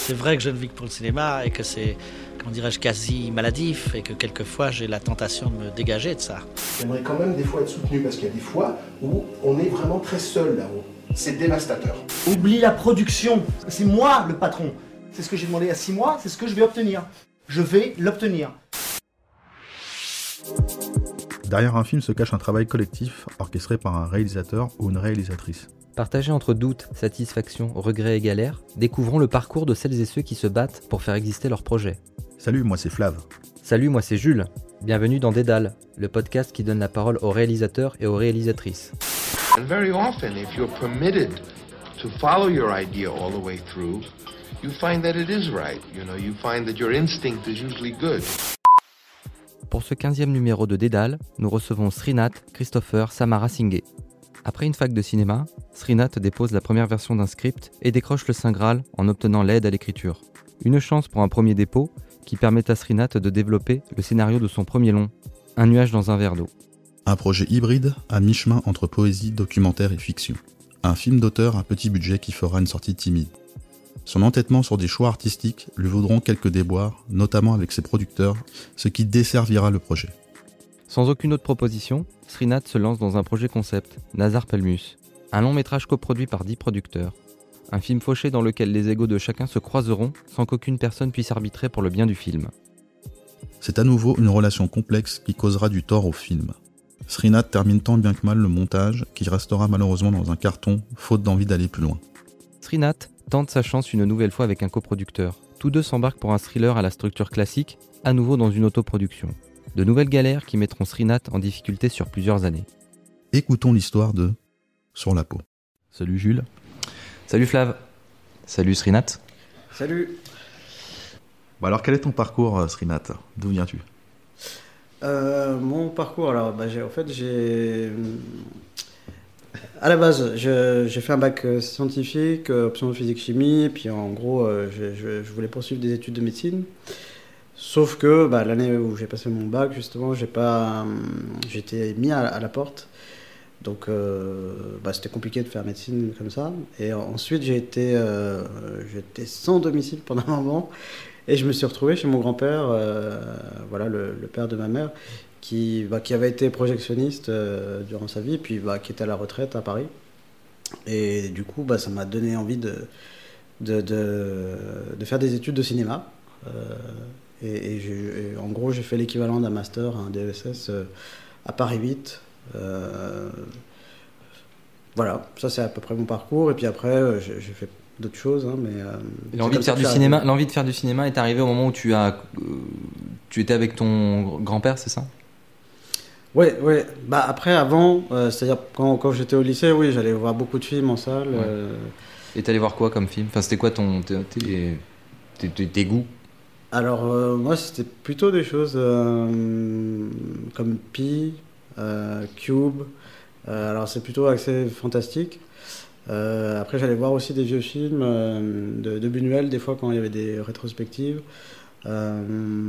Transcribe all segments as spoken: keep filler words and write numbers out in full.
C'est vrai que je ne vis que pour le cinéma et que c'est, comment dirais-je, quasi maladif et que quelquefois j'ai la tentation de me dégager de ça. J'aimerais quand même des fois être soutenu parce qu'il y a des fois où on est vraiment très seul là-haut. C'est dévastateur. Oublie la production, c'est moi le patron. C'est ce que j'ai demandé il y a six mois, c'est ce que je vais obtenir. Je vais l'obtenir. Derrière un film se cache un travail collectif orchestré par un réalisateur ou une réalisatrice. Partagé entre doute, satisfaction, regret et galère, découvrons le parcours de celles et ceux qui se battent pour faire exister leur projet. Salut, moi c'est Flav. Salut, moi c'est Jules. Bienvenue dans Dédale, le podcast qui donne la parole aux réalisateurs et aux réalisatrices. And very often, if you're permitted to follow your idea all the way through, you find that it is right. You know, you find that your instinct is usually good. Pour ce quinzième numéro de Dédale, nous recevons Srinath Christopher Samarasinghe. Après une fac de cinéma, Srinath dépose la première version d'un script et décroche le Saint Graal en obtenant l'aide à l'écriture. Une chance pour un premier dépôt qui permet à Srinath de développer le scénario de son premier long, Un nuage dans un verre d'eau. Un projet hybride à mi-chemin entre poésie, documentaire et fiction. Un film d'auteur à petit budget qui fera une sortie timide. Son entêtement sur des choix artistiques lui vaudront quelques déboires, notamment avec ses producteurs, ce qui desservira le projet. Sans aucune autre proposition, Srinath se lance dans un projet concept, Nazar Pelmus, un long métrage coproduit par dix producteurs. Un film fauché dans lequel les égos de chacun se croiseront sans qu'aucune personne puisse arbitrer pour le bien du film. C'est à nouveau une relation complexe qui causera du tort au film. Srinath termine tant bien que mal le montage, qui restera malheureusement dans un carton, faute d'envie d'aller plus loin. Srinath tente sa chance une nouvelle fois avec un coproducteur. Tous deux s'embarquent pour un thriller à la structure classique, à nouveau dans une autoproduction. De nouvelles galères qui mettront Srinath en difficulté sur plusieurs années. Écoutons l'histoire de Sur la peau. Salut Jules. Salut Flav. Salut Srinath. Salut. Bon alors quel est ton parcours Srinath ? D'où viens-tu ? euh, Mon parcours, alors bah, j'ai, en fait j'ai... À la base, je, j'ai fait un bac scientifique, option physique-chimie, puis en gros je, je, je voulais poursuivre des études de médecine. Sauf que bah, l'année où j'ai passé mon bac, justement, j'ai pas, j'étais mis à, à la porte. Donc euh, bah, c'était compliqué de faire médecine comme ça. Et ensuite j'ai été, euh, j'étais sans domicile pendant un moment. Et je me suis retrouvé chez mon grand-père, euh, voilà, le, le père de ma mère, qui, bah, qui avait été projectionniste euh, durant sa vie, puis bah, qui était à la retraite à Paris. Et du coup, bah, ça m'a donné envie de, de, de, de faire des études de cinéma. Euh, et, et, j'ai, et en gros, j'ai fait l'équivalent d'un master, un D E S S euh, à Paris huit. Euh, voilà, ça c'est à peu près mon parcours. Et puis après, euh, j'ai, j'ai fait d'autres choses, hein, mais euh, l'envie de faire du cinéma, l'envie de faire du cinéma est arrivée au moment où tu as, euh, tu étais avec ton grand-père, c'est ça ? Ouais, ouais. Bah après, avant, euh, c'est-à-dire quand, quand j'étais au lycée, oui, j'allais voir beaucoup de films en salle. Ouais. Euh... Et t'allais voir quoi comme film ? Enfin, c'était quoi ton tes, tes, tes, tes goûts ? Alors euh, moi, c'était plutôt des choses euh, comme Pi, euh, Cube. Euh, alors c'est plutôt axé fantastique. Euh, après, j'allais voir aussi des vieux films euh, de, de Buñuel, des fois quand il y avait des rétrospectives. Euh,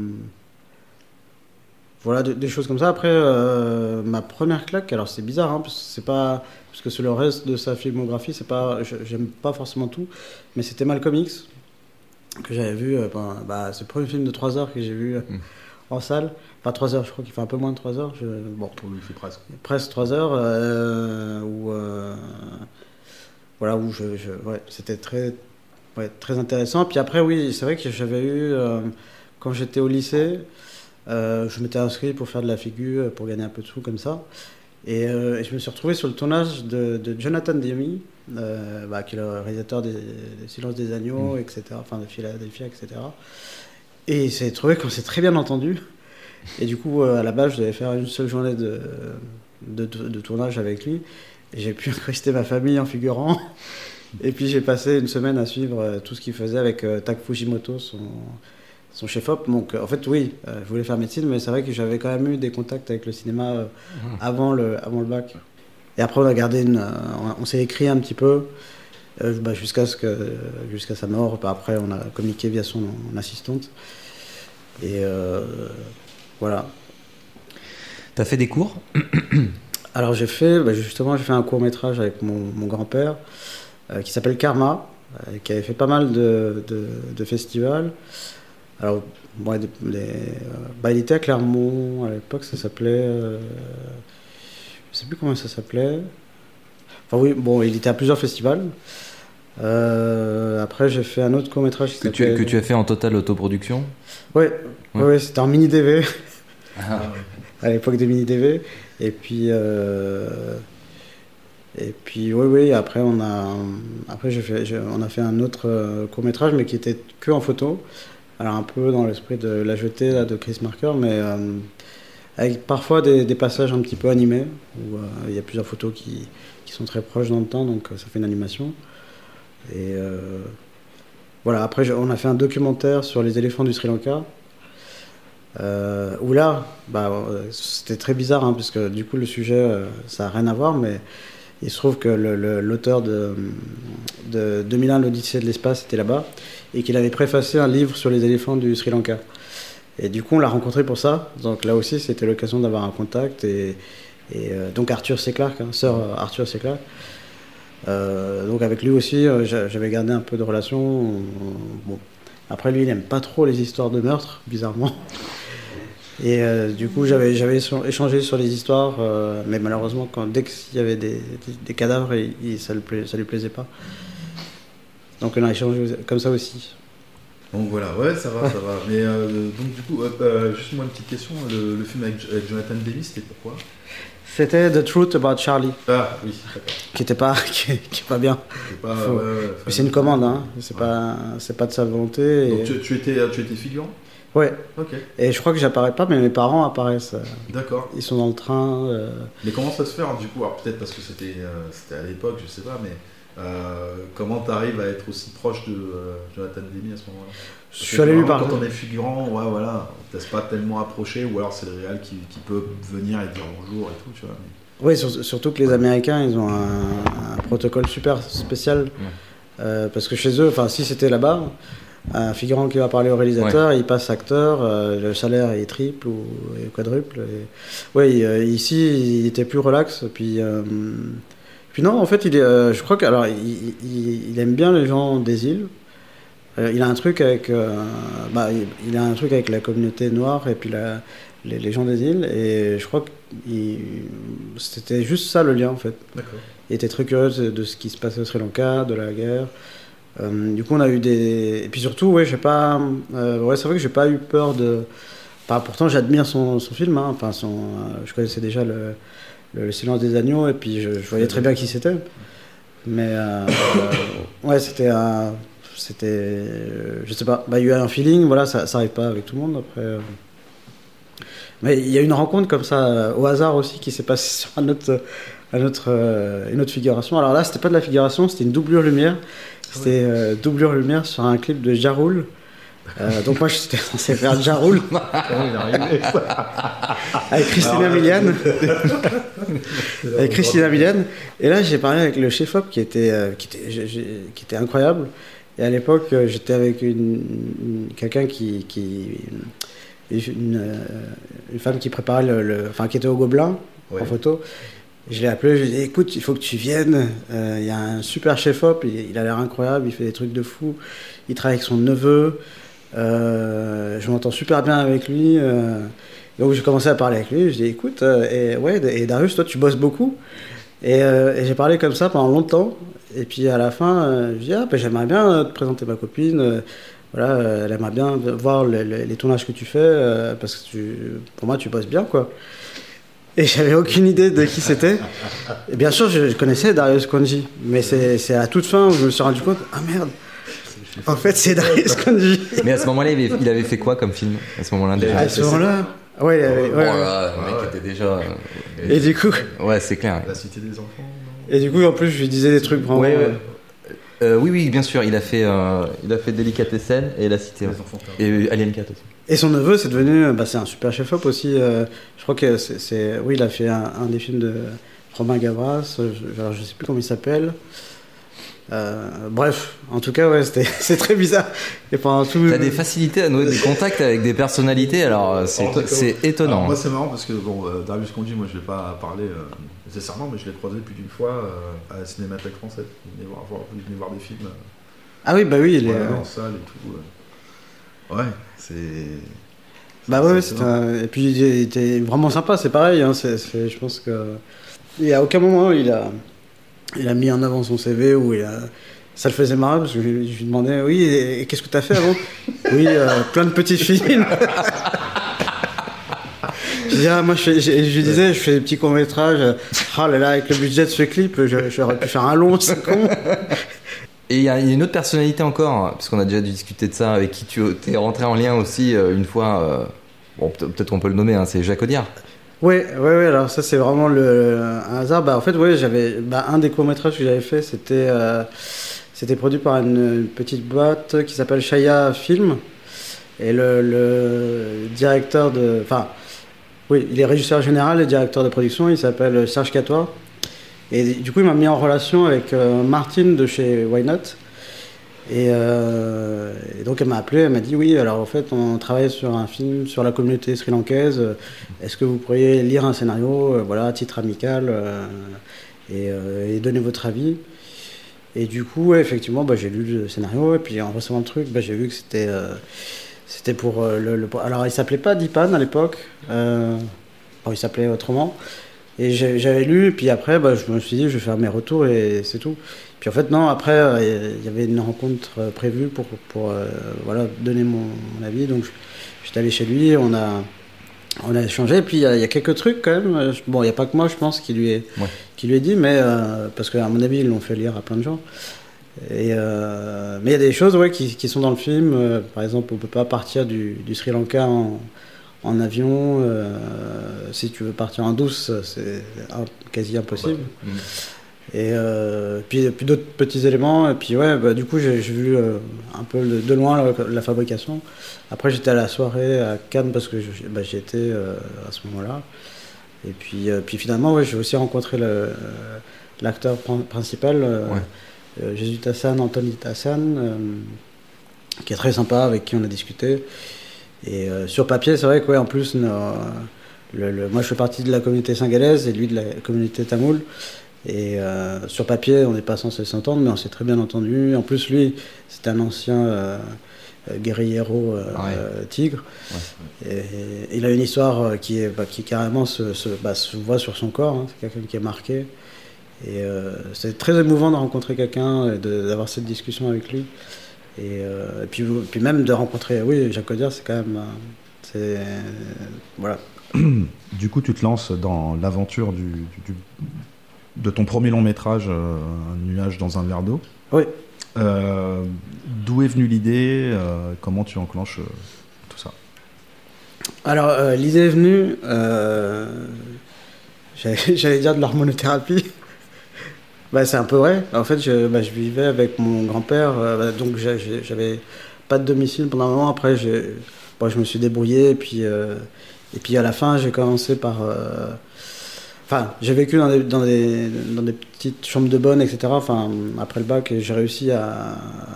voilà, de, des choses comme ça. Après, euh, ma première claque, alors c'est bizarre, hein, parce que c'est pas, parce que sur le reste de sa filmographie, c'est pas, j'aime pas forcément tout, mais c'était Malcolm X que j'avais vu. Euh, bah, bah, c'est le premier film de trois heures que j'ai vu euh, mmh. en salle. Enfin, trois heures, je crois qu'il fait un peu moins de trois heures. Je, bon, oui, il fait presque. Presque trois heures. Euh, où, euh, voilà, où je, je, ouais, c'était très, ouais, très intéressant. Puis après, oui, c'est vrai que j'avais eu, euh, quand j'étais au lycée, euh, je m'étais inscrit pour faire de la figure, pour gagner un peu de sous comme ça. Et, euh, et je me suis retrouvé sur le tournage de, de Jonathan Demme, euh, bah, qui est le réalisateur des, des Silences des agneaux, mmh. et cetera. Enfin, de Philadelphia, et cetera. Et il s'est trouvé qu'on s'est très bien entendu. Et du coup, euh, à la base, je devais faire une seule journée de, de, de, de tournage avec lui. Et j'ai pu incruster ma famille en figurant. Et puis j'ai passé une semaine à suivre euh, tout ce qu'il faisait avec euh, Tak Fujimoto, son, son chef-op. Donc euh, en fait, oui, euh, je voulais faire médecine, mais c'est vrai que j'avais quand même eu des contacts avec le cinéma euh, mmh. avant, le, avant le bac. Et après, on a gardé une, euh, on, on s'est écrit un petit peu euh, bah, jusqu'à, ce que, jusqu'à sa mort. Bah, après, on a communiqué via son, son assistante. Et euh, voilà. T'as fait des cours ? Alors j'ai fait, bah justement, j'ai fait un court-métrage avec mon, mon grand-père euh, qui s'appelle Karma, euh, qui avait fait pas mal de, de, de festivals. Alors, bon, les, les, bah, il était à Clermont, à l'époque, ça s'appelait... Euh, je sais plus comment ça s'appelait. Enfin oui, bon, il était à plusieurs festivals. Euh, après, j'ai fait un autre court-métrage que tu, que tu as fait en totale autoproduction. Ouais, ouais, ouais, c'était en mini-D V. Ah. À l'époque des mini-D V. Et puis... Euh, Et puis oui, oui, après, on a, après j'ai fait, j'ai, on a fait un autre euh, court-métrage, mais qui était que en photo. Alors un peu dans l'esprit de La Jetée là, de Chris Marker, mais euh, avec parfois des, des passages un petit peu animés, où euh, il y a plusieurs photos qui, qui sont très proches dans le temps, donc ça fait une animation. Et euh, voilà, après on a fait un documentaire sur les éléphants du Sri Lanka, euh, où là, bah, c'était très bizarre, hein, puisque du coup le sujet, euh, ça n'a rien à voir, mais il se trouve que le, le, l'auteur de, de deux mille un, l'Odyssée de l'espace, était là-bas, et qu'il avait préfacé un livre sur les éléphants du Sri Lanka. Et du coup, on l'a rencontré pour ça. Donc là aussi, c'était l'occasion d'avoir un contact. Et, et euh, donc Arthur C. Clarke, hein, sœur Arthur C. Clarke. Euh, donc avec lui aussi, euh, j'avais gardé un peu de relation. Bon. Après, lui, il n'aime pas trop les histoires de meurtre, bizarrement. Et euh, du coup, j'avais, j'avais échangé sur les histoires, euh, mais malheureusement, quand, dès qu'il y avait des, des, des cadavres, il, il, ça ne lui plaisait pas. Donc on a échangé comme ça aussi. Donc voilà, ouais, ça va, ça va. Mais euh, donc du coup, euh, juste moi une petite question, le, le film avec, avec Jonathan Demme, c'était pourquoi ? C'était The Truth About Charlie. Ah oui, d'accord. Qui était pas, qui, qui est pas bien. C'est pas, Faut... ouais, ouais, mais c'est une commande, hein. C'est ouais. pas, c'est pas de sa volonté. Donc et... tu, tu étais, tu étais figurant ? Ouais. Ok. Et je crois que j'apparais pas, mais mes parents apparaissent. D'accord. Ils sont dans le train. Euh... Mais comment ça se fait, hein, du coup ? Alors peut-être parce que c'était, euh, c'était à l'époque, je sais pas, mais euh, comment t'arrives à être aussi proche de euh, Jonathan Demme à ce moment-là ? Je suis allé lui parler. Quand on est figurant, ouais, voilà, on ne te laisse pas tellement approcher, ou alors c'est le réal qui, qui peut venir et dire bonjour et tout, tu vois. Mais... Oui, sur, surtout que les Américains, ils ont un, un protocole super spécial, ouais. euh, parce que chez eux, enfin, si c'était là-bas, un figurant qui va parler au réalisateur, ouais. il passe acteur, euh, le salaire est triple ou est quadruple. Oui, euh, ici, il était plus relax, puis... Euh, puis non, en fait, il est, euh, je crois que, alors, il, il, il aime bien les gens des îles. Euh, il a un truc avec, euh, bah, il, il a un truc avec la communauté noire et puis la, les, les gens des îles. Et je crois que il, c'était juste ça le lien en fait. D'accord. Il était très curieux de, de ce qui se passait au Sri Lanka, de la guerre. Euh, du coup, on a eu des, et puis surtout, ouais, j'ai pas, euh, ouais, c'est vrai que j'ai pas eu peur de. Enfin, pourtant, j'admire son, son film. Hein. Enfin, son, euh, je connaissais déjà le, le, le Silence des agneaux et puis je, je voyais très bien qui c'était. Mais euh, euh, ouais, c'était un. C'était, euh, je sais pas, bah, il y a eu un feeling, voilà, ça, ça arrive pas avec tout le monde après. Euh... Mais il y a une rencontre comme ça, euh, au hasard aussi, qui s'est passée sur un autre, un autre, euh, une autre figuration. Alors là, c'était pas de la figuration, c'était une doublure lumière. C'était euh, doublure lumière sur un clip de Ja Rule. Euh, donc moi, j'étais censé faire Ja Rule. Avec Christina Milian. Avec Christina Milian. Et là, j'ai parlé avec le chef-op qui était, euh, qui était, j'ai, j'ai, qui était incroyable. Et à l'époque, j'étais avec une, une, quelqu'un qui, qui une, une femme qui préparait le, le, enfin qui était au Gobelin, ouais. En photo. Je l'ai appelé, je lui ai dit écoute, il faut que tu viennes. Il euh, y a un super chef-op, il, il a l'air incroyable, il fait des trucs de fou. Il travaille avec son neveu. Euh, je m'entends super bien avec lui. Euh, donc j'ai commencé à parler avec lui. Je lui ai dit écoute, euh, et ouais, et Darius, toi, tu bosses beaucoup. Et, euh, et j'ai parlé comme ça pendant longtemps. Et puis à la fin, euh, je dis ah, ben, j'aimerais bien te présenter ma copine. Euh, voilà, euh, elle aimerait bien voir le, le, les tournages que tu fais euh, parce que tu, pour moi tu bosses bien quoi. Et j'avais aucune idée de qui c'était. Et bien sûr, je, je connaissais Darius Khondji, mais c'est, c'est à toute fin où je me suis rendu compte ah merde. En fait, c'est Darius Khondji. Mais à ce moment-là, il avait, il avait fait quoi comme film à ce moment-là déjà. À ce moment-là. Ouais, il avait, ouais, oh là, le mec ouais. était déjà. Et, et du coup. Ouais, c'est clair. La Cité des enfants. Et du coup, en plus, je lui disais des trucs vraiment. Ouais, ouais. Euh, oui, oui, bien sûr. Il a fait, euh, il a fait Delicatessen et La Cité. Ouais. Et Alien quatre aussi. Et son neveu, c'est devenu, bah, c'est un super chef-op aussi. Euh, je crois que c'est, c'est, oui, il a fait un, un des films de Romain Gavras. Je, alors, je sais plus comment il s'appelle. Euh, bref, en tout cas, ouais, c'était, c'est très bizarre. Et pendant tout. T'as des facilités à nouer des contacts avec des personnalités, alors c'est, alors, c'est étonnant. Alors, moi, c'est marrant parce que bon, euh, Darius Khondji, moi, je vais pas parler euh, nécessairement, mais je l'ai croisé plus d'une fois euh, à la Cinémathèque française. Il venait voir, voir, il venait voir des films. Euh, Ah oui, bah oui, il est. Ouais, euh, en salle et tout. euh. Ouais, c'est. Bah ouais, c'est un... et puis il était vraiment sympa, c'est pareil. Hein, c'est, c'est... Je pense que. Et à aucun moment il a, il a mis en avant son C V ou il a. Ça le faisait marrer parce que je, je lui demandais, oui, et, et qu'est-ce que t'as fait avant? Oui, euh, plein de petits films. Je disais, ah, moi, je, fais, je, je lui disais, je fais des petits courts-métrages. Ah là là, avec le budget de ce clip, je, j'aurais pu faire un long, c'est con. Et il y, y a une autre personnalité encore, parce qu'on a déjà dû discuter de ça, avec qui tu es rentré en lien aussi euh, une fois. Euh, bon, peut-être qu'on peut le nommer, hein, c'est Jacques Audiard. Oui, oui, oui, alors ça c'est vraiment le, un hasard. Bah, en fait, ouais, j'avais, bah, un des courts-métrages que j'avais fait, c'était, euh, c'était produit par une, une petite boîte qui s'appelle Shaya Film. Et le, le directeur de. Enfin, oui, il est régisseur général et directeur de production, il s'appelle Serge Catois. Et du coup, il m'a mis en relation avec euh, Martine de chez Why Not. Et, euh, et donc, elle m'a appelé, elle m'a dit oui, alors en fait, on travaille sur un film sur la communauté sri-lankaise. Est-ce que vous pourriez lire un scénario, euh, voilà, à titre amical, euh, et, euh, et donner votre avis? Et du coup, ouais, effectivement, bah, j'ai lu le scénario, et puis en recevant le truc, bah, j'ai vu que c'était. Euh, C'était pour euh, le, le... Alors, il s'appelait pas Dipan à l'époque. Euh... Bon, il s'appelait autrement. Et j'ai, j'avais lu, et puis après, bah, je me suis dit, je vais faire mes retours et c'est tout. Puis en fait, non, après, il euh, y avait une rencontre euh, prévue pour, pour euh, voilà, donner mon, mon avis. Donc, j'étais allé chez lui, on a, on a échangé. Et puis, il y, y a quelques trucs quand même. Bon, il n'y a pas que moi, je pense, qui lui est, ouais. qui lui est dit, mais euh, parce qu'à mon avis, ils l'ont fait lire à plein de gens. Et euh, mais il y a des choses ouais, qui, qui sont dans le film. Euh, par exemple, on ne peut pas partir du, du Sri Lanka en, en avion. Euh, si tu veux partir en douce, c'est un, quasi impossible. Ouais. Mmh. Et euh, puis, puis d'autres petits éléments. Et puis, ouais, bah, du coup, j'ai, j'ai vu euh, un peu de, de loin la, la fabrication. Après, j'étais à la soirée à Cannes parce que je, bah, j'y étais euh, à ce moment-là. Et puis, euh, puis finalement, ouais, j'ai aussi rencontré le, euh, l'acteur principal. Euh, ouais. Euh, Jésus Tassan, Anthony Tassan, euh, qui est très sympa, avec qui on a discuté. Et euh, sur papier, c'est vrai que, ouais, en plus, nos, le, le, moi je fais partie de la communauté singalaise et lui de la communauté tamoule. Et euh, sur papier, on n'est pas censé s'entendre, mais on s'est très bien entendu. En plus, lui, c'est un ancien euh, guerriero euh, ouais. euh, tigre. Ouais. Et, et il a une histoire qui, est, bah, qui carrément se, se, bah, se voit sur son corps. Hein. C'est quelqu'un qui est marqué. Et euh, c'est très émouvant de rencontrer quelqu'un et de, d'avoir cette discussion avec lui. Et, euh, et puis, puis même de rencontrer, oui, Jacques Audiard, c'est quand même, c'est, euh, voilà. Du coup, tu te lances dans l'aventure du, du, de ton premier long métrage, euh, Un nuage dans un verre d'eau. Oui. Euh, d'où est venue l'idée? euh, Comment tu enclenches euh, tout ça? Alors, euh, l'idée est venue, euh, j'allais, j'allais dire de l'hormonothérapie. Bah, c'est un peu vrai. En fait, je, bah, je vivais avec mon grand-père, euh, bah, donc j'ai, j'avais pas de domicile pendant un moment. Après, j'ai, bon, je me suis débrouillé, et puis, euh, et puis à la fin, j'ai commencé par. Euh, enfin, j'ai vécu dans des, dans, des, dans des petites chambres de bonne, et cetera. Enfin, après le bac, j'ai réussi à,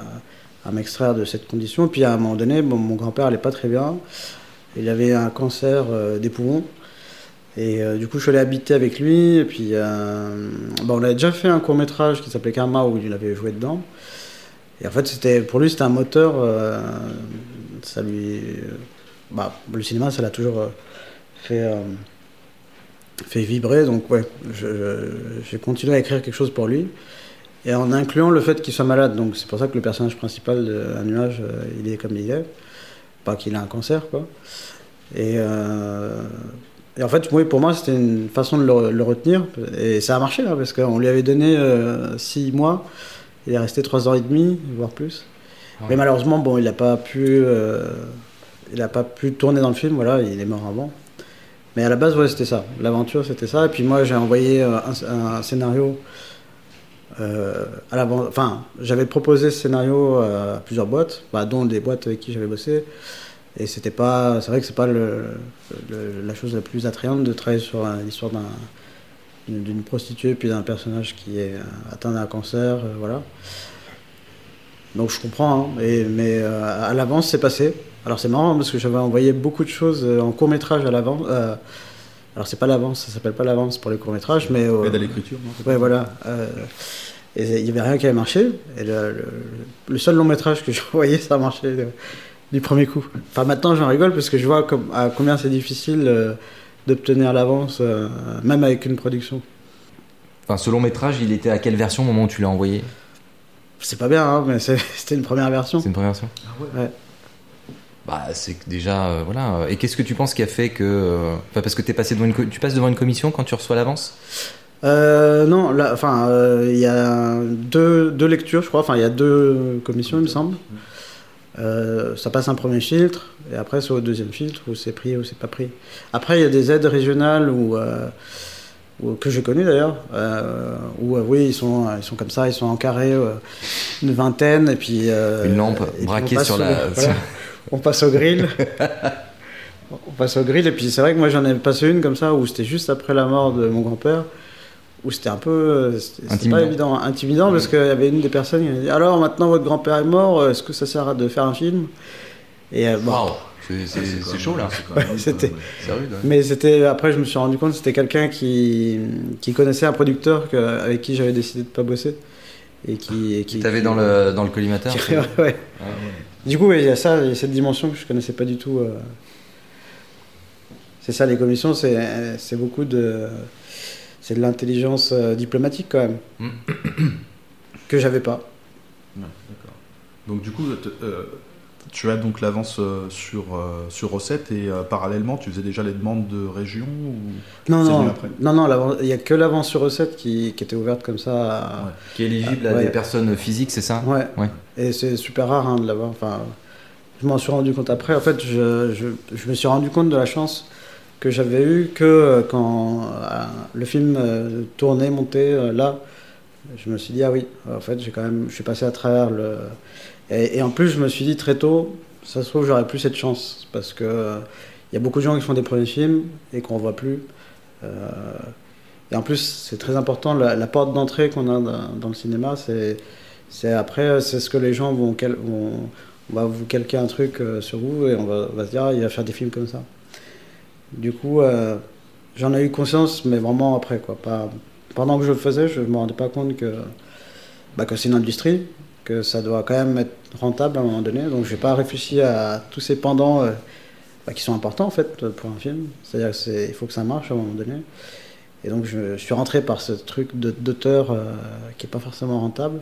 à m'extraire de cette condition. Et puis à un moment donné, bon, mon grand-père allait pas très bien. Il avait un cancer euh, des poumons. Et euh, du coup, je suis allé habiter avec lui. Et puis, euh, bon, on avait déjà fait un court-métrage qui s'appelait Karma, où il avait joué dedans. Et en fait, c'était, pour lui, c'était un moteur. Euh, ça lui, bah, le cinéma, ça l'a toujours euh, fait, euh, fait vibrer. Donc, ouais, je, je, j'ai continué à écrire quelque chose pour lui. Et en incluant le fait qu'il soit malade. Donc, c'est pour ça que le personnage principal de Un nuage, euh, il est comme il est. Pas qu'il a un cancer, quoi. Et. Euh, Et en fait, oui, pour moi, c'était une façon de le, le retenir. Et ça a marché, hein, parce qu'on lui avait donné euh, six mois. Il est resté trois ans et demi, voire plus. Ouais. Mais malheureusement, bon, il n'a pas pu, euh, il a pas pu tourner dans le film. Voilà, il est mort avant. Mais à la base, ouais, c'était ça. L'aventure, c'était ça. Et puis moi, j'ai envoyé euh, un, un scénario euh, à la, enfin, j'avais proposé ce scénario à plusieurs boîtes, bah, dont des boîtes avec qui j'avais bossé. Et c'était pas, c'est vrai que c'est pas le, le, la chose la plus attrayante de travailler sur l'histoire d'un, d'une prostituée puis d'un personnage qui est atteint d'un cancer, euh, voilà. Donc je comprends, hein, et, mais euh, à l'avance c'est passé. Alors c'est marrant parce que j'avais envoyé beaucoup de choses en court-métrage à l'avance. Euh, alors c'est pas l'avance, ça s'appelle pas l'avance pour les courts-métrages, mais... Euh, Aide à l'écriture, non? Ouais, voilà. Euh, Et il n'y avait rien qui avait marché. Et le, le, le seul long métrage que je voyais, ça a marché euh, du premier coup. Enfin, maintenant, j'en rigole parce que je vois comme, à combien c'est difficile euh, d'obtenir l'avance, euh, même avec une production. Enfin, ce long métrage, il était à quelle version au moment où tu l'as envoyé ? C'est pas bien, hein, mais c'est, c'était une première version. C'est une première version ? Ah ouais. Ouais. Bah, c'est que déjà, euh, voilà. Et qu'est-ce que tu penses qui a fait que... Euh... Enfin, parce que t'es passé devant une co- tu passes devant une commission quand tu reçois l'avance ? Euh, non, là, enfin, il euh, y a deux, deux lectures, je crois. Enfin, il y a deux commissions, il me semble. Euh, ça passe un premier filtre, et après, c'est au deuxième filtre, où c'est pris ou c'est pas pris. Après, il y a des aides régionales où... Euh, que j'ai connu d'ailleurs, euh, où euh, oui, ils sont, ils sont comme ça, ils sont en carré, euh, une vingtaine, et puis... Euh, une lampe braquée sur la... Le, voilà, on passe au grill. on passe au grill, et puis c'est vrai que moi j'en ai passé une comme ça, où c'était juste après la mort de mon grand-père, où c'était un peu... C'était, c'était pas évident, intimidant, parce qu'il y avait une des personnes qui m'a dit « Alors, maintenant votre grand-père est mort, est-ce que ça sert de faire un film ?» Et euh, bon... Wow. C'est, c'est, c'est, c'est chaud là. C'est ouais, c'était... C'est rude, ouais. Mais c'était, après, je me suis rendu compte que c'était quelqu'un qui, qui connaissait un producteur que, avec qui j'avais décidé de ne pas bosser. Et qui, et qui, qui t'avait qui, dans, le, dans le collimateur. Qui, ouais. Ah, ouais. Du coup, il y a ça, il y a cette dimension que je ne connaissais pas du tout. Euh... C'est ça, les commissions, c'est, c'est beaucoup de. C'est de l'intelligence euh, diplomatique quand même. Mm. Que j'avais pas. Ouais, d'accord. Donc, du coup, euh, tu as donc l'avance euh, sur, euh, sur recette et euh, parallèlement, tu faisais déjà les demandes de région ou non, c'est non, venu après ? non, non, il n'y a que l'avance sur recette qui, qui était ouverte comme ça. À, ouais. Qui est éligible à, à ouais. des personnes physiques, c'est ça ? Ouais. ouais. Et c'est super rare hein, de l'avoir. Enfin, je m'en suis rendu compte après. En fait, je, je, je me suis rendu compte de la chance que j'avais eue que quand euh, le film euh, tournait, montait euh, là. Je me suis dit, ah oui, en fait, j'ai quand même, je suis passé à travers le... Et, et en plus, je me suis dit très tôt, ça se trouve, j'aurais plus cette chance, parce que il euh, y a beaucoup de gens qui font des premiers films et qu'on ne voit plus. Euh, et en plus, c'est très important, la, la porte d'entrée qu'on a dans, dans le cinéma, c'est, c'est après, c'est ce que les gens vont... Quel, vont on va vous calquer un truc euh, sur vous et on va, on va se dire, ah, il va faire des films comme ça. Du coup, euh, j'en ai eu conscience, mais vraiment après, quoi, pas... Pendant que je le faisais, je ne me rendais pas compte que, bah, que c'est une industrie, que ça doit quand même être rentable à un moment donné. Donc je n'ai pas réfléchi à tous ces pendants euh, bah, qui sont importants en fait pour un film. C'est-à-dire qu'il faut que ça marche à un moment donné. Et donc je, je suis rentré par ce truc de, d'auteur euh, qui n'est pas forcément rentable.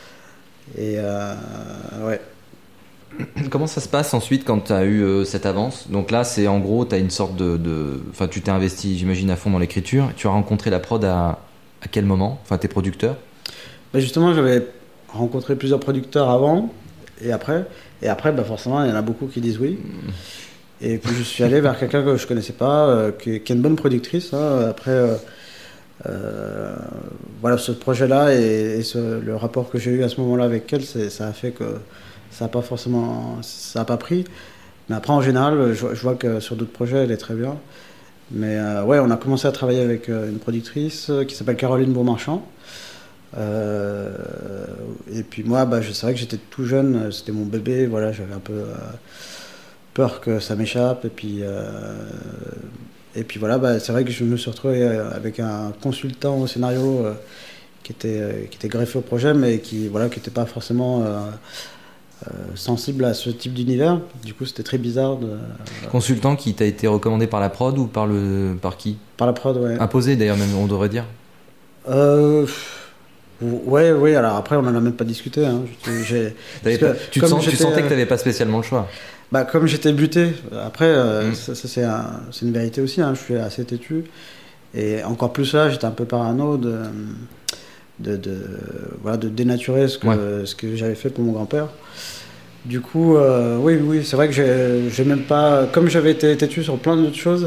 Et euh, ouais. Comment ça se passe ensuite quand tu as eu euh, cette avance ? Donc là, c'est en gros, tu as une sorte de... Enfin, de... tu t'es investi, j'imagine, à fond dans l'écriture. Tu as rencontré la prod à... À quel moment ? Enfin, tes producteurs ? Bah justement, j'avais rencontré plusieurs producteurs avant et après. Et après, bah forcément, il y en a beaucoup qui disent oui. Et puis, je suis allé vers quelqu'un que je ne connaissais pas, euh, qui, qui est une bonne productrice. Hein. Après, euh, euh, voilà, ce projet-là et, et ce, le rapport que j'ai eu à ce moment-là avec elle, c'est, ça a fait que ça n'a pas forcément... Ça n'a pas pris. Mais après, en général, je, je vois que sur d'autres projets, elle est très bien. Mais euh, ouais, on a commencé à travailler avec euh, une productrice euh, qui s'appelle Caroline Beaumarchand. Euh, et puis moi, bah, je, c'est vrai que j'étais tout jeune, c'était mon bébé, voilà, j'avais un peu euh, peur que ça m'échappe. Et puis, euh, et puis voilà, bah, c'est vrai que je me suis retrouvé avec un consultant au scénario euh, qui, était, euh, qui était greffé au projet, mais qui voilà, qui n'était pas forcément... Euh, Euh, sensible à ce type d'univers. Du coup, c'était très bizarre. De, euh... Consultant qui t'a été recommandé par la prod ou par, le, par qui ? Par la prod, ouais. Imposé d'ailleurs, même, on devrait dire. Euh... Ouais, ouais, alors après, on n'en a même pas discuté. Hein. J'ai... Pas, tu, te sens, tu sentais que tu n'avais pas spécialement le choix ? Bah, comme j'étais buté, après, euh, mmh. ça, ça, c'est, un, c'est une vérité aussi, hein. Je suis assez têtu. Et encore plus là, j'étais un peu parano de, de, de, voilà, de dénaturer ce que, ouais. ce que j'avais fait pour mon grand-père. Du coup, euh, oui, oui, c'est vrai que j'ai, j'ai même pas... Comme j'avais été têtu sur plein d'autres choses,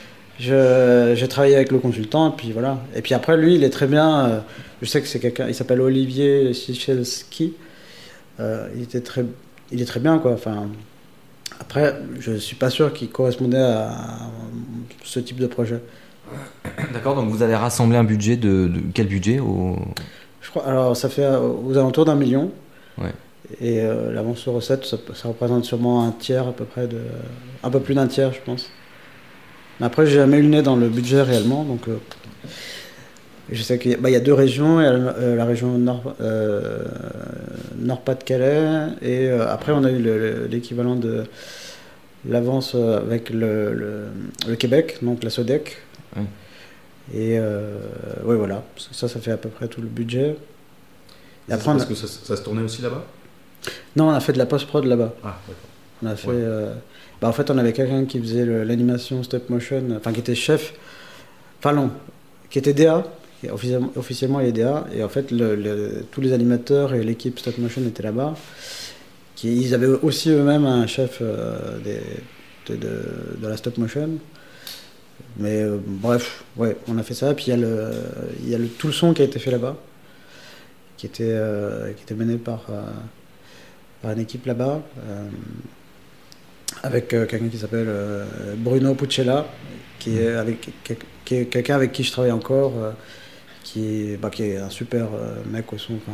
je, j'ai travaillé avec le consultant, et puis voilà. Et puis après, lui, il est très bien... Euh, je sais que c'est quelqu'un... Il s'appelle Olivier Sichelski. Euh, il, était très, il est très bien, quoi. Enfin, après, je suis pas sûr qu'il correspondait à, à ce type de projet. D'accord, donc vous avez rassemblé un budget de... de quel budget au... Je crois, alors, ça fait aux alentours d'un million. Ouais. Et euh, l'avance sur recette, ça, ça représente sûrement un tiers à peu près, de, un peu plus d'un tiers, je pense. Mais après, j'ai jamais eu le nez dans le budget réellement, donc euh, je sais qu'il y a, bah, il y a deux régions, il y a la, euh, la région Nord, euh, Nord-Pas-de-Calais, et euh, après on a eu le, le, l'équivalent de l'avance avec le, le, le Québec, donc la SODEC. Oui. Et euh, ouais, voilà, ça, ça fait à peu près tout le budget. Et après, parce a... que ça, ça se tournait aussi là-bas ? Non, on a fait de la post-prod là-bas. Ah, d'accord. On a fait... Ouais. Euh... Bah, en fait, on avait quelqu'un qui faisait le, l'animation stop motion, enfin qui était chef, enfin non, qui était D A, qui officiellement, officiellement il est D A, et en fait, le, le, tous les animateurs et l'équipe stop motion étaient là-bas. Qui, ils avaient aussi eux-mêmes un chef euh, des, de, de, de la stop motion. Mais euh, bref, ouais, on a fait ça. Puis il y a, le, il y a le, tout le son qui a été fait là-bas, qui était, euh, qui était mené par, euh, par une équipe là-bas, euh, avec euh, quelqu'un qui s'appelle euh, Bruno Puccella, qui est, avec, qui est quelqu'un avec qui je travaille encore, euh, qui, bah, qui est un super euh, mec au son.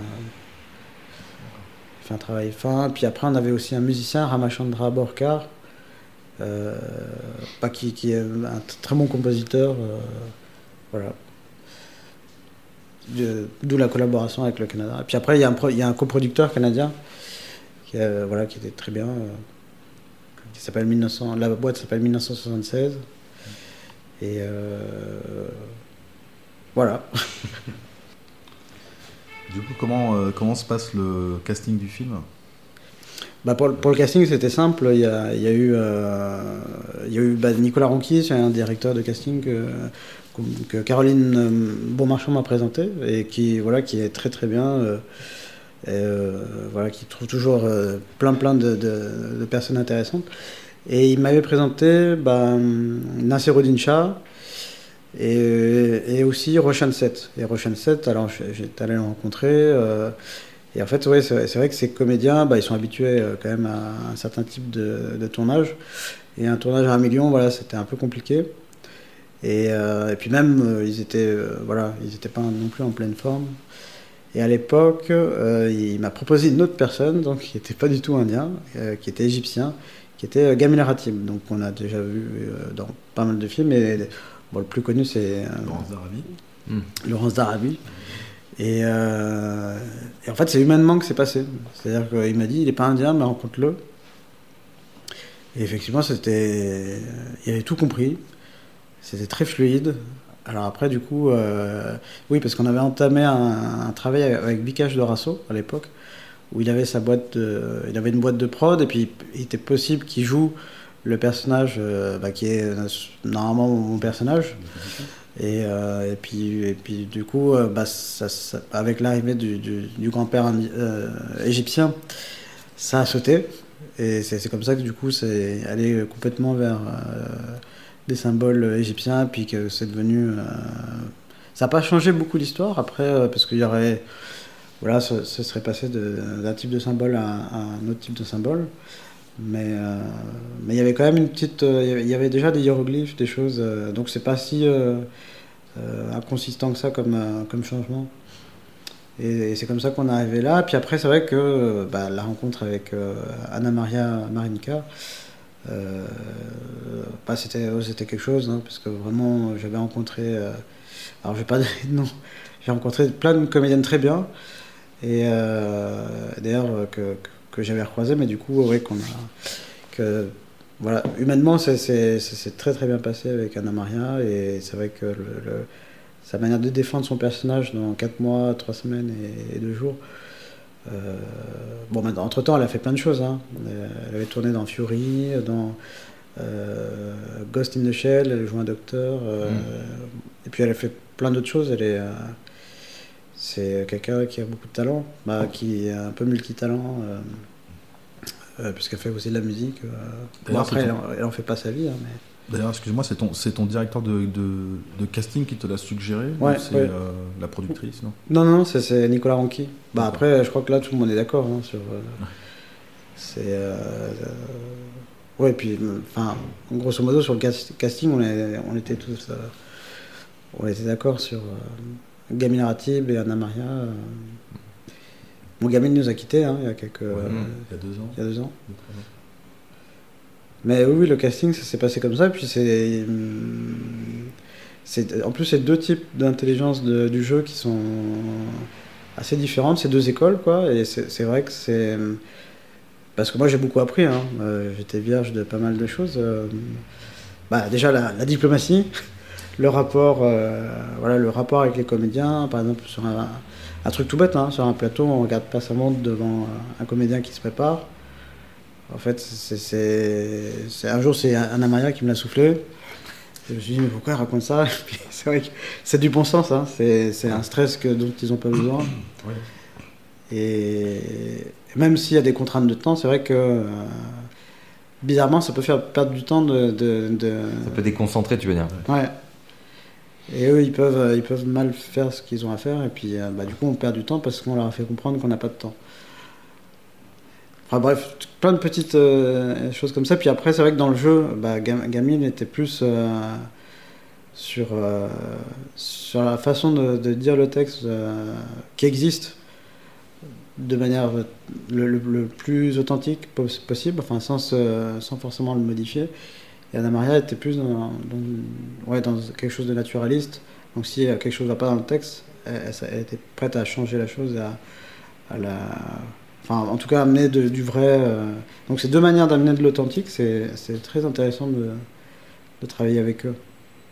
Un travail fin. Puis après, on avait aussi un musicien, Ramachandra Borkar, euh, bah, qui, qui est un t- très bon compositeur. Euh, voilà. De, d'où la collaboration avec le Canada. Et puis après, il y a un, pro, il y a un coproducteur canadien qui, euh, voilà, qui était très bien. Euh, qui s'appelle mille neuf cents, la boîte s'appelle mille neuf cent soixante-seize. Et euh, voilà. Du coup, comment, euh, comment se passe le casting du film ? Bah pour, pour le casting, c'était simple. Il y a, il y a eu, euh, il y a eu bah, Nicolas Ronqui, c'est un directeur de casting que, que Caroline Beaumarchand m'a présenté et qui, voilà, qui est très très bien. Euh, et, euh, voilà, qui trouve toujours euh, plein plein de, de, de personnes intéressantes. Et il m'avait présenté bah, Naseeruddin Shah. Et, et aussi Roshan Seth. Et Roshan Seth, alors j'étais allé le rencontrer. Euh, et en fait, ouais, c'est, c'est vrai que ces comédiens, bah, ils sont habitués euh, quand même à un certain type de, de tournage. Et un tournage à un million, voilà, c'était un peu compliqué. Et, euh, et puis même, euh, ils étaient, euh, voilà, ils n'étaient pas non plus en pleine forme. Et à l'époque, euh, il m'a proposé une autre personne, donc qui n'était pas du tout indien, euh, qui était égyptien, qui était Gamil Ratib. Donc on a déjà vu euh, dans pas mal de films. Et, bon, le plus connu, c'est euh, Laurence d'Arabie. Mmh. Laurence d'Arabie. Et, euh, et en fait, c'est humainement que c'est passé. C'est-à-dire qu'il m'a dit, il n'est pas indien, mais rencontre-le. Et effectivement, c'était, il avait tout compris. C'était très fluide. Alors après, du coup, euh, oui, parce qu'on avait entamé un, un travail avec Vikash Dorasso à l'époque, où il avait sa boîte, de, il avait une boîte de prod, et puis il était possible qu'il joue le personnage euh, bah, qui est euh, normalement mon personnage. Et, euh, et, puis, et puis du coup, euh, bah, ça, ça, avec l'arrivée du, du, du grand-père euh, égyptien, ça a sauté. Et c'est, c'est comme ça que du coup, c'est allé complètement vers euh, des symboles égyptiens, puis que c'est devenu... Euh, ça n'a pas changé beaucoup l'histoire, après, euh, parce qu'il y aurait... Voilà, ce, ce serait passé de, d'un type de symbole à, à un autre type de symbole. Mais euh, mais il y avait quand même une petite, euh, il y avait déjà des hiéroglyphes, des choses, euh, donc c'est pas si euh, euh, inconsistant que ça comme euh, comme changement. Et, et c'est comme ça qu'on est arrivé là. Puis après, c'est vrai que bah, la rencontre avec euh, Anna Maria Marinka, euh, bah, c'était c'était quelque chose, hein, parce que vraiment j'avais rencontré, euh, alors je vais pas donner de nom, j'ai rencontré plein de comédiennes très bien, et euh, d'ailleurs que, que que j'avais recroisé, mais du coup, ouais, qu'on a, que, voilà, humainement, c'est, c'est, c'est, c'est très très bien passé avec Anna Maria, et c'est vrai que le, le, sa manière de défendre son personnage dans quatre mois, trois semaines et, et deux jours, euh, bon, maintenant, entre-temps, elle a fait plein de choses, hein. Elle avait tourné dans Fury, dans euh, Ghost in the Shell, elle joue un docteur, euh, mmh. Et puis elle a fait plein d'autres choses, elle est... Euh, c'est quelqu'un qui a beaucoup de talent, bah, qui est un peu multitalent, euh, euh, puisqu'elle fait aussi de la musique. Euh. Bon, après, ton... elle, elle en fait pas sa vie. Hein, mais... D'ailleurs, excuse-moi, c'est ton, c'est ton directeur de, de, de casting qui te l'a suggéré, ouais, ou c'est ouais. euh, la productrice, non ? Non, non, c'est, c'est Nicolas Ronqui. Bah, après, je crois que là, tout le monde est d'accord. Hein, sur, euh, ouais. C'est... Euh, euh, ouais, puis, enfin, grosso modo, sur le cast- casting, on, est, on était tous... Euh, on était d'accord sur... Euh, Gamil Ratib et Anna Maria. Euh... Bon, Gamil nous a quittés hein, il y a quelques. Ouais, euh, il y a deux ans. Il y a deux ans. Mais oui, oui, le casting, ça s'est passé comme ça. Puis c'est. c'est, en plus, c'est deux types d'intelligence de, du jeu qui sont assez différentes, c'est deux écoles, quoi, et c'est, c'est vrai que c'est... Parce que moi, j'ai beaucoup appris, hein. euh, j'étais vierge de pas mal de choses. Euh, bah, déjà, la, la diplomatie, le rapport, euh, voilà, le rapport avec les comédiens, par exemple, sur un, un truc tout bête, hein, sur un plateau, on regarde pas sa montre devant un comédien qui se prépare. En fait, c'est, c'est, c'est, un jour, c'est Anna Maria qui me l'a soufflé. Je me suis dit, mais pourquoi elle raconte ça? Et puis, c'est vrai que c'est du bon sens, hein. c'est, c'est un stress que, dont ils n'ont pas besoin. Oui. Et même s'il y a des contraintes de temps, c'est vrai que euh, bizarrement, ça peut faire perdre du temps de, de, de... Ça peut déconcentrer, tu veux dire. Ouais. Et eux, ils peuvent, ils peuvent mal faire ce qu'ils ont à faire, et puis euh, bah, du coup, on perd du temps parce qu'on leur a fait comprendre qu'on n'a pas de temps. Enfin bref, plein de petites euh, choses comme ça. Puis après, c'est vrai que dans le jeu, bah, Gamil était plus euh, sur, euh, sur la façon de, de dire le texte euh, qui existe de manière le, le, le plus authentique possible, enfin sans, se, sans forcément le modifier. Et Anna Maria était plus dans, dans, ouais, dans quelque chose de naturaliste. Donc si quelque chose ne va pas dans le texte, elle, elle était prête à changer la chose, à, à la... Enfin, en tout cas, amener de, du vrai. Euh... Donc, c'est deux manières d'amener de l'authentique. C'est, c'est très intéressant de, de travailler avec eux.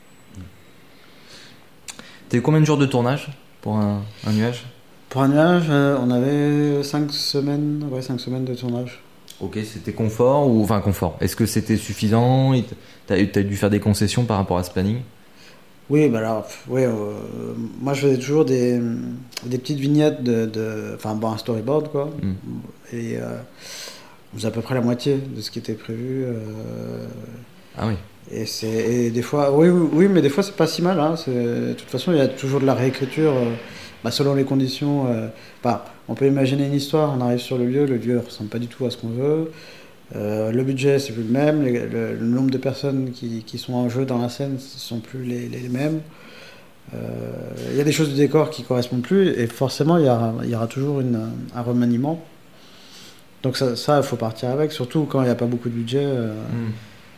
T'as eu combien de jours de tournage pour un, un nuage? Pour un nuage, euh, on avait cinq semaines, ouais, cinq semaines de tournage. Ok, c'était confort ou enfin confort. Est-ce que c'était suffisant? T'as, t'as dû faire des concessions par rapport à ce planning? Oui, bah alors, ouais, euh, moi je faisais toujours des, des petites vignettes de, de, enfin bon, un storyboard quoi, mm. et euh, on faisait à peu près la moitié de ce qui était prévu. Euh, ah oui. Et c'est, et des fois, oui, oui, oui, mais des fois c'est pas si mal. Hein, c'est, de toute façon, il y a toujours de la réécriture, euh, bah, selon les conditions. Euh, bah, on peut imaginer une histoire, on arrive sur le lieu, le lieu ne ressemble pas du tout à ce qu'on veut. Euh, le budget c'est plus le même, le, le, le nombre de personnes qui, qui sont en jeu dans la scène ne sont plus les, les mêmes. Il euh, y a des choses du décor qui ne correspondent plus et forcément il y aura, y aura toujours une, un remaniement. Donc ça, ça, il faut partir avec, surtout quand il n'y a pas beaucoup de budget. Euh... Mm.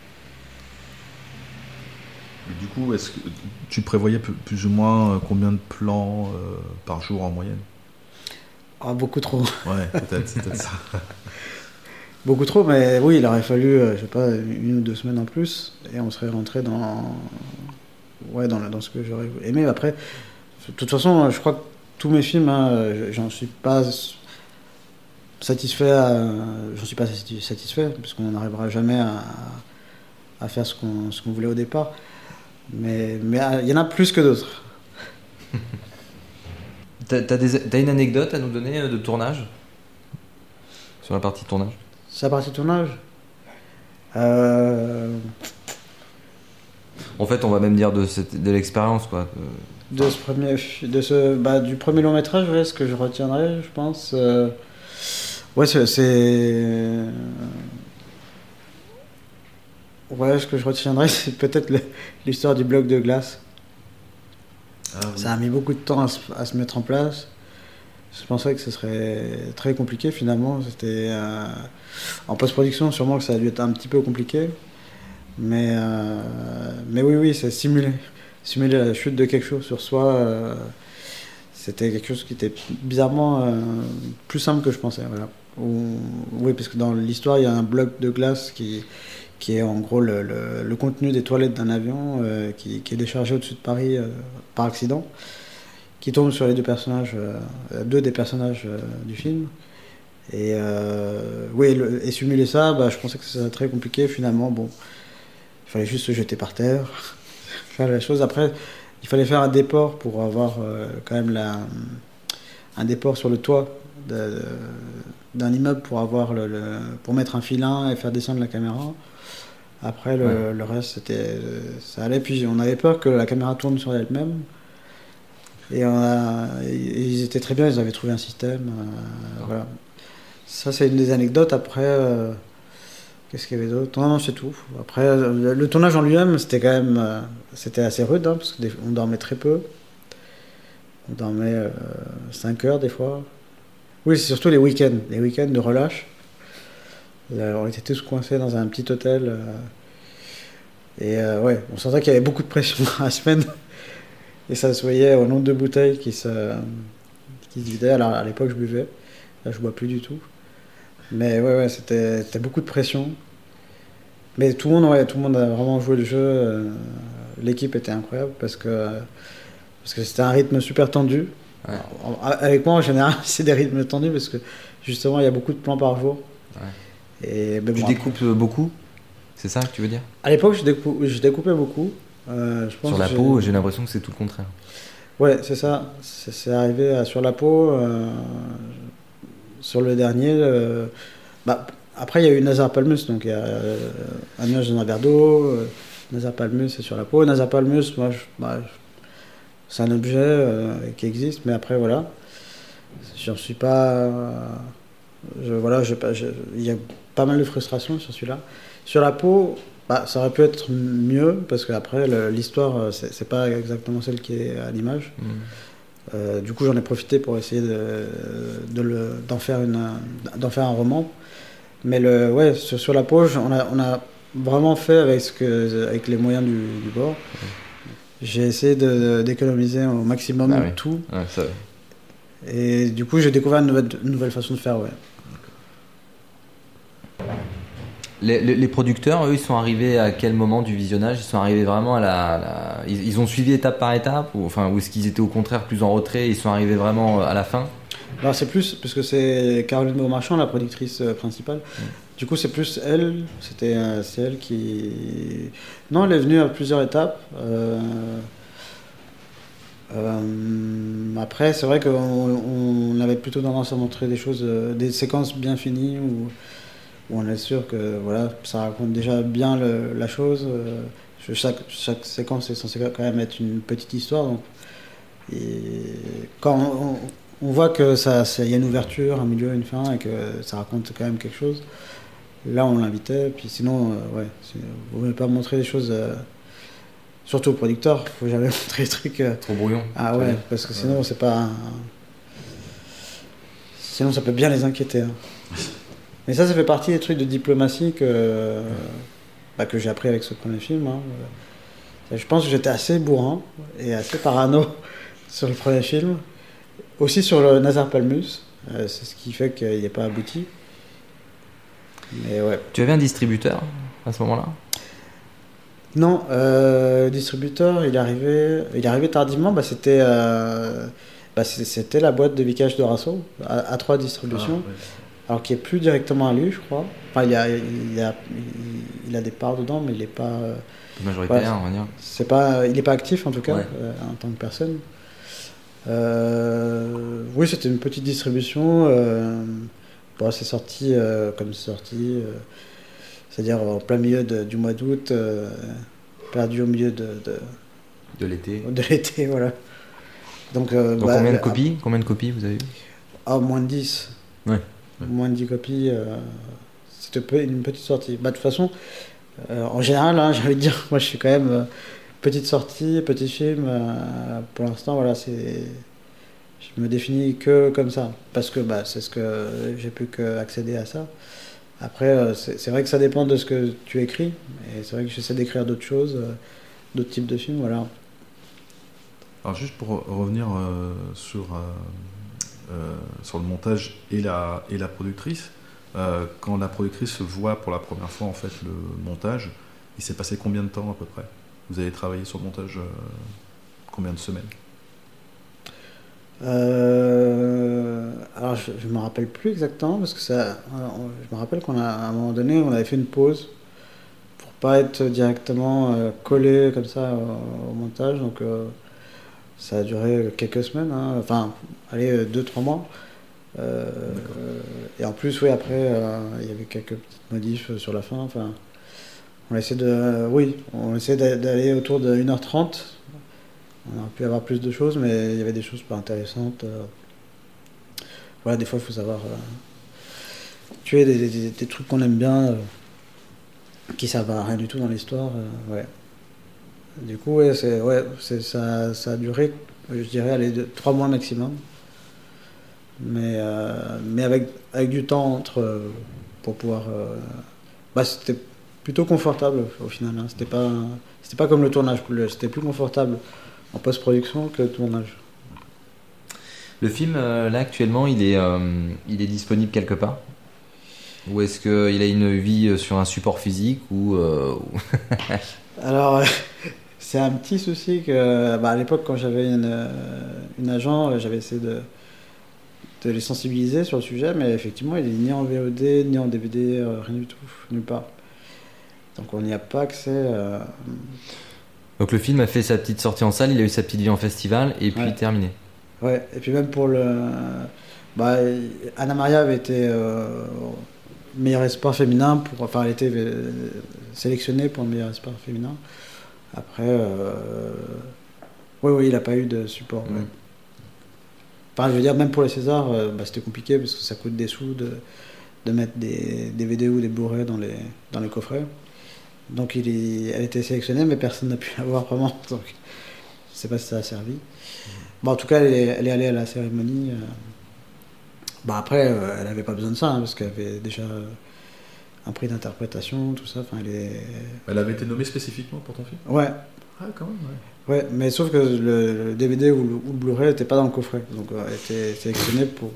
Du coup, est-ce que tu prévoyais plus ou moins combien de plans euh, par jour en moyenne? Ah, beaucoup trop. Ouais, peut-être, c'est peut-être ça. Beaucoup trop, mais oui, il aurait fallu, euh, je sais pas, une ou deux semaines en plus, et on serait rentré dans, ouais, dans, dans ce que j'aurais aimé. Après, de toute façon, je crois que tous mes films, hein, j'en suis pas satisfait, à, j'en suis pas satisfait, parce qu'on n'arrivera jamais à, à faire ce qu'on, ce qu'on voulait au départ. Mais mais il y en a plus que d'autres. T'as, t'as, des, t'as une anecdote à nous donner de tournage? Sur la partie tournage? Sur la partie tournage euh... En fait, on va même dire de, cette, de l'expérience, quoi. De ce premier, de ce, bah, du premier long métrage, ouais, ce que je retiendrai, je pense. Euh... Ouais, c'est, c'est. Ouais, ce que je retiendrai, c'est peut-être le, l'histoire du bloc de glace. Ah, oui. Ça a mis beaucoup de temps à se, à se mettre en place. Je pensais que ce serait très compliqué finalement. C'était euh, en post-production, sûrement que ça a dû être un petit peu compliqué. Mais, euh, mais oui, oui, c'est simuler, simuler la chute de quelque chose sur soi. Euh, c'était quelque chose qui était bizarrement euh, plus simple que je pensais. Voilà. Ou, oui, parce que dans l'histoire, il y a un bloc de glace qui, qui est en gros le, le, le contenu des toilettes d'un avion euh, qui, qui est déchargé au-dessus de Paris euh, par accident, qui tombe sur les deux personnages, euh, deux des personnages euh, du film. Et euh, oui, le, et simuler ça, bah, je pensais que ça serait très compliqué. Finalement, bon, il fallait juste se jeter par terre, faire la chose. Après, il fallait faire un déport pour avoir euh, quand même la, un déport sur le toit de, de, d'un immeuble pour avoir le, le, pour mettre un filin et faire descendre la caméra. Après, le, ouais. le reste, c'était, ça allait. Puis on avait peur que la caméra tourne sur elle-même. Et on a, ils étaient très bien, ils avaient trouvé un système. Euh, voilà. Ça, c'est une des anecdotes. Après, euh, qu'est-ce qu'il y avait d'autre? Non, non, c'est tout. Après, le, le tournage en lui-même, c'était quand même, euh, c'était assez rude, hein, parce qu'on dormait très peu. On dormait euh, cinq heures des fois. Oui, c'est surtout les week-ends, les week-ends de relâche. Là, on était tous coincés dans un petit hôtel. Euh, et euh, ouais, on sentait qu'il y avait beaucoup de pression dans la semaine. Et ça se voyait au nombre de bouteilles qui se, qui se vidaient. Alors, à l'époque, je buvais. Là, je bois plus du tout. Mais ouais, ouais c'était, c'était beaucoup de pression. Mais tout le monde, ouais, tout le monde a vraiment joué le jeu. Euh, l'équipe était incroyable parce que, parce que c'était un rythme super tendu. Ouais. Alors, avec moi, en général, c'est des rythmes tendus parce que justement, il y a beaucoup de plans par jour. Ouais. Et, ben, tu bon, découpes après, beaucoup? C'est ça que tu veux dire? À l'époque, je, découpe, je découpais beaucoup. Euh, je pense sur la j'ai... peau, j'ai l'impression que c'est tout le contraire. Ouais, c'est ça. C'est, c'est arrivé à, sur la peau. Euh, sur le dernier. Euh, bah, après, il y a eu Nazar Palmus, donc il y a euh, un nuage dans un verre d'eau. Euh, Nazar Palmus, c'est sur la peau. Nazar Palmus, moi, je, bah, je, c'est un objet euh, qui existe, mais après, voilà. J'en suis pas. Euh, je, voilà, je, je, il y a pas mal de frustration sur celui-là. Sur la peau. Bah, ça aurait pu être mieux parce qu'après le, l'histoire c'est, c'est pas exactement celle qui est à l'image. Mmh. Euh, du coup j'en ai profité pour essayer de, de le, d'en faire une, d'en faire un roman. Mais le ouais sur, sur la peau on a on a vraiment fait avec ce que avec les moyens du, du bord. Mmh. J'ai essayé de, d'économiser au maximum ah oui. tout. Ouais, ça... Et du coup j'ai découvert une nouvelle, une nouvelle façon de faire ouais. Les, les, les producteurs, eux, ils sont arrivés à quel moment du visionnage? Ils sont arrivés vraiment à la... la... Ils, ils ont suivi étape par étape ou, enfin, ou est-ce qu'ils étaient au contraire plus en retrait? Ils sont arrivés vraiment à la fin? Alors c'est plus, parce que c'est Caroline Beaumarchand, la productrice principale. Mmh. Du coup, c'est plus elle, c'était, c'est elle qui... Non, elle est venue à plusieurs étapes. Euh... Euh... Après, c'est vrai qu'on on avait plutôt tendance à montrer des choses, des séquences bien finies ou... où on est sûr que voilà, ça raconte déjà bien le, la chose. Euh, chaque, chaque séquence est censée quand même être une petite histoire. Donc, et quand on, on voit que ça, ça y a une ouverture, un milieu, une fin, et que ça raconte quand même quelque chose, là on l'invitait. Puis sinon, euh, ouais, vous ne voulez pas montrer les choses, euh, surtout aux producteurs, il ne faut jamais montrer des trucs. Euh, Trop brouillon. Ah ouais, parce que sinon, ouais. c'est pas. Un... Sinon, ça peut bien les inquiéter. Hein. Mais ça, ça fait partie des trucs de diplomatie que, bah, que j'ai appris avec ce premier film. Hein. Je pense que j'étais assez bourrin et assez parano sur le premier film. Aussi sur le Nazar Palmus. Euh, c'est ce qui fait qu'il n'est pas abouti. Mais ouais. Tu avais un distributeur à ce moment-là? Non, euh, le distributeur, il est arrivé, il est arrivé tardivement. Bah, c'était, euh, bah, c'était la boîte de Vikash Dorasso, à, à trois distributions. Ah, ouais. Alors qu'il n'est plus directement à lui, je crois. Enfin, il a, il a, il a des parts dedans, mais il n'est pas... Euh, majoritaire, voilà, on va dire. C'est pas, il n'est pas actif, en tout cas, ouais. euh, en tant que personne. Euh, oui, c'était une petite distribution. Euh, bon, c'est sorti euh, comme c'est sorti. Euh, c'est-à-dire en plein milieu de, du mois d'août, euh, perdu au milieu de... De, de l'été. De l'été, voilà. Donc, euh, Donc bah, combien de bah, copies Combien de copies vous avez eu? Ah, moins de dix. Ouais. Moins de dix copies, euh, c'était une petite sortie. Bah, de toute façon, euh, en général, hein, j'ai envie de dire, moi je suis quand même euh, petite sortie, petit film. Euh, pour l'instant, voilà, c'est, je me définis que comme ça, parce que bah, c'est ce que j'ai pu que accéder à ça. Après, euh, c'est, c'est vrai que ça dépend de ce que tu écris, et c'est vrai que j'essaie d'écrire d'autres choses, euh, d'autres types de films, voilà. Alors juste pour revenir euh, sur... Euh... Euh, sur le montage et la, et la productrice. Euh, quand la productrice voit pour la première fois en fait, le montage, il s'est passé combien de temps à peu près? Vous avez travaillé sur le montage euh, combien de semaines? euh, Alors je ne me rappelle plus exactement parce que ça, on, je me rappelle qu'à un moment donné on avait fait une pause pour pas être directement euh, collé comme ça au, au montage. Donc euh, ça a duré quelques semaines, hein. Enfin, allez, deux, trois mois. Euh, et en plus, oui, après, euh, il y avait quelques petites modifs sur la fin. Enfin, on essaie de, euh, oui, on essaie d'aller autour de une heure trente. On aurait pu avoir plus de choses, mais il y avait des choses pas intéressantes. Euh, voilà, des fois, il faut savoir euh, tuer des, des, des trucs qu'on aime bien, euh, qui servent à rien du tout dans l'histoire. Euh, ouais. Du coup, ouais, c'est, ouais, c'est, ça, ça a duré, je dirais, allez, deux, trois mois maximum. Mais, euh, mais avec, avec du temps entre, euh, pour pouvoir... Euh, bah, c'était plutôt confortable au final. Hein. C'était pas, c'était pas comme le tournage. C'était plus confortable en post-production que le tournage. Le film, euh, là, actuellement, il est, euh, il est disponible quelque part ? Ou est-ce qu'il a une vie sur un support physique ou, euh, ou... Alors, c'est un petit souci que, bah, à l'époque, quand j'avais une, une agent, j'avais essayé de, de les sensibiliser sur le sujet, mais effectivement, il est ni en V O D, ni en D V D, euh, rien du tout, nulle part. Donc, on n'y a pas accès. Euh... Donc, le film a fait sa petite sortie en salle, il a eu sa petite vie en festival, et puis ouais. terminé. Ouais, et puis même pour le. Bah, Anna Maria avait été euh, meilleur espoir féminin, pour... enfin, elle était sélectionnée pour le meilleur espoir féminin. Après, euh... oui, oui, il n'a pas eu de support. Ouais. Enfin, je veux dire, même pour les Césars, euh, bah, c'était compliqué parce que ça coûte des sous de, de mettre des D V D ou des Blu-ray dans les, dans les coffrets. Donc, il est... elle était sélectionnée, mais personne n'a pu la voir vraiment. Donc, je ne sais pas si ça a servi. Bon, en tout cas, elle est, elle est allée à la cérémonie. Euh... Bah, après, euh, elle n'avait pas besoin de ça, hein, parce qu'elle avait déjà un prix d'interprétation, tout ça. Enfin, elle, est... elle avait été nommée spécifiquement pour ton film ? Ouais. Ah, quand même, ouais. Ouais, mais sauf que le, le D V D ou le, ou le Blu-ray n'était pas dans le coffret. Donc, euh, elle était sélectionnée pour.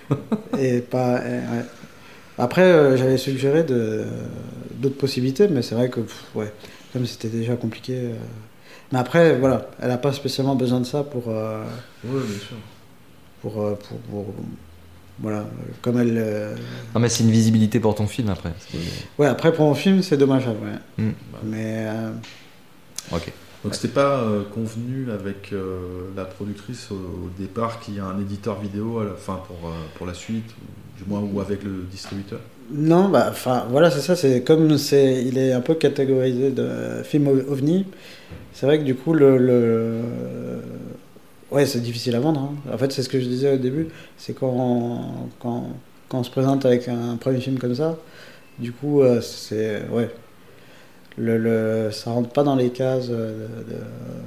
Et pas. Et, ouais. Après, euh, j'avais suggéré de, d'autres possibilités, mais c'est vrai que, pff, ouais, comme c'était déjà compliqué. Euh... Mais après, voilà, elle n'a pas spécialement besoin de ça pour. Euh, oui, bien sûr. Pour, euh, pour, pour, voilà, comme elle. Euh... Non, mais c'est une visibilité pour ton film après. Parce que... Ouais, après pour mon film, c'est dommageable, ouais. Mm. Mais. Euh... Ok. Donc c'était pas euh, convenu avec euh, la productrice au, au départ qu'il y a un éditeur vidéo à la fin pour, euh, pour la suite, ou, du moins, ou avec le distributeur ? Non, bah, enfin, voilà, c'est ça, c'est comme c'est, il est un peu catégorisé de film ovni. C'est vrai que du coup, le, le... ouais, c'est difficile à vendre. Hein. En fait, c'est ce que je disais au début, c'est quand on, quand, quand on se présente avec un premier film comme ça, du coup, euh, c'est, ouais, le, le, ça rentre pas dans les cases de, de...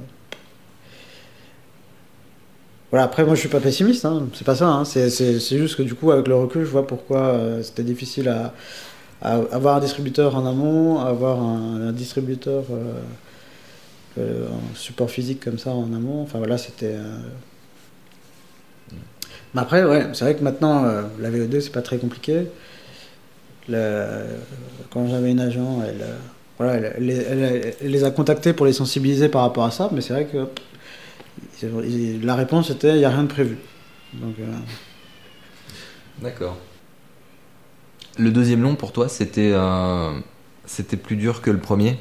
Voilà, après, moi, je suis pas pessimiste, hein, c'est pas ça, hein, c'est, c'est, c'est juste que du coup, avec le recul, je vois pourquoi euh, c'était difficile à, à avoir un distributeur en amont, avoir un, un distributeur euh, euh, en support physique comme ça en amont, enfin voilà, c'était... Euh... Mais après, ouais, c'est vrai que maintenant, euh, la V O D, c'est pas très compliqué. Le... Quand j'avais une agent, elle, euh, voilà, elle, elle, elle, elle les a contactés pour les sensibiliser par rapport à ça, mais c'est vrai que la réponse était il n'y a rien de prévu. Donc, euh... D'accord. Le deuxième long pour toi, c'était, euh, c'était plus dur que le premier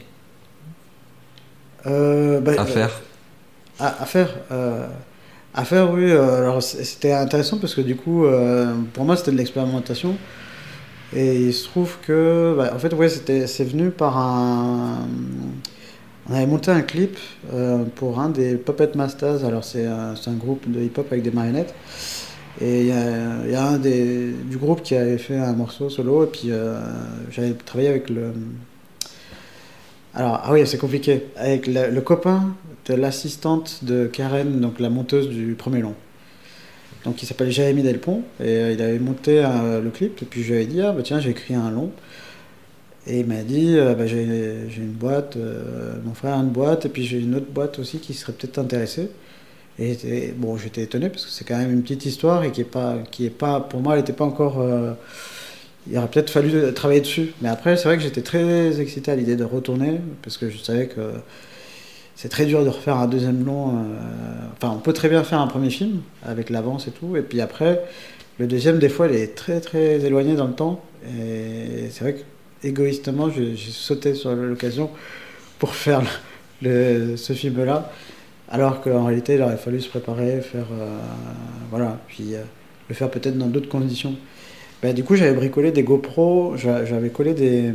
euh, bah, à euh, faire à, à faire euh, à faire, oui. Euh, alors, c'était intéressant parce que du coup, euh, pour moi, c'était de l'expérimentation. Et il se trouve que, bah, en fait, ouais, c'était, c'est venu par un. On avait monté un clip euh, pour un des Puppet Masters. Alors, c'est un, c'est un groupe de hip-hop avec des marionnettes. Et il y a, y a un des, du groupe qui avait fait un morceau solo. Et puis, euh, j'avais travaillé avec le. Alors, ah oui, c'est compliqué. Avec le, le copain de l'assistante de Karen, donc la monteuse du premier long. Donc, il s'appelle Jérémy Delpont. Et euh, il avait monté euh, le clip. Et puis, je lui avais dit, ah, bah, tiens, j'ai écrit un long. Et il m'a dit, euh, bah, j'ai, j'ai une boîte, euh, mon frère a une boîte, et puis j'ai une autre boîte aussi qui serait peut-être intéressée. Et, et bon, j'étais étonné parce que c'est quand même une petite histoire et qui est pas, qui est pas, pour moi, elle n'était pas encore. Euh, il aurait peut-être fallu travailler dessus. Mais après, c'est vrai que j'étais très excité à l'idée de retourner parce que je savais que c'est très dur de refaire un deuxième long. Euh, enfin, on peut très bien faire un premier film avec l'avance et tout, et puis après, le deuxième, des fois, il est très très éloigné dans le temps. Et c'est vrai que égoïstement, j'ai, j'ai sauté sur l'occasion pour faire le, le, ce film-là, alors qu'en réalité, il aurait fallu se préparer, faire, euh, voilà, puis euh, le faire peut-être dans d'autres conditions. Ben, du coup, j'avais bricolé des GoPro, j'avais collé des,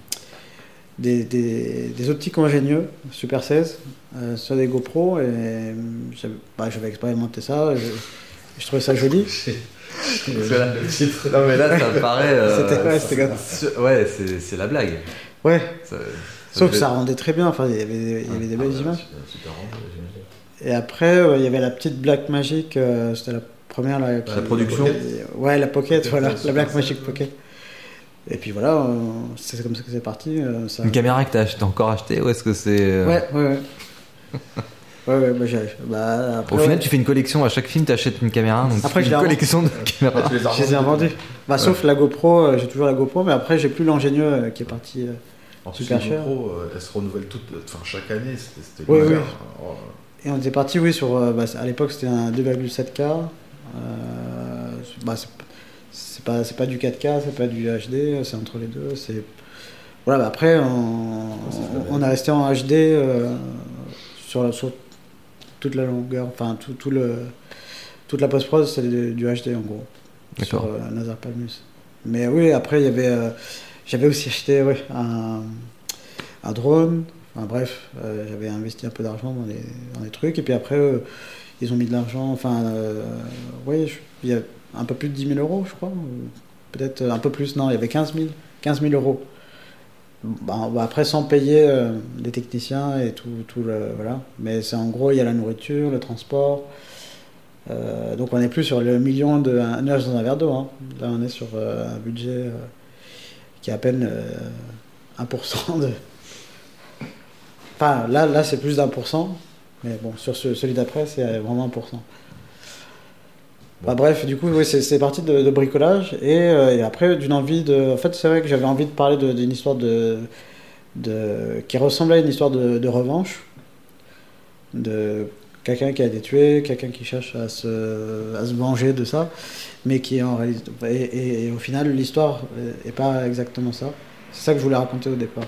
des, des, des optiques ingénieux Super seize euh, sur des GoPro, et j'avais, bah, j'avais expérimenté ça, je, je trouvais ça joli. Là, le titre. Non mais là ça me paraît euh, c'était, ouais, c'était c'est, ouais c'est, c'est la blague, ouais, ça, ça sauf devait... que ça rendait très bien, enfin il y avait, il y avait ah, des belles ah, images super rendu, j'imagine. Et après euh, il y avait la petite Black Magic, euh, c'était la première là, qui, la production la pocket, ouais la Pocket, Pocket voilà, la Black Magic Pocket. Et puis voilà, euh, c'est comme ça que c'est parti, euh, ça... Une caméra que t'as acheté, encore acheté, ou est-ce que c'est euh... ouais ouais ouais Ouais, ouais, bah, j'ai, bah, après, Au final, ouais. tu fais une collection. À chaque film, tu achètes une caméra. Donc Après, tu je fais une l'ai collection de caméras. Tu les as Je les ai revendus. revendus. Bah, sauf la GoPro, euh, j'ai toujours la GoPro, mais après, j'ai plus l'ingénieux euh, qui est parti. euh, En plus, super les cher. GoPro, euh, elles se renouvellent toutes, enfin chaque année, c'était, c'était Oui, l'enfer. oui. Alors, Et on était parti, oui, sur. euh, bah, à l'époque, c'était un deux virgule sept K. Euh, bah, c'est, c'est, pas, c'est pas du quatre K, c'est pas du H D, c'est entre les deux. C'est... Voilà, bah, après, on, on, on est resté en H D euh, sur, la, sur toute la longueur, enfin, tout, tout le, toute la post-prod, c'est du, du H D en gros. D'accord. Sur euh, Nazar Palmus. Mais oui, après, il y avait. Euh, j'avais aussi acheté ouais, un, un drone. Enfin bref, euh, j'avais investi un peu d'argent dans les, dans les trucs. Et puis après, euh, ils ont mis de l'argent. Enfin, euh, oui, je- il y a un peu plus de dix mille euros, je crois. ou Peut-être un peu plus. Non, il y avait quinze mille. quinze mille euros. Bah, bah, après, sans payer euh, les techniciens et tout, tout le. Voilà. Mais c'est en gros, il y a la nourriture, le transport. Euh, donc on n'est plus sur le million de un nuage dans un verre d'eau. Hein. Là, on est sur euh, un budget euh, qui est à peine euh, un pour cent de. Enfin, là, là c'est plus d'un pour cent. Mais bon, sur ce- celui d'après, c'est vraiment un pour cent. Bah, bref, du coup, oui, c'est, c'est parti de, de bricolage. Et, euh, et après, d'une envie de. En fait, c'est vrai que j'avais envie de parler de- d'une histoire de, de. qui ressemblait à une histoire de, de revanche. De quelqu'un qui a été tué, quelqu'un qui cherche à se, à se venger de ça, mais qui est en réalité. Et, et- et au final, l'histoire n'est pas exactement ça. C'est ça que je voulais raconter au départ.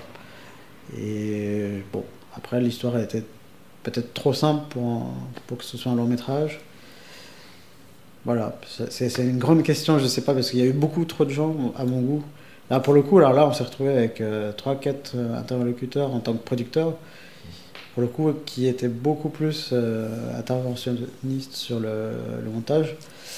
Et bon, après, l'histoire était peut-être trop simple pour, en- pour que ce soit un long métrage. Voilà, c'est, c'est une grande question, je sais pas, parce qu'il y a eu beaucoup trop de gens à mon goût. Là, pour le coup, alors là, on s'est retrouvé avec trois quatre interlocuteurs en tant que producteur, pour le coup, qui étaient beaucoup plus euh, interventionnistes sur le, le montage.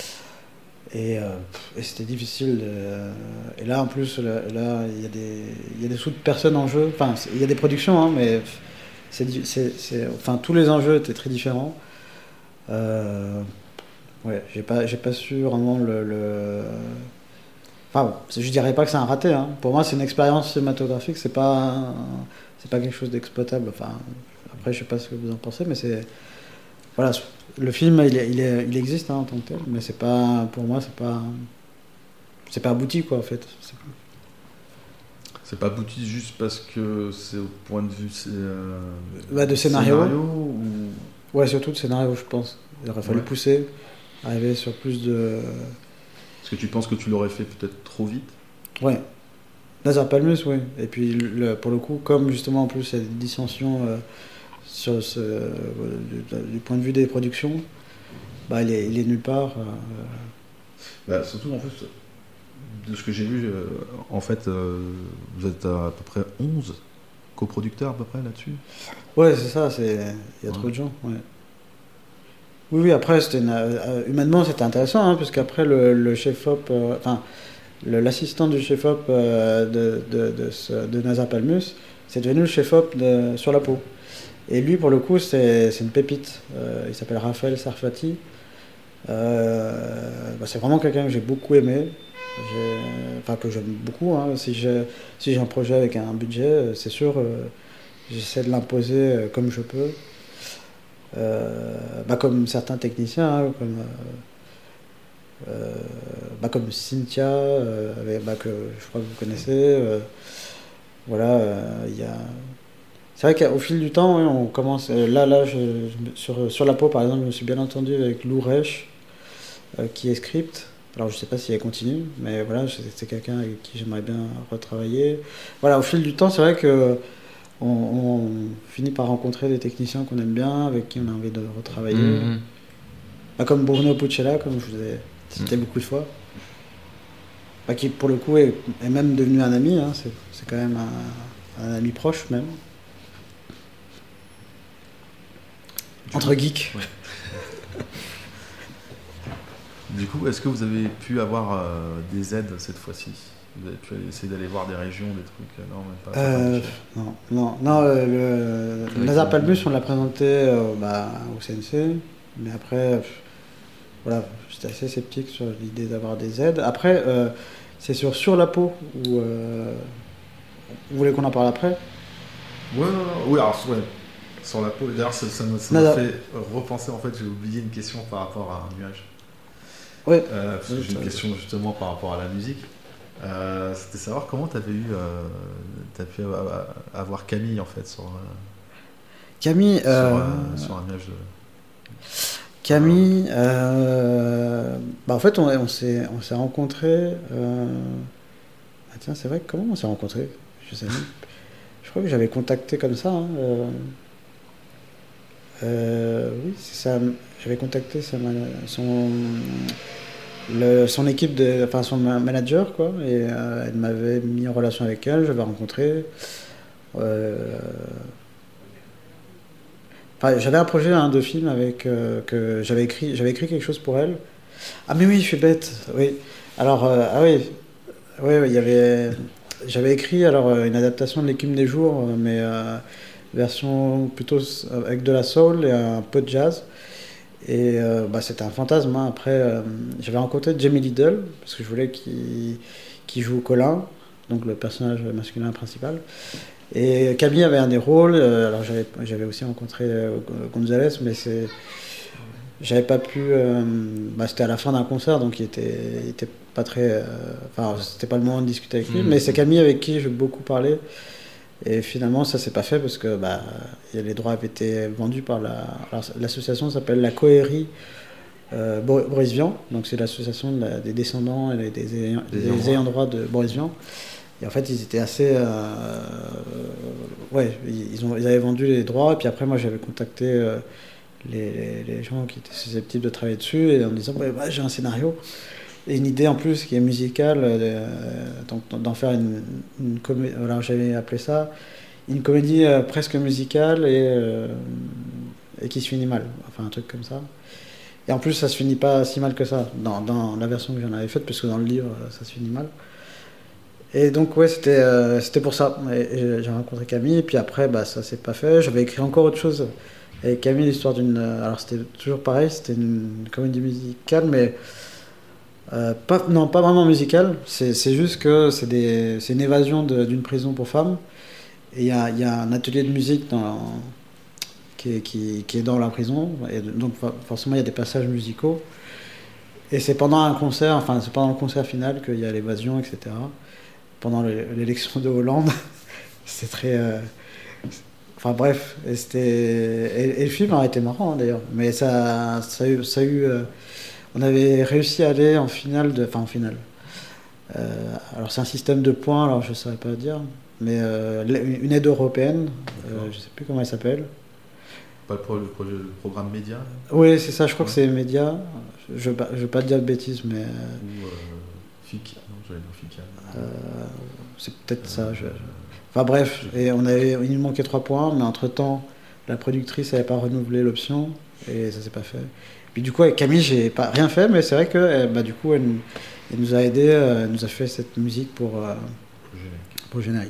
Et, euh, et c'était difficile. De... Et là, en plus, là, là, il y a des, il y a des sous de personnes en jeu. Enfin, c'est- il y a des productions, hein, mais c'est, di- c'est, c'est, enfin, tous les enjeux étaient très différents. Euh, ouais, j'ai pas, j'ai pas su vraiment le. le... Enfin, bon, c'est- je dirais pas que c'est un raté. Hein. Pour moi, c'est une expérience cinématographique. C'est pas, un- c'est pas quelque chose d'exploitable. Enfin, après, je sais pas ce que vous en pensez, mais c'est. Voilà, le film, il, est- il, est- il existe hein, en tant que tel, mais c'est pas, pour moi, c'est pas, c'est pas abouti quoi en fait. C'est- c'est pas abouti juste parce que c'est au point de vue c'est, euh, Bah, de scénario. ou... Ouais, surtout de scénario, je pense. Il aurait fallu Ouais. pousser, arriver sur plus de. Est-ce que tu penses que tu l'aurais fait peut-être trop vite? Ouais. Nazar Palmus, oui. Et puis le- pour le coup, comme justement en plus il y a des dissensions euh, sur ce, euh, du, du point de vue des productions, bah il est, il est nulle part. euh, Bah, surtout en fait, de ce que j'ai vu, euh, en fait, euh, vous êtes à, à peu près onze coproducteurs à peu près là-dessus. Ouais, c'est ça, c'est... il y a Ouais. trop de gens. Ouais. Oui, oui, après, c'était une- euh, humainement, c'était intéressant, hein, parce qu'après, le, le chef-op, euh, enfin, le- l'assistant du chef-op euh, de, de, de, ce- de Nazar Palmus, c'est devenu le chef-op de- sur la peau. Et lui, pour le coup, c'est, c'est une pépite. Euh, il s'appelle Raphaël Sarfati. Euh, bah, c'est vraiment quelqu'un que j'ai beaucoup aimé. J'ai- Enfin, que j'aime beaucoup. Hein. Si, j'ai, si j'ai un projet avec un budget, euh, c'est sûr, euh, j'essaie de l'imposer euh, comme je peux. Euh, bah, comme certains techniciens, hein, comme, euh, euh, bah, comme Cynthia, euh, avec- bah, que je crois que vous connaissez. euh, voilà, euh, il y a... C'est vrai qu'au fil du temps, oui, on commence. euh, là, là, je- je me- sur, sur la peau, par exemple, je me suis bien entendu avec Lou Reich, euh, qui est script. Alors, je sais pas si elle continue, mais voilà, c'est c'est quelqu'un avec qui j'aimerais bien retravailler. Voilà, au fil du temps, c'est vrai que on, on finit par rencontrer des techniciens qu'on aime bien, avec qui on a envie de retravailler. Mhm. Bah, comme Bruno Pucella, comme je vous ai cité beaucoup de fois. Bah, qui, pour le coup, est, est même devenu un ami. Hein, c'est c'est quand même un, un ami proche, même. Entre geeks. Du coup, est-ce que vous avez pu avoir euh, des aides cette fois-ci? Vous avez pu aller- essayer d'aller voir des régions, des trucs? euh, Non, même pas. Euh, non, non, non, euh, le Oui, Nazar c'est- Palmus, on l'a présenté euh, bah, au C N C, mais après, pff, voilà, j'étais assez sceptique sur l'idée d'avoir des aides. Après, euh, c'est sur Sur la peau, où, euh, vous voulez qu'on en parle après? Ouais, non, non, oui, alors, ouais. sur la peau. D'ailleurs, ça, ça m'a ça Non, m'a non. fait repenser. En fait, j'ai oublié une question par rapport à un nuage. Ouais. Euh, parce que Oui, j'ai une t'as- question justement par rapport à la musique. Euh, C'était savoir comment tu avais eu, euh, t'as pu avoir- avoir Camille en fait sur, euh, Camille, sur, euh, euh, sur un nuage de. Camille, euh, bah en fait on, on s'est on s'est rencontrés. Euh... Ah tiens, c'est vrai, comment on s'est rencontrés? Je sais même. Je crois que j'avais contacté comme ça. Hein, euh... Euh, oui, c'est ça. J'avais contacté sa mana- son le, son équipe de, enfin son ma- manager quoi, et euh, elle m'avait mis en relation avec elle. J'avais rencontré. Euh... Enfin, j'avais un projet hein, de film avec euh, que j'avais écrit, j'avais écrit quelque chose pour elle. Ah mais oui, je suis bête. Oui. Alors euh, ah oui, oui, oui, il y avait, j'avais écrit alors euh, une adaptation de L'écume des jours, euh, mais euh, version plutôt s- avec de la soul et un peu de jazz. Et euh, bah, c'était un fantasme. Hein. Après, euh, j'avais rencontré Jamie Lidl parce que je voulais qu'il qu'il joue Colin, donc le personnage masculin principal. Et Camille avait un des rôles. euh, alors j'avais, j'avais aussi rencontré euh, Gonzalez, mais c'est, j'avais pas pu. euh, bah, c'était à la fin d'un concert, donc il était, il était pas très. euh, Enfin, c'était pas le moment de discuter avec lui. Mhm. Mais c'est Camille avec qui j'ai beaucoup parlé. Et finalement, ça s'est pas fait parce que bah, y a- les droits avaient été vendus par la. Alors, l'association s'appelle la Cohérie euh, Bor- Boris Vian. Donc c'est l'association de la- des descendants et des, des ayants, Des des ayants droit. ayants droit de Boris Vian. Et en fait, ils étaient assez. euh, ouais, ils, ils ont, ils avaient vendu les droits. Et puis après, moi, j'avais contacté euh, les, les- les gens qui étaient susceptibles de travailler dessus et en me disant ouais, bah, j'ai un scénario et une idée en plus qui est musicale, euh, donc d'en faire une, une comédie. Alors j'avais appelé ça une comédie euh, presque musicale et, euh, et qui se finit mal. Enfin, un truc comme ça. Et en plus, ça se finit pas si mal que ça dans, dans la version que j'en avais faite, parce que dans le livre, ça se finit mal. Et donc, ouais, c'était euh, c'était pour ça. Et, et j'ai rencontré Camille, et puis après, bah, ça s'est pas fait. J'avais écrit encore autre chose avec Camille, l'histoire d'une. Alors, c'était toujours pareil, c'était une comédie musicale, mais. Euh, pas, non, pas vraiment musicale. C'est c'est juste que c'est des- c'est une évasion de- d'une prison pour femmes. Et il y a, il y a un atelier de musique dans, qui, est, qui, qui est dans la prison. Et donc, for- forcément, il y a des passages musicaux. Et c'est pendant un concert, enfin, c'est pendant le concert final qu'il y a l'évasion, et cetera. Pendant l'é- l'élection de Hollande. C'est très. euh, Enfin, bref. Et, c'était- et, et le film a été marrant, hein, d'ailleurs. Mais ça, ça a eu. Ça a eu euh, on avait réussi à aller en finale de. Enfin, en finale. Euh, alors, c'est un système de points, alors je ne saurais pas dire. Mais euh, une aide européenne, euh, D'accord. je ne sais plus comment elle s'appelle. Pas le, pro- le projet, le programme média Oui, c'est ça, je crois Ouais. que c'est Média. Je ne veux, pas- je veux pas te dire de bêtises, mais euh, ou euh, F I C. Non, j'allais dire F I C. euh, c'est peut-être ça. je- je- Enfin bref, et on avait, il nous manquait trois points, mais entre-temps, la productrice n'avait pas renouvelé l'option, et ça s'est pas fait. Puis du coup, avec Camille, j'ai pas rien fait, mais c'est vrai que euh, bah, du coup, elle, nous- elle nous a aidés, euh, elle nous a fait cette musique pour, euh, Le générique. pour le générique.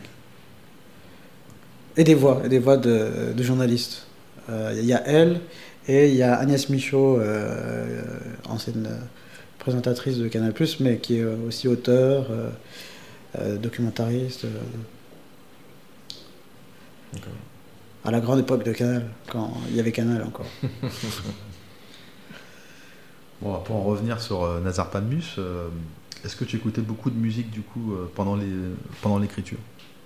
Et des voix, et des voix de, de journalistes. Euh, Il y a elle, et il y a Agnès Michaud, euh, ancienne euh, présentatrice de Canal+, mais qui est aussi auteur, euh, euh, documentariste. euh, D'accord. à la grande époque de Canal, quand il y avait Canal encore. Bon, pour en revenir sur euh, Nazar Palmus, euh, est-ce que tu écoutais beaucoup de musique du coup euh, pendant les pendant l'écriture?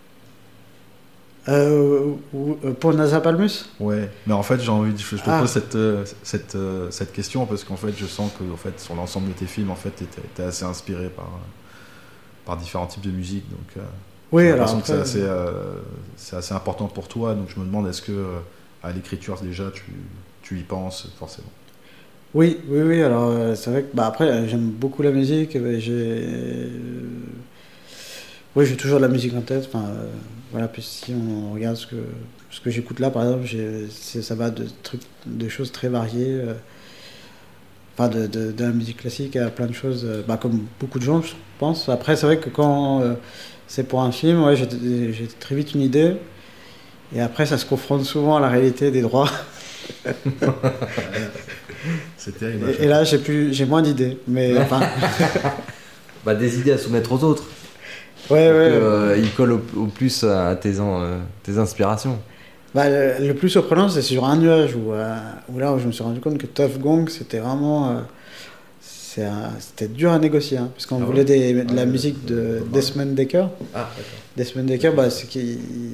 Euh, ou- euh, pour Nazar Palmus, Ouais, mais en fait j'ai envie de, je, je te Ah. pose cette euh, cette euh, cette question parce qu'en fait je sens que en fait sur l'ensemble de tes films en fait t'étais t'es assez inspiré par euh, par différents types de musique, donc euh, oui, j'ai alors l'impression que c'est après, assez euh, c'est assez important pour toi, donc je me demande est-ce que euh, à l'écriture déjà tu tu y penses forcément? oui, oui, oui. Alors euh, c'est vrai que bah après euh, j'aime beaucoup la musique. euh, J'ai, euh, oui, j'ai toujours de la musique en tête. Enfin, euh, voilà. Puis si on regarde ce que ce que j'écoute là, par exemple, j'ai, c'est- ça va de trucs, de choses très variées. euh, Enfin, de, de, de la musique classique à plein de choses. euh, Bah, comme beaucoup de gens, je pense. Après, c'est vrai que quand euh, c'est pour un film, ouais, j'ai, j'ai très vite une idée. Et après, ça se confronte souvent à la réalité des droits. C'est terrible. Et, et là, j'ai plus, j'ai moins d'idées. Mais enfin, Bah, des idées à soumettre aux autres. ouais, Pour ouais. que, euh, ils collent au, au plus à tes, en- euh, tes inspirations. Bah, le, le plus surprenant, c'est sur un nuage où, euh, où là, où je me suis rendu compte que Tuff Gong, c'était vraiment. Euh, c'est un, c'était dur à négocier, hein, parce qu'on Ah voulait ouais des, de Ah la ouais, musique de- de de- Desmond Decker. Ah, d'accord. Desmond Decker, bah, c'est qu'il,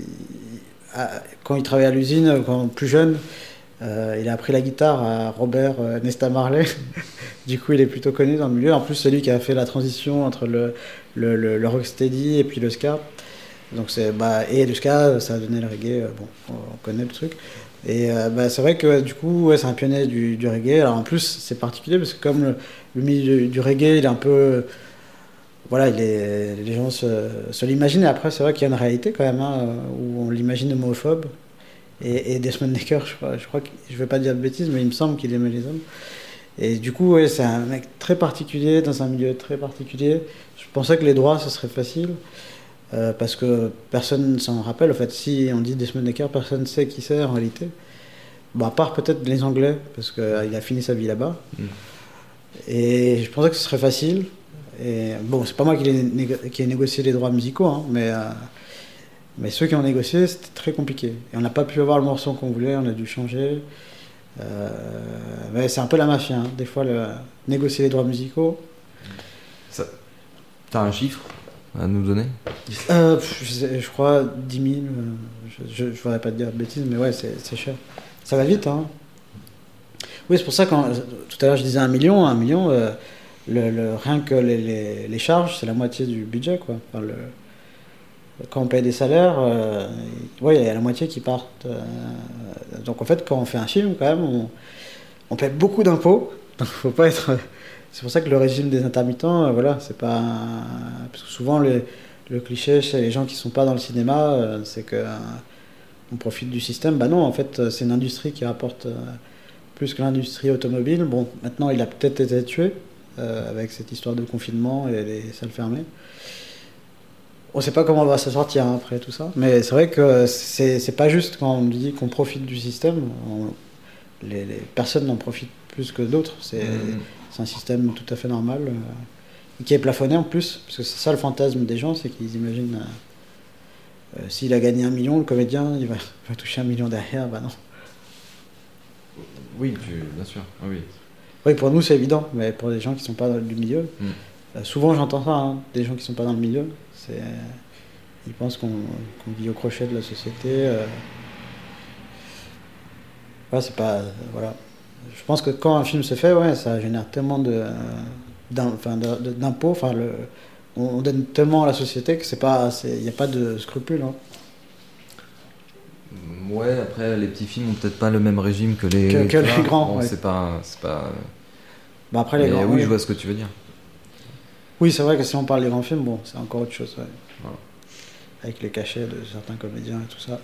à- quand il travaillait à l'usine, quand plus jeune, euh, il a appris la guitare à Robert euh, Nesta Marley. Du coup, il est plutôt connu dans le milieu. En plus, c'est lui qui a fait la transition entre le, le, le, le rocksteady et puis le ska. Donc c'est, bah, et le ska, ça a donné le reggae. euh, Bon, on, on connaît le truc. Et euh, bah, c'est vrai que ouais, du coup, ouais, c'est un pionnier du, du reggae. Alors en plus, c'est particulier parce que comme le, le milieu du, du reggae, il est un peu. Voilà, il est, les gens se, se l'imaginent. Et après, c'est vrai qu'il y a une réalité quand même, hein, où on l'imagine homophobe. Et, et Desmond Decker, je crois, je crois que, je vais pas dire de bêtises, mais il me semble qu'il aimait les hommes. Et du coup, ouais, c'est un mec très particulier, dans un milieu très particulier. Je pensais que les droits, ce serait facile, euh, parce que personne ne s'en rappelle. En fait, si on dit Desmond Decker, personne ne sait qui c'est en réalité. Bon, à part peut-être les Anglais, parce qu'il a fini sa vie là-bas. Mm. Et je pensais que ce serait facile. Et bon, c'est pas moi qui ai, négo- qui ai négocié les droits musicaux, hein, mais, euh, mais ceux qui ont négocié, c'était très compliqué. Et on n'a pas pu avoir le morceau qu'on voulait, on a dû changer. Euh, ouais, c'est un peu la mafia, hein. Des fois, le, négocier les droits musicaux. Ça... T'as un chiffre à nous donner? euh, je, sais, je crois dix mille. Euh, je ne voudrais pas te dire de bêtises, mais ouais, c'est, c'est cher. Ça va vite, hein. Oui, c'est pour ça que tout à l'heure je disais un million. Un million, euh, le, le, rien que les, les, les charges, c'est la moitié du budget, quoi. Enfin, le, quand on paye des salaires, euh, ouais, il y a la moitié qui partent. Euh, donc en fait, quand on fait un film, quand même, on, on paie beaucoup d'impôts. Donc faut pas être. C'est pour ça que le régime des intermittents, euh, voilà, c'est pas. Parce que souvent le, le cliché chez les gens qui sont pas dans le cinéma, euh, c'est que euh, on profite du système. Bah non, en fait, c'est une industrie qui rapporte euh, plus que l'industrie automobile. Bon, maintenant, il a peut-être été tué euh, avec cette histoire de confinement et les salles fermées. On ne sait pas comment on va s'en sortir, hein, après tout ça, mais c'est vrai que c'est, c'est pas juste quand on dit qu'on profite du système. On, les, les personnes n'en profitent plus que d'autres. C'est, mmh. c'est un système tout à fait normal, euh, qui est plafonné en plus, parce que c'est ça le fantasme des gens, c'est qu'ils imaginent euh, euh, s'il a gagné un million, le comédien, il va, va toucher un million derrière. Bah non. Oui, tu, bien sûr. Ah, oui. Oui, pour nous c'est évident, mais pour les gens qui ne sont pas dans le milieu, mmh. euh, souvent j'entends ça, hein, des gens qui ne sont pas dans le milieu. C'est, ils pensent qu'on, qu'on vit au crochet de la société. Euh... Ouais, c'est pas, euh, voilà. Je pense que quand un film se fait, ouais, ça génère tellement de, d'im, enfin, de, de, d'impôts. Enfin, le, on, on donne tellement à la société que c'est pas, il n'y a pas de scrupules. Hein. Ouais, après les petits films ont peut-être pas le même régime que les, que, que les grands. Bon, ouais. C'est pas, c'est pas. Bah après les Mais grands. Oui, oui, je vois ce que tu veux dire. Oui, c'est vrai que si on parle des grands films, bon, c'est encore autre chose, ouais. Voilà. Avec les cachets de certains comédiens et tout ça.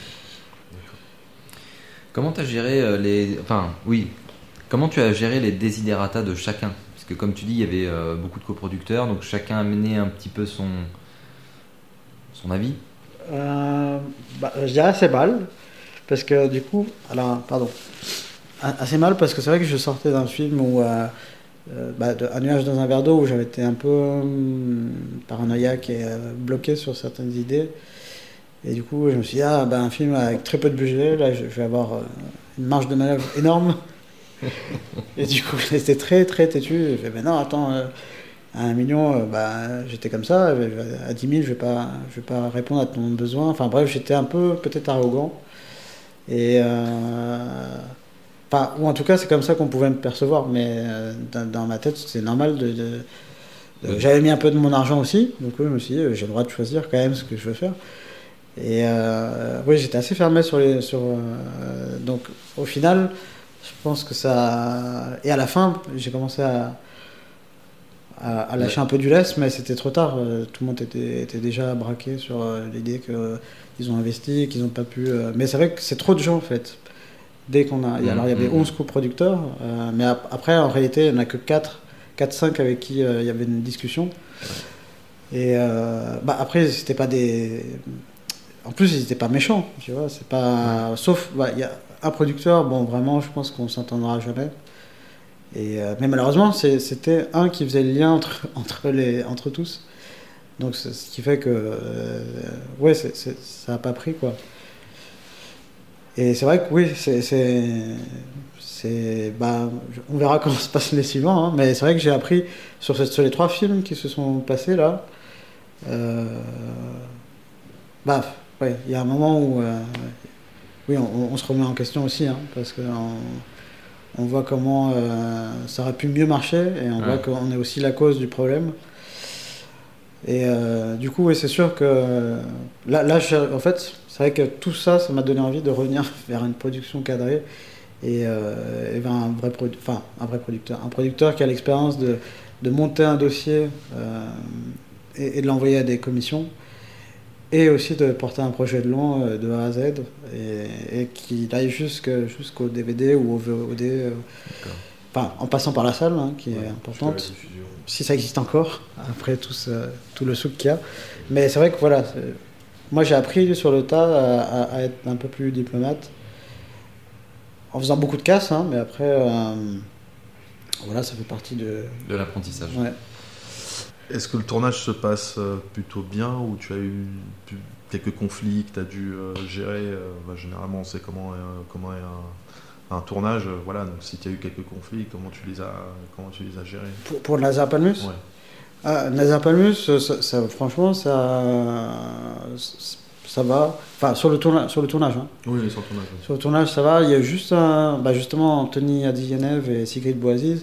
Comment tu as géré les... Enfin, oui. Comment tu as géré les desiderata de chacun? Parce que comme tu dis, il y avait euh, beaucoup de coproducteurs, donc chacun a mené un petit peu son, son avis. Euh, bah, je dirais assez mal, parce que du coup... Alors, pardon. Assez mal, parce que c'est vrai que je sortais d'un film où... Euh, Euh, bah, de, un nuage dans un verre d'eau où j'avais été un peu euh, paranoïaque et euh, bloqué sur certaines idées. Et du coup, je me suis dit, ah, bah, un film avec très peu de budget, là, je, je vais avoir euh, une marge de manœuvre énorme. Et du coup, j'étais très, très têtu. Je fait, ben non, attends, euh, à un million, euh, bah, j'étais comme ça. À dix mille, je ne vais pas, je vais pas répondre à ton besoin. Enfin bref, j'étais un peu peut-être arrogant. Et... Euh, Enfin, ou en tout cas, c'est comme ça qu'on pouvait me percevoir, mais euh, dans, dans ma tête, c'est normal. De, de, de... Oui. J'avais mis un peu de mon argent aussi, donc oui, je me suis dit, j'ai le droit de choisir quand même ce que je veux faire. Et euh, oui, j'étais assez fermé sur les. Sur, euh, donc au final, je pense que ça. Et à la fin, j'ai commencé à, à, à lâcher un peu du lest, mais c'était trop tard. Tout le monde était, était déjà braqué sur l'idée qu'ils ont investi, qu'ils n'ont pas pu. Mais c'est vrai que c'est trop de gens en fait. Dès qu'on a, alors il y avait onze coproducteurs, euh, mais après en réalité il n'y en a que quatre, cinq avec qui euh, il y avait une discussion. Et euh, bah, après c'était pas des, en plus ils n'étaient pas méchants, tu vois, c'est pas, sauf il bah, y a un producteur, bon vraiment je pense qu'on s'entendra jamais. Et euh, mais malheureusement c'est, c'était un qui faisait le lien entre entre les entre tous, donc c'est, ce qui fait que euh, ouais c'est, c'est, ça a pas pris quoi. Et c'est vrai que oui, c'est, c'est, c'est, bah, on verra comment se passent les suivants, hein, mais c'est vrai que j'ai appris sur, cette, sur les trois films qui se sont passés là. Euh, bah, ouais, il y a un moment où, euh, oui, on, on se remet en question aussi, hein, parce que on, on voit comment euh, ça aurait pu mieux marcher, et on ouais. voit qu'on est aussi la cause du problème. Et euh, du coup, oui, c'est sûr que là, là je, en fait, c'est vrai que tout ça, ça m'a donné envie de revenir vers une production cadrée et, euh, et vers un vrai, produ- enfin, un vrai producteur. Un producteur qui a l'expérience de, de monter un dossier euh, et, et de l'envoyer à des commissions, et aussi de porter un projet de long euh, de A à Z, et, et qu'il aille jusque, jusqu'au D V D ou au V O D, euh, enfin, en passant par la salle, hein, qui ouais, est importante, si ça existe encore, après tout, ce, tout le souk qu'il y a. Mais c'est vrai que voilà, c'est, moi j'ai appris sur le tas à, à, à être un peu plus diplomate, en faisant beaucoup de casse, hein, mais après, euh, voilà, ça fait partie de... De l'apprentissage. Ouais. Est-ce que le tournage se passe plutôt bien, ou tu as eu quelques conflits que tu as dû euh, gérer euh, bah, généralement, on sait comment est, comment est un, un tournage. Euh, voilà, donc si tu as eu quelques conflits, comment tu les as, comment tu les as gérés? Pour, pour Nazar Palmus ouais. ah, Nazar Palmus, ça, ça, franchement, ça, ça va. Enfin, sur le, tourna, sur le tournage. Hein. Oui, sur le tournage. Oui. Sur le tournage, ça va. Il y a juste un, bah, justement Anthony Adiyenev et Sigrid Bouaziz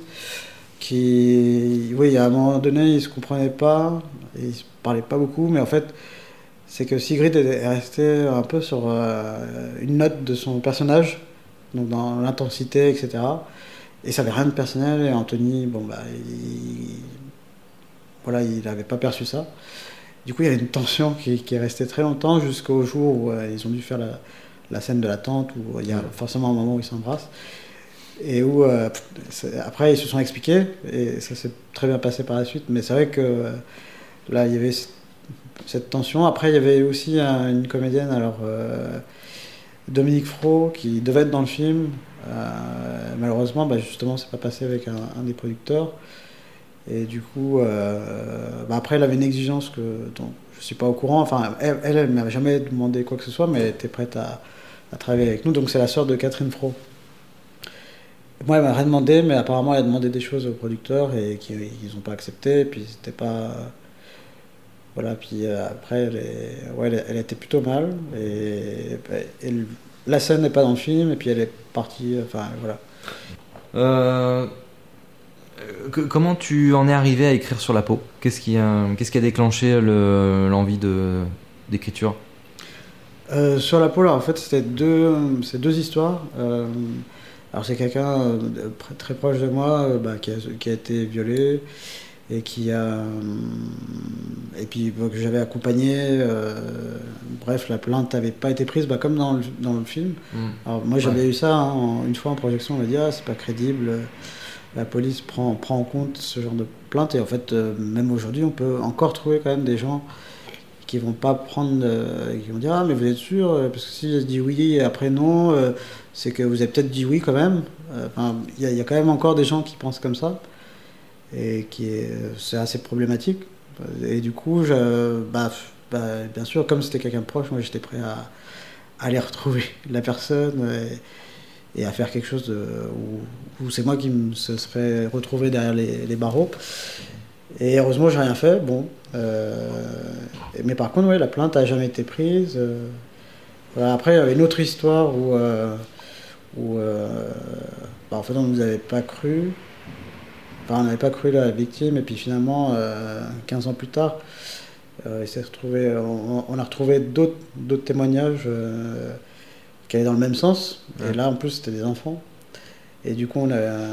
qui, oui, à un moment donné, ils se comprenaient pas, ils se parlaient pas beaucoup, mais en fait, c'est que Sigrid est restée un peu sur euh, une note de son personnage, donc dans l'intensité, et cetera. Et ça avait rien de personnel, et Anthony, bon, bah, il, voilà, il n'avait pas perçu ça. Du coup, il y avait une tension qui, qui est restée très longtemps, jusqu'au jour où euh, ils ont dû faire la, la scène de la tente, où il y a forcément un moment où ils s'embrassent. Et où, euh, après, ils se sont expliqués, et ça s'est très bien passé par la suite. Mais c'est vrai que euh, là, il y avait cette tension. Après, il y avait aussi un, une comédienne, alors euh, Dominique Fro, qui devait être dans le film. Euh, malheureusement, bah, justement, c'est pas passé avec un, un des producteurs. Et du coup, euh, bah, après, elle avait une exigence que dont je suis pas au courant. Enfin, elle, elle, elle m'avait jamais demandé quoi que ce soit, mais elle était prête à, à travailler avec nous. Donc, c'est la sœur de Catherine Fro. Moi, elle m'a rien demandé, mais apparemment, elle a demandé des choses aux producteurs et qu'ils n'ont pas accepté. Et puis, c'était pas. Voilà, puis euh, après, elle, est... ouais, elle, elle était plutôt mal. Et, et la scène n'est pas dans le film, et puis elle est partie. Enfin, voilà. Euh, que, comment tu en es arrivé à écrire sur la peau ? Qu'est-ce qui a, qu'est-ce qui a déclenché le, l'envie de, d'écriture ? euh, Sur la peau, là, en fait, c'était deux, c'est deux histoires. Euh, Alors c'est quelqu'un euh, très proche de moi euh, bah, qui, a, qui a été violé et qui a euh, et puis bah, que j'avais accompagné. Euh, bref, la plainte n'avait pas été prise, bah, comme dans le, dans le film. Mmh. Alors moi j'avais ouais. eu ça hein, en, une fois en projection, on m'a dit ah c'est pas crédible, la police prend prend en compte ce genre de plainte et en fait euh, même aujourd'hui on peut encore trouver quand même des gens qui vont pas prendre, euh, qui vont dire ah mais vous êtes sûr, parce que si elle dit oui et après non, euh, c'est que vous avez peut-être dit oui quand même. Enfin, il y, y a quand même encore des gens qui pensent comme ça et qui est, c'est assez problématique. Et du coup, je, bah, bah, bien sûr, comme c'était quelqu'un de proche, moi j'étais prêt à, à aller retrouver la personne et, et à faire quelque chose de, où, où c'est moi qui me se serais retrouvé derrière les, les barreaux. Et heureusement, j'ai rien fait. Bon, euh, mais par contre, ouais, la plainte n'a jamais été prise. Euh, voilà. Après, il y avait une autre histoire où, euh, où euh, bah, en fait, on ne nous avait pas cru. Enfin, on n'avait pas cru la victime. Et puis finalement, euh, quinze ans plus tard, euh, il s'est retrouvé, on, on a retrouvé d'autres, d'autres témoignages euh, qui allaient dans le même sens. Ouais. Et là, en plus, c'était des enfants. Et du coup, on a... Euh,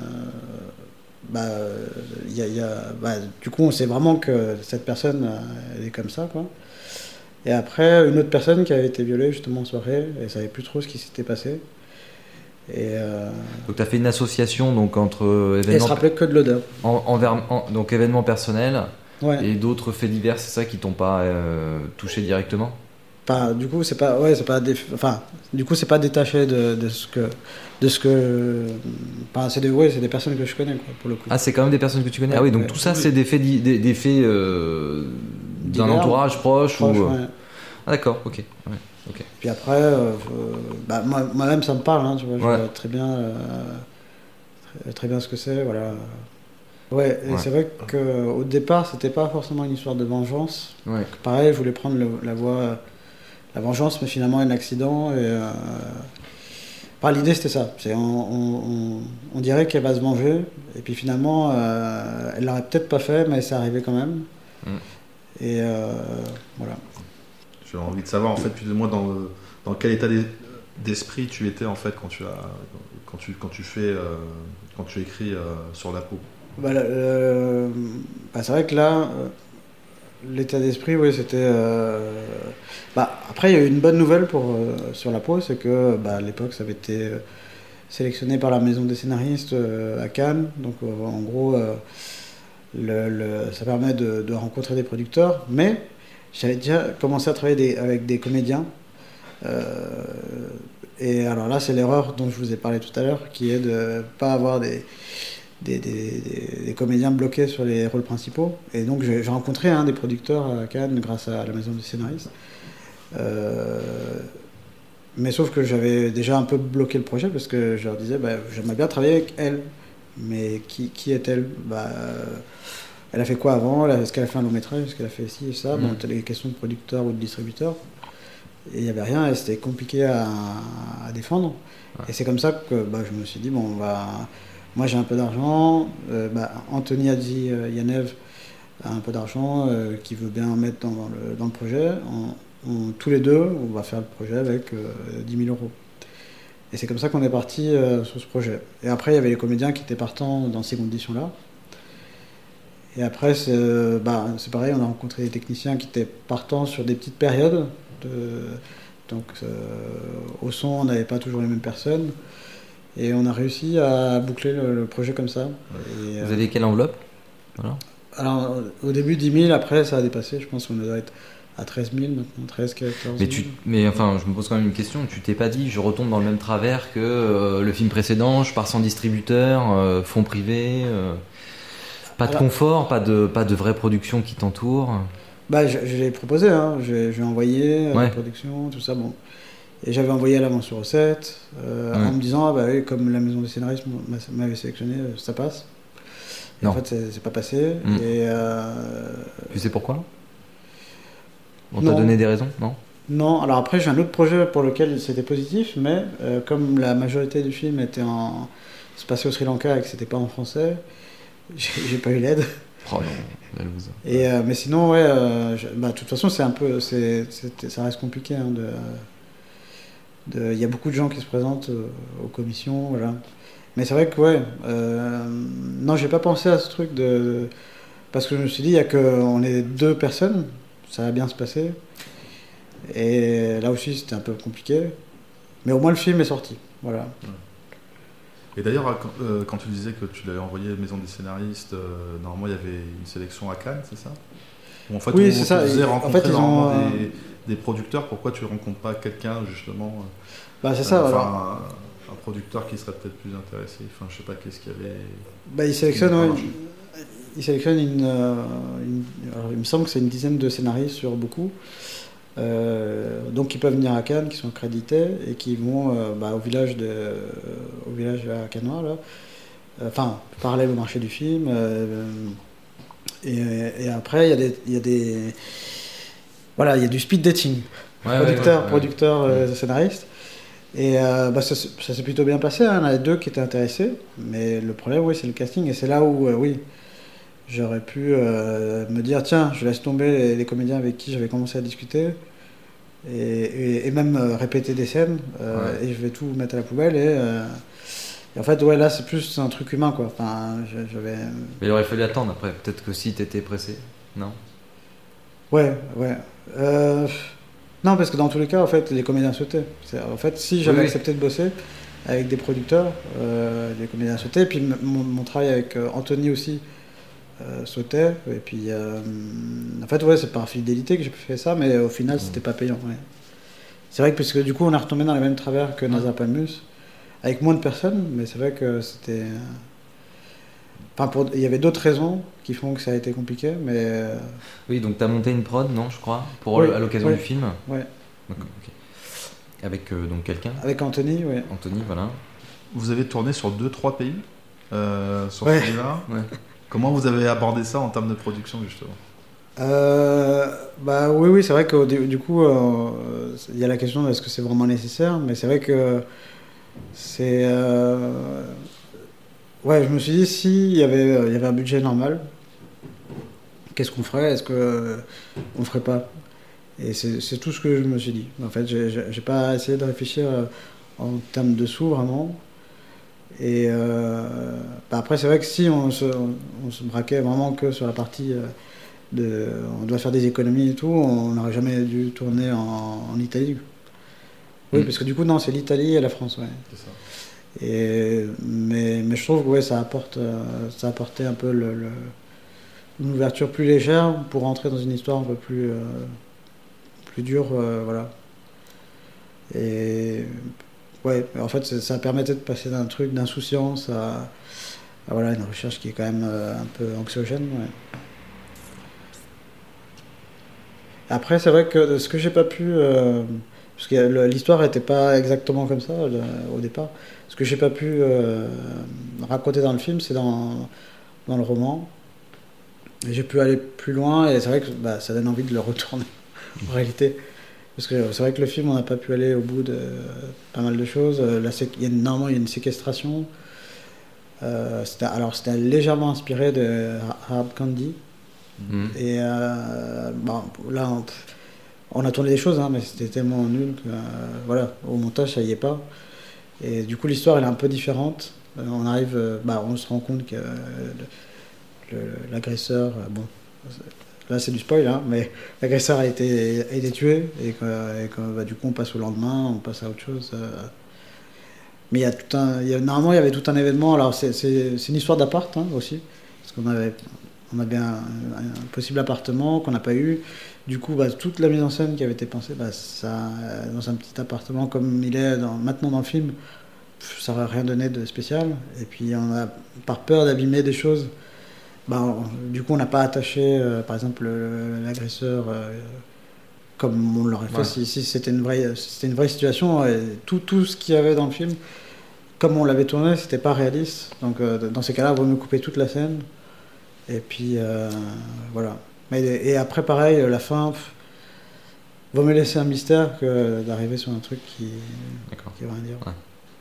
Bah, y a, y a, bah, du coup, on sait vraiment que cette personne, elle est comme ça, quoi. Et après, une autre personne qui avait été violée justement en soirée, elle ne savait plus trop ce qui s'était passé. Et euh... Donc, tu as fait une association donc, entre événements. Elle se rappelait que de l'odeur. En, envers, en, donc, événements personnels ouais. et d'autres faits divers, c'est ça qui t'ont pas euh, touché directement ? Enfin, du coup, c'est pas, ouais, c'est pas, déf... enfin, du coup, c'est pas détaché de, de ce que, de ce que, enfin, c'est des, ouais, c'est des personnes que je connais, quoi, pour le coup. Ah, c'est quand même des personnes que tu connais. Ouais, ah oui, donc ouais. tout ça, oui. c'est des faits, des, des faits euh, d'un entourage proche, proche ou. Ouais. Ah d'accord, ok. Ouais. Ok. Puis après, euh, je- bah, moi, moi-même, ça me parle, hein, tu vois, je Ouais. vois très bien, euh, très, très bien ce que c'est, voilà. Ouais, et Ouais. c'est vrai qu'au départ, c'était pas forcément une histoire de vengeance. Ouais. Pareil, je voulais prendre le- la voie, la vengeance, mais finalement, un accident. Et, euh, enfin, l'idée, c'était ça. C'est, on, on- on- on dirait qu'elle va se venger, et puis finalement, euh, elle l'aurait peut-être pas fait, mais c'est arrivé quand même. Mm. Et euh, voilà. J'ai envie de savoir en fait plus ou moins dans, le- dans quel état d'es- d'esprit tu étais en fait quand tu as quand tu quand tu fais euh, quand tu écris euh, sur la peau. Bah, le- le- bah, c'est vrai que là, euh, l'état d'esprit, oui, c'était. euh, Bah, après, il y a eu une bonne nouvelle pour, euh, sur la peau, c'est que bah, à l'époque, ça avait été euh, sélectionné par la maison des scénaristes euh, à Cannes. Donc, euh, en gros, euh, le, le- ça permet de, de rencontrer des producteurs. Mais j'avais déjà commencé à travailler des- avec des comédiens. Euh, et alors là, c'est l'erreur dont je vous ai parlé tout à l'heure, qui est de ne pas avoir des. Des, des, des- des comédiens bloqués sur les rôles principaux. Et donc j'ai j'ai rencontré un des producteurs à Cannes grâce à la maison des scénaristes. Euh, mais sauf que j'avais déjà un peu bloqué le projet parce que je leur disais bah, j'aimerais bien travailler avec elle. Mais qui, qui est-elle bah, euh, elle a fait quoi avant? Est-ce qu'elle a fait un long métrage? Est-ce qu'elle a fait ci et ça? Mm. Bon, t'as les questions de producteur ou de distributeur. Et il n'y avait rien et c'était compliqué à, à défendre. Ouais. Et c'est comme ça que bah, je me suis dit, bon, on va... moi j'ai un peu d'argent, euh, bah, Anthony Hadji euh, Yanev a un peu d'argent, euh, qui veut bien en mettre dans, dans le, dans le projet. On, on- tous les deux, on va faire le projet avec euh, dix mille euros. Et c'est comme ça qu'on est parti euh, sur ce projet. Et après, il y avait les comédiens qui étaient partants dans ces conditions-là. Et après, c'est euh, bah, c'est pareil, on a rencontré des techniciens qui étaient partants sur des petites périodes. De, donc, euh, au son, on n'avait pas toujours les mêmes personnes. Et on a réussi à boucler le, le projet comme ça. Et, Vous euh, avez quelle enveloppe? Voilà. alors, au début, dix mille, après, ça a dépassé. Je pense qu'on doit être à treize mille maintenant, treize, quatorze Mais, mille. tu, mais enfin, je me pose quand même une question. Tu t'es pas dit, je retombe dans le même travers que euh, le film précédent, je pars sans distributeur, euh, fonds privés, euh, pas de Alors- confort, pas de, pas de vraie production qui t'entoure. Bah, je, je l'ai proposé, hein. je, je l'ai envoyé à Ouais. la production, tout ça. Bon. Et j'avais envoyé à l'avant sur recette, euh, Ouais. en me disant, ah bah oui, comme la maison des scénaristes m'a- m'avait sélectionné, euh, ça passe. Et Non. en fait, c'est c'est pas passé. Mm. Et euh, Tu sais pourquoi? On Non. t'a donné des raisons? Non? non, alors après, j'ai un autre projet pour lequel c'était positif, mais euh, comme la majorité du film était en, se passait au Sri Lanka et que c'était pas en français, j'ai j'ai pas eu l'aide. Oh non, la loose. Et, euh, mais sinon, ouais, euh, je- bah, de toute façon, c'est un peu, c'est, c'est- ça reste compliqué. hein, de, de- Il y a beaucoup de gens qui se présentent euh, aux commissions, voilà. Mais c'est vrai que, ouais, euh, non, j'ai pas pensé à ce truc de, parce que je me suis dit, il y a que, on est deux personnes, ça va bien se passer. Et là aussi, c'était un peu compliqué. Mais au moins, le film est sorti, voilà. Et d'ailleurs quand, euh, quand tu disais que tu l'avais envoyé à la maison des scénaristes, euh, normalement il y avait une sélection à Cannes, c'est ça? Ou en fait Oui, on c'est te ça. faisait En rencontrer fait, ils normalement ont, euh, des, des producteurs. Pourquoi tu ne rencontres pas quelqu'un justement euh, Bah, c'est ça, enfin, alors. un, un producteur qui serait peut-être plus intéressé. Enfin, je sais pas qu'est-ce qu'il y avait. Bah, il sélectionne, Qui n'a pas ouais, marché. il sélectionne une, euh, une- alors, il me semble que c'est une dizaine de scénaristes sur beaucoup, euh, donc qui peuvent venir à Cannes, qui sont accrédités et qui vont euh, bah, au village de, au village à Cannois là, Euh, enfin parallèle au marché du film. euh, et, et après il y a des, il y a des, voilà, il y a du speed dating, Ouais, producteur, ouais, ouais. producteur, euh, scénariste. Et euh, bah, ça, s- ça s'est plutôt bien passé, hein. Il y en a deux qui étaient intéressés, mais le problème, oui, c'est le casting. Et c'est là où, euh, oui, j'aurais pu euh, me dire, tiens, je laisse tomber les, les comédiens avec qui j'avais commencé à discuter, et, et, et même euh, répéter des scènes, euh, Ouais. et je vais tout mettre à la poubelle. Et, euh, et en fait, ouais, là, c'est plus un truc humain, quoi. Enfin, je- j'avais... Mais il aurait fallu attendre après. Peut-être que si t'étais pressé. Non? Ouais, ouais. Euh, non, parce que dans tous les cas, en fait, les comédiens sautaient. C'est- En fait, si j'avais Oui, oui. accepté de bosser avec des producteurs, euh, les comédiens sautaient. Et puis m- mon, mon travail avec euh, Anthony aussi euh, sautait. Et puis, euh, en fait, ouais, c'est par fidélité que j'ai fait ça, mais au final, Mmh. c'était pas payant. Ouais. C'est vrai que parce que du coup, on est retombé dans les mêmes travers que Nazar Palmus, avec moins de personnes, mais c'est vrai que c'était. euh, Enfin, pour... il y avait d'autres raisons qui font que ça a été compliqué, mais. euh, Oui, donc t'as monté une prod, non, je crois, pour Oui, à l'occasion oui. du film. Ouais. D'accord, ok. Avec euh, donc quelqu'un Avec Anthony, oui. Anthony, voilà. Vous avez tourné sur deux trois pays euh, sur Ouais. celui-là. Ouais. Comment vous avez abordé ça en termes de production, justement? Euh, bah oui, oui, c'est vrai que du, du coup, euh, il y a la question de est-ce que c'est vraiment nécessaire, mais c'est vrai que c'est. euh, Ouais, je me suis dit, si il y avait, il y avait un budget normal, qu'est-ce qu'on ferait? Est-ce que on ferait pas? Et c'est c'est tout ce que je me suis dit. En fait, j'ai j'ai- j'ai pas essayé de réfléchir euh, en termes de sous vraiment. Et euh, bah après, c'est vrai que si on se, on se braquait vraiment que sur la partie euh, de, on doit faire des économies et tout, on n'aurait jamais dû tourner en, en Italie. Oui, Mm. parce que du coup, non, c'est l'Italie et la France, ouais. C'est ça. Et, mais, mais je trouve que ouais, ça apporte, euh, ça apportait un peu le, le- une ouverture plus légère pour rentrer dans une histoire un peu plus, euh, plus dure, euh, voilà. Et ouais, en fait, ça, ça permettait de passer d'un truc d'insouciance à, à, voilà, une recherche qui est quand même euh, un peu anxiogène. Ouais. Après, c'est vrai que ce que j'ai pas pu, euh, parce que le- l'histoire n'était pas exactement comme ça le- au départ. Ce que j'ai pas pu euh, raconter dans le film, c'est dans, dans le roman. Et j'ai pu aller plus loin et c'est vrai que bah, ça donne envie de le retourner en réalité. Parce que c'est vrai que le film, on n'a pas pu aller au bout de pas mal de choses. Euh, Là, c'est- il y a, une- normalement, il y a une séquestration. Euh, c'était- alors, c'était légèrement inspiré de Hard Candy. Mm. Et euh, bon, là, on, on a tourné des choses, hein, mais c'était tellement nul que euh, voilà, au montage, ça y est pas. Et du coup, l'histoire, elle est un peu différente. Euh, on arrive, euh, bah, on se rend compte que euh, le- le- l'agresseur, euh, bon, là c'est du spoil, hein, mais l'agresseur a été, a été tué et que, et que, bah, du coup, on passe au lendemain, on passe à autre chose. euh. Mais il y a tout un, il y a, normalement, il y avait tout un événement. Alors, c'est, c'est, c'est une histoire d'appart hein, aussi, parce qu'on avait on avait un, un possible appartement qu'on n'a pas eu. Du coup, bah, toute la mise en scène qui avait été pensée, bah, ça, dans un petit appartement comme il est dans, maintenant dans le film, ça n'aurait rien donné de spécial. Et puis, on a, par peur d'abîmer des choses, bah, on, du coup, on n'a pas attaché, euh, par exemple, le, l'agresseur euh, comme on l'aurait fait Ouais. si, si c'était une vraie, si c'était une vraie situation. Et tout, tout ce qu'il y avait dans le film, comme on l'avait tourné, c'était pas réaliste. Donc, euh, dans ces cas-là, il vaut mieux couper toute la scène. Et puis, euh, voilà. Mais, et après, pareil, la fin, pff, vaut mieux laisser un mystère que d'arriver sur un truc qui D'accord. qui veut rien dire. Ouais.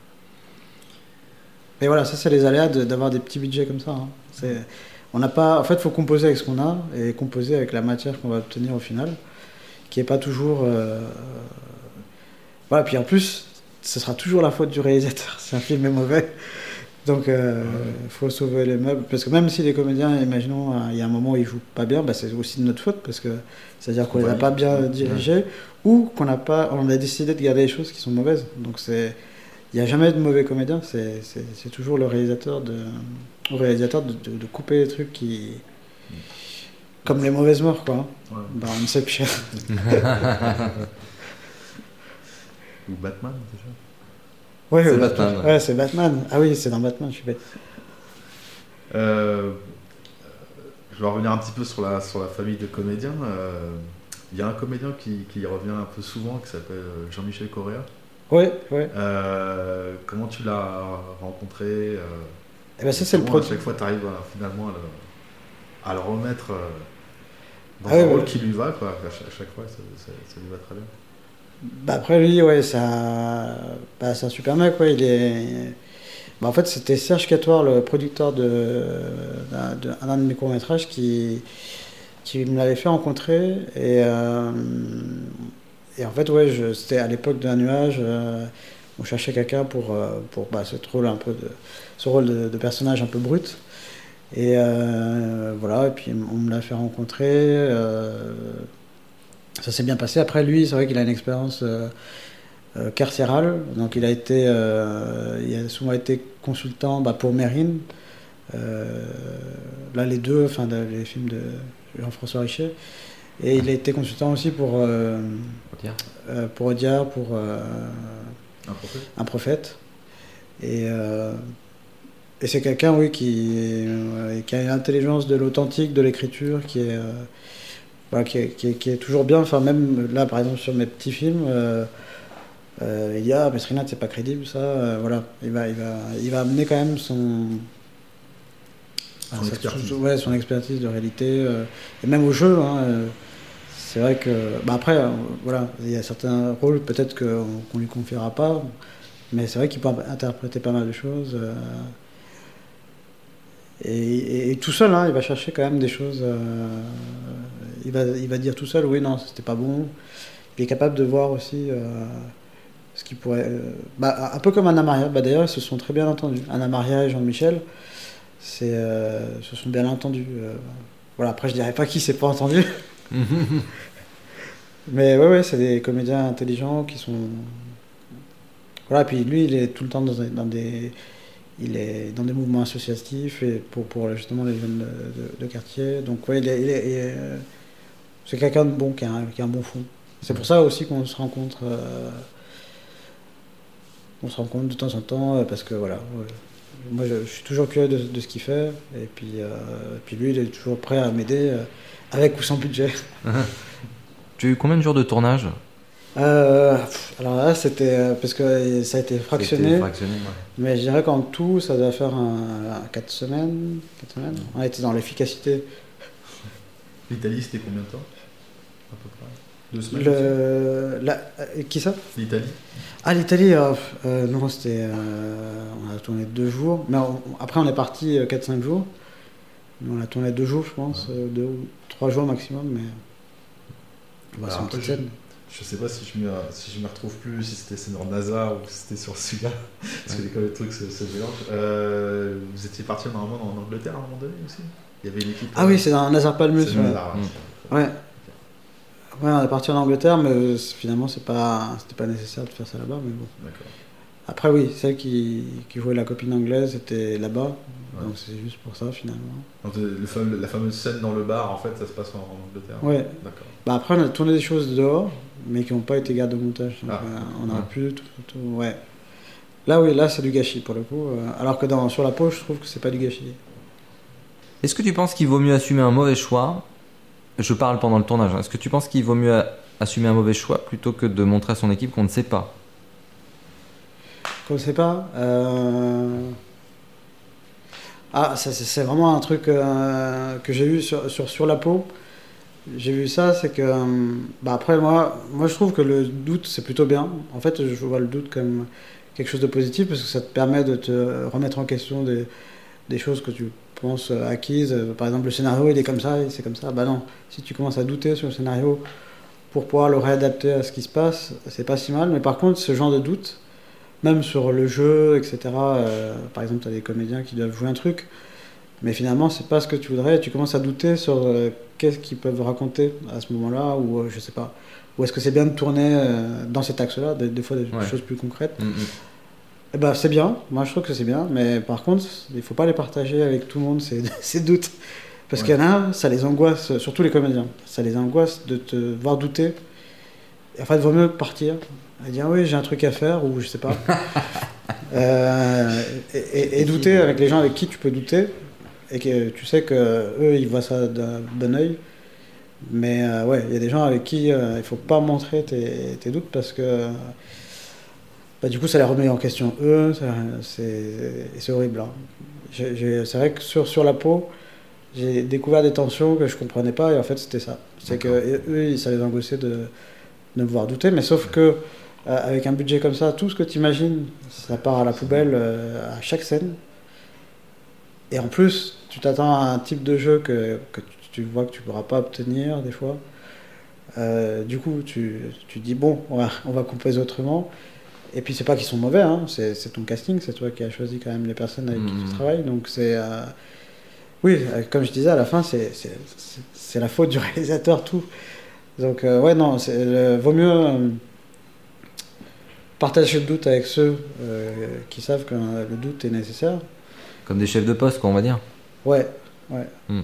Mais voilà, ça, c'est les aléas de- d'avoir des petits budgets comme ça. Hein. C'est, on n'a pas, en fait, il faut composer avec ce qu'on a et composer avec la matière qu'on va obtenir au final, qui n'est pas toujours... euh, Voilà, puis en plus, ce sera toujours la faute du réalisateur si un film est mauvais. Donc, il euh, faut sauver les meubles. Parce que même si les comédiens, imaginons, il y a un moment où ils jouent pas bien, bah, c'est aussi de notre faute, parce que c'est-à-dire qu'on les a pas bien dirigés, ou qu'on n'a pas, on a décidé de garder les choses qui sont mauvaises. Donc, c'est, il n'y a jamais de mauvais comédien. C'est, c'est, c'est toujours le réalisateur de, au réalisateur de, de, de couper les trucs qui, comme les mauvaises morts, quoi. Ouais. Dans Inception. Ou Batman, déjà. Ouais, C'est ouais, Batman, ouais. ouais. Ouais, c'est Batman. Ah oui, c'est dans Batman, je suis bête. Euh, je vais revenir un petit peu sur la, sur la famille de comédiens. Euh, Il y a un comédien qui, qui revient un peu souvent, qui s'appelle Jean-Michel Correa. Ouais, ouais. Euh, comment tu l'as rencontré euh, Et ben ça, c'est le comment, à produit. chaque fois, tu arrives finalement à le, à le remettre euh, dans Ah un ouais, rôle ouais. qui lui va. Quoi. À, chaque, à chaque fois, ça, ça, ça lui va très bien. Bah après lui, ouais, ça, bah, c'est un super mec, ouais. Il est. Bah, en fait, c'était Serge Catoire, le producteur de d'un de, un de mes courts métrages, qui qui me l'avait fait rencontrer et euh, et en fait, ouais, je, c'était à l'époque d'un nuage. Euh, on cherchait quelqu'un pour euh, pour bah, ce rôle un peu de ce rôle de, de personnage un peu brut. Et euh, voilà, et puis on me l'a fait rencontrer. Euh, ça s'est bien passé. Après, lui, c'est vrai qu'il a une expérience euh, euh, carcérale. Donc, il a été, euh, il a souvent été consultant bah, pour Mérine. Euh, là, les deux, enfin, de- les films de Jean-François Richet. Et il a été consultant aussi pour euh, Audiard. euh, pour Audiard, pour euh, Un prophète. un prophète. Et, euh, et c'est quelqu'un, oui, qui, euh, qui a une intelligence de l'authentique, de l'écriture, qui est, euh, voilà, qui, est, qui, est, qui est toujours bien. Enfin, même là, par exemple, sur mes petits films, euh, Euh, il dit ah mais Srinath c'est pas crédible ça, euh, voilà, il va, il va, il va amener quand même son, Son ah, expertise. Son, ouais, son expertise de réalité, euh, et même au jeu. Hein, euh, c'est vrai que, bah après, euh, voilà, il y a certains rôles peut-être qu'on, qu'on lui confiera pas, mais c'est vrai qu'il peut interpréter pas mal de choses. Euh, et, et, et tout seul, hein, il va chercher quand même des choses. Euh, il va, il va dire tout seul, oui non, c'était pas bon. Il est capable de voir aussi. Euh, Ce qui pourrait, euh, bah, un peu comme Anna Maria, bah, d'ailleurs ils se sont très bien entendus. Anna Maria et Jean-Michel c'est, euh, se sont bien entendus. Euh, voilà, après je dirais pas qui s'est pas entendu. Mais ouais, ouais, c'est des comédiens intelligents qui sont. Voilà, puis lui il est tout le temps dans, dans des. Il est dans des mouvements associatifs et pour, pour justement les jeunes de, de, de quartier. Donc ouais, il est, il est, il est, c'est quelqu'un de bon, qui a un, qui a un bon fond. C'est pour ça aussi qu'on se rencontre. Euh, On se rencontre de temps en temps parce que voilà, ouais. Moi je, je suis toujours curieux de, de ce qu'il fait et puis, euh, et puis lui il est toujours prêt à m'aider euh, avec ou sans budget. Tu as eu combien de jours de tournage? euh, Alors là c'était parce que ça a été fractionné, C'était fractionné ouais. Mais je dirais qu'en tout ça doit faire un, un quatre semaines, quatre semaines. On était dans l'efficacité. L'Italie, c'était combien de temps à peu près? Deux semaines Le, la, qui ça? L'Italie. Ah, l'Italie, euh, euh, non, c'était. Euh, on a tourné deux jours. Mais on, après, on est parti quatre cinq jours. Mais on a tourné deux jours, je pense. Ouais. Euh, deux ou trois jours maximum. Mais. Bah, c'est une petite scène. Je sais pas si je me, si je me retrouve plus, si c'était sur NASA ou si c'était sur celui-là. Parce que quand les trucs se, se mélangent. Euh, vous étiez parti normalement en Angleterre à un moment donné aussi? Il y avait une équipe. Ah euh, oui, c'est dans Nazar Palmus. C'est ouais. Nazar, ouais. ouais. Ouais, on est parti en Angleterre, mais finalement, c'est pas, c'était pas nécessaire de faire ça là-bas. Mais bon. D'accord. Après, oui, celle qui, qui jouait la copine anglaise était là-bas. Ouais. Donc c'est juste pour ça, finalement. Donc, le fameux, la fameuse scène dans le bar, en fait, ça se passe en, en Angleterre? Ouais. D'accord. Bah, après, on a tourné des choses dehors, mais qui n'ont pas été gardées au montage. Donc, ah. euh, on aurait ouais. pu tout, tout, tout, ouais. Là, oui, là, c'est du gâchis, pour le coup. Euh, alors que dans, sur la peau, je trouve que c'est pas du gâchis. Est-ce que tu penses qu'il vaut mieux assumer un mauvais choix? Je parle pendant le tournage. Est-ce que tu penses qu'il vaut mieux assumer un mauvais choix plutôt que de montrer à son équipe qu'on ne sait pas? Qu'on ne sait pas euh... Ah, ça, c'est, c'est vraiment un truc euh, que j'ai vu sur, sur, sur la peau. J'ai vu ça, c'est que... Euh, bah après, moi, moi, je trouve que le doute, c'est plutôt bien. En fait, je vois le doute comme quelque chose de positif parce que ça te permet de te remettre en question des, des choses que tu penses acquises. Par exemple, le scénario, il est comme ça, c'est comme ça. Bah non, si tu commences à douter sur le scénario pour pouvoir le réadapter à ce qui se passe, c'est pas si mal. Mais par contre, ce genre de doute, même sur le jeu, et cetera. Euh, par exemple, tu as des comédiens qui doivent jouer un truc, mais finalement, c'est pas ce que tu voudrais. Et tu commences à douter sur euh, qu'est-ce qu'ils peuvent raconter à ce moment-là, ou euh, je sais pas. Ou est-ce que c'est bien de tourner euh, dans cet axe-là, des, des fois des ouais. choses plus concrètes. Mm-hmm. Eh ben, c'est bien, moi je trouve que c'est bien, mais par contre, il ne faut pas les partager avec tout le monde, ces, ces doutes. Parce ouais. qu'il y en a, ça les angoisse, surtout les comédiens, ça les angoisse de te voir douter. Et en fait, il vaut mieux partir et dire oui, j'ai un truc à faire, ou je sais pas. euh, et, et, et douter avec les gens avec qui tu peux douter, et que tu sais qu'eux, ils voient ça d'un bon oeil. Mais euh, ouais, il y a des gens avec qui euh, il ne faut pas montrer tes, tes doutes parce que. Bah, du coup, ça les remet en question eux, ça, c'est, c'est horrible. Hein. J'ai, j'ai, c'est vrai que sur, sur la peau, j'ai découvert des tensions que je ne comprenais pas, et en fait, c'était ça. C'est D'accord. que eux, ça les angoissait de, de me voir douter, mais sauf que, euh, avec un budget comme ça, tout ce que tu imagines, ça part à la poubelle euh, à chaque scène. Et en plus, tu t'attends à un type de jeu que, que tu, tu vois que tu ne pourras pas obtenir, des fois. Euh, du coup, tu, tu dis, bon, on va, on va composer autrement. Et puis c'est pas qu'ils sont mauvais, hein. c'est, c'est ton casting, c'est toi qui as choisi quand même les personnes avec mmh. qui tu travailles. Donc c'est, euh... oui, comme je disais à la fin, c'est, c'est, c'est, c'est la faute du réalisateur, tout. Donc euh, ouais, non, c'est, le, vaut mieux euh, partager le doute avec ceux euh, qui savent que euh, le doute est nécessaire. Comme des chefs de poste, quoi, on va dire. Ouais, ouais. Mmh.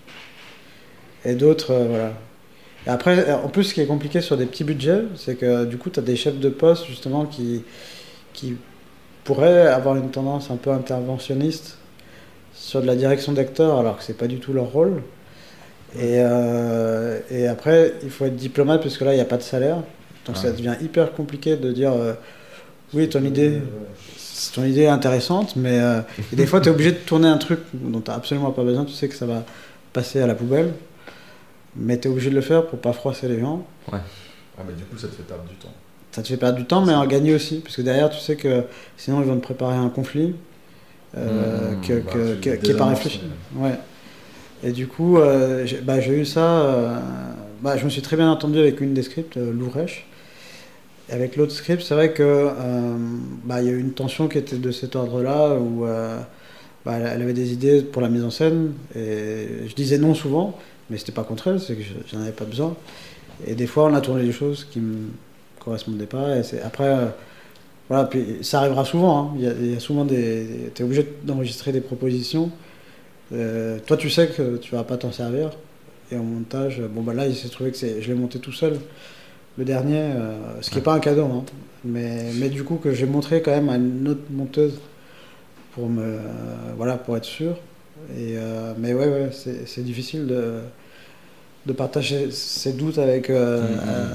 Et d'autres, euh, voilà. Et après, en plus, ce qui est compliqué sur des petits budgets, c'est que du coup, tu as des chefs de poste, justement, qui, qui pourraient avoir une tendance un peu interventionniste sur de la direction d'acteurs, alors que c'est pas du tout leur rôle. Et, euh, et après, il faut être diplomate, parce que là, il n'y a pas de salaire. Donc Ah. ça devient hyper compliqué de dire euh, oui, ton idée, ton idée est intéressante, mais euh, et des fois, tu es obligé de tourner un truc dont tu n'as absolument pas besoin. Tu sais que ça va passer à la poubelle, mais tu es obligé de le faire pour pas froisser les gens. Ah, mais du coup, ça te fait perdre du temps. Ça te fait perdre du temps, mais en gagner aussi. Parce que derrière, tu sais que sinon, ils vont te préparer un conflit euh, Mmh, que, bah, que, tu que- qui n'est pas désamorces, réfléchi. Ouais. Et du coup, euh, j'ai bah, j'ai eu ça. euh, bah, je me suis très bien entendu avec une des scripts, euh, Lou Reich. Et avec l'autre script, c'est vrai que euh, bah, il y a eu une tension qui était de cet ordre-là, où euh, bah, elle elle avait des idées pour la mise en scène. Et je disais non souvent, mais c'était pas contre elle, c'est que je- j'en avais pas besoin. Et des fois, on a tourné des choses qui me correspondaient pas. Et c'est après, euh, voilà, puis ça arrivera souvent. Hein. Il y a, il y a souvent des, t'es obligé d'enregistrer des propositions. Euh, toi, tu sais que tu vas pas t'en servir. Et en montage, bon bah là, il s'est trouvé que c'est, je l'ai monté tout seul. Le dernier, euh, ce qui n'est pas un cadeau, hein. mais, mais du coup que j'ai montré quand même à une autre monteuse pour me, euh, voilà, pour être sûr. Et euh, mais ouais, ouais, c'est, c'est difficile de de partager ses doutes avec. Euh, Mmh. euh,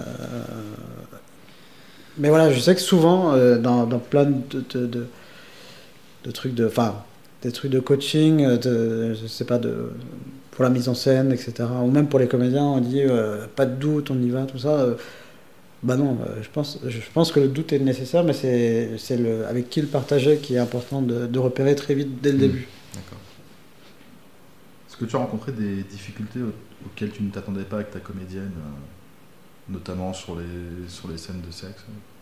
mais voilà, je sais que souvent, euh, dans, dans plein de, de, de, de trucs de. Enfin, des trucs de coaching, de, je sais pas, de, pour la mise en scène, et cetera. Ou même pour les comédiens, on dit euh, pas de doute, on y va, tout ça. Euh, bah non, euh, je pense, je pense que le doute est nécessaire, mais c'est, c'est le, avec qui le partager qui est important de, de repérer très vite dès le Mmh. début. D'accord. Est-ce que tu as rencontré des difficultés au- auxquelles tu ne t'attendais pas avec ta comédienne, euh, notamment sur les, sur les scènes de sexe?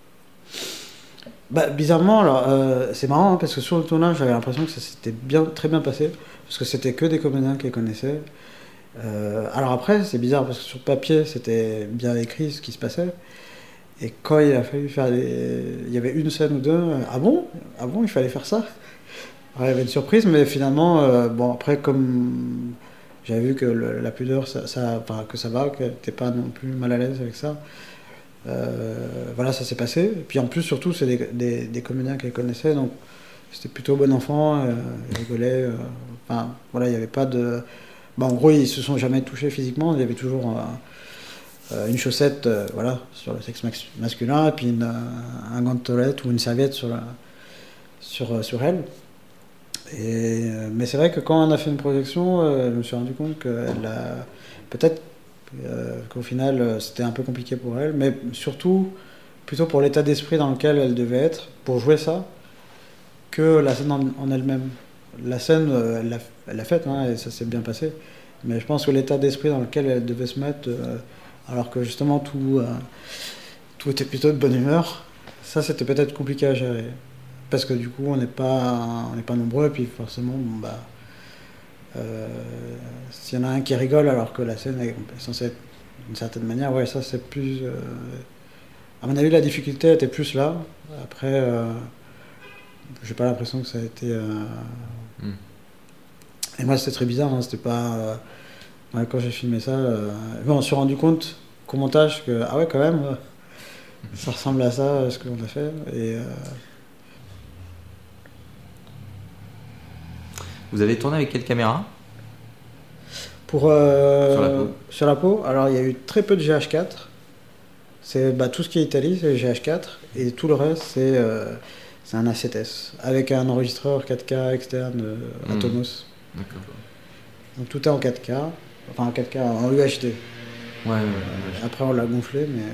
Bah, bizarrement, alors, euh, c'est marrant hein, parce que sur le tournage, j'avais l'impression que ça s'était bien, très bien passé parce que c'était que des comédiens qui les connaissaient. Euh, alors après, c'est bizarre parce que sur papier, c'était bien écrit ce qui se passait. Et quand il a fallu faire des... Il y avait une scène ou deux, euh, ah bon Ah bon, il fallait faire ça? Alors, il y avait une surprise, mais finalement, euh, bon, après, comme j'avais vu que le- la pudeur, ça, ça, enfin, que ça va, qu'elle n'était pas non plus mal à l'aise avec ça, euh, voilà, ça s'est passé. Et puis en plus, surtout, c'est des, des, des comédiens qu'elle connaissait, donc c'était plutôt bon enfant, euh, ils rigolaient. euh, Enfin, voilà, il n'y avait pas de... Bah, en gros, ils se sont jamais touchés physiquement, il y avait toujours euh, euh, une chaussette euh, voilà, sur le sexe max- masculin, et puis une, euh, un gant de toilette ou une serviette sur, la, sur, euh, sur elle. Et, euh, mais c'est vrai que quand on a fait une projection, euh, je me suis rendu compte qu'elle a peut-être euh, qu'au final euh, c'était un peu compliqué pour elle, mais surtout plutôt pour l'état d'esprit dans lequel elle devait être pour jouer ça, que la scène en, en elle-même. La scène, euh, elle l'a, elle l'a faite, hein, et ça s'est bien passé, mais je pense que l'état d'esprit dans lequel elle devait se mettre, euh, alors que justement tout, euh, tout était plutôt de bonne humeur, ça c'était peut-être compliqué à gérer. Parce que du coup, on n'est pas, on n'est pas nombreux, et puis forcément, bon, bah, euh, s'il y en a un qui rigole alors que la scène est censée être d'une certaine manière, ouais, ça c'est plus. Euh, à mon avis, la difficulté était plus là. Après, euh, j'ai pas l'impression que ça a été. Euh, Mm. Et moi, c'était très bizarre, hein, c'était pas. Euh, ouais, quand j'ai filmé ça, euh, bon, on s'est rendu compte qu'au montage, que, ah ouais, quand même, euh, ça ressemble à ça, ce que l'on a fait. Et. Euh, Vous avez tourné avec quelle caméra? Pour, euh, Sur la peau. sur la peau, alors il y a eu très peu de G H quatre. C'est, bah, tout ce qui est Italie, c'est G H quatre. Et tout le reste, c'est, euh, c'est un A sept S. Avec un enregistreur quatre K externe euh, Mm. Atomos. D'accord. Donc tout est en quatre K. Enfin en quatre K, en U H D. Ouais, ouais, ouais. Après on l'a gonflé, mais...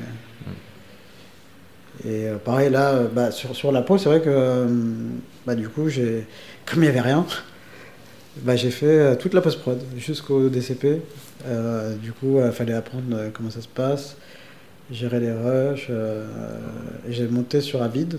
Et euh, pareil, là, euh, bah, sur, sur la peau, c'est vrai que... euh, bah, du coup, j'ai... comme il n'y avait rien... Bah, j'ai fait euh, toute la post-prod jusqu'au D C P. Euh, du coup, il fallait apprendre euh, comment ça se passe, gérer les rushs. Euh, et j'ai monté sur Avid.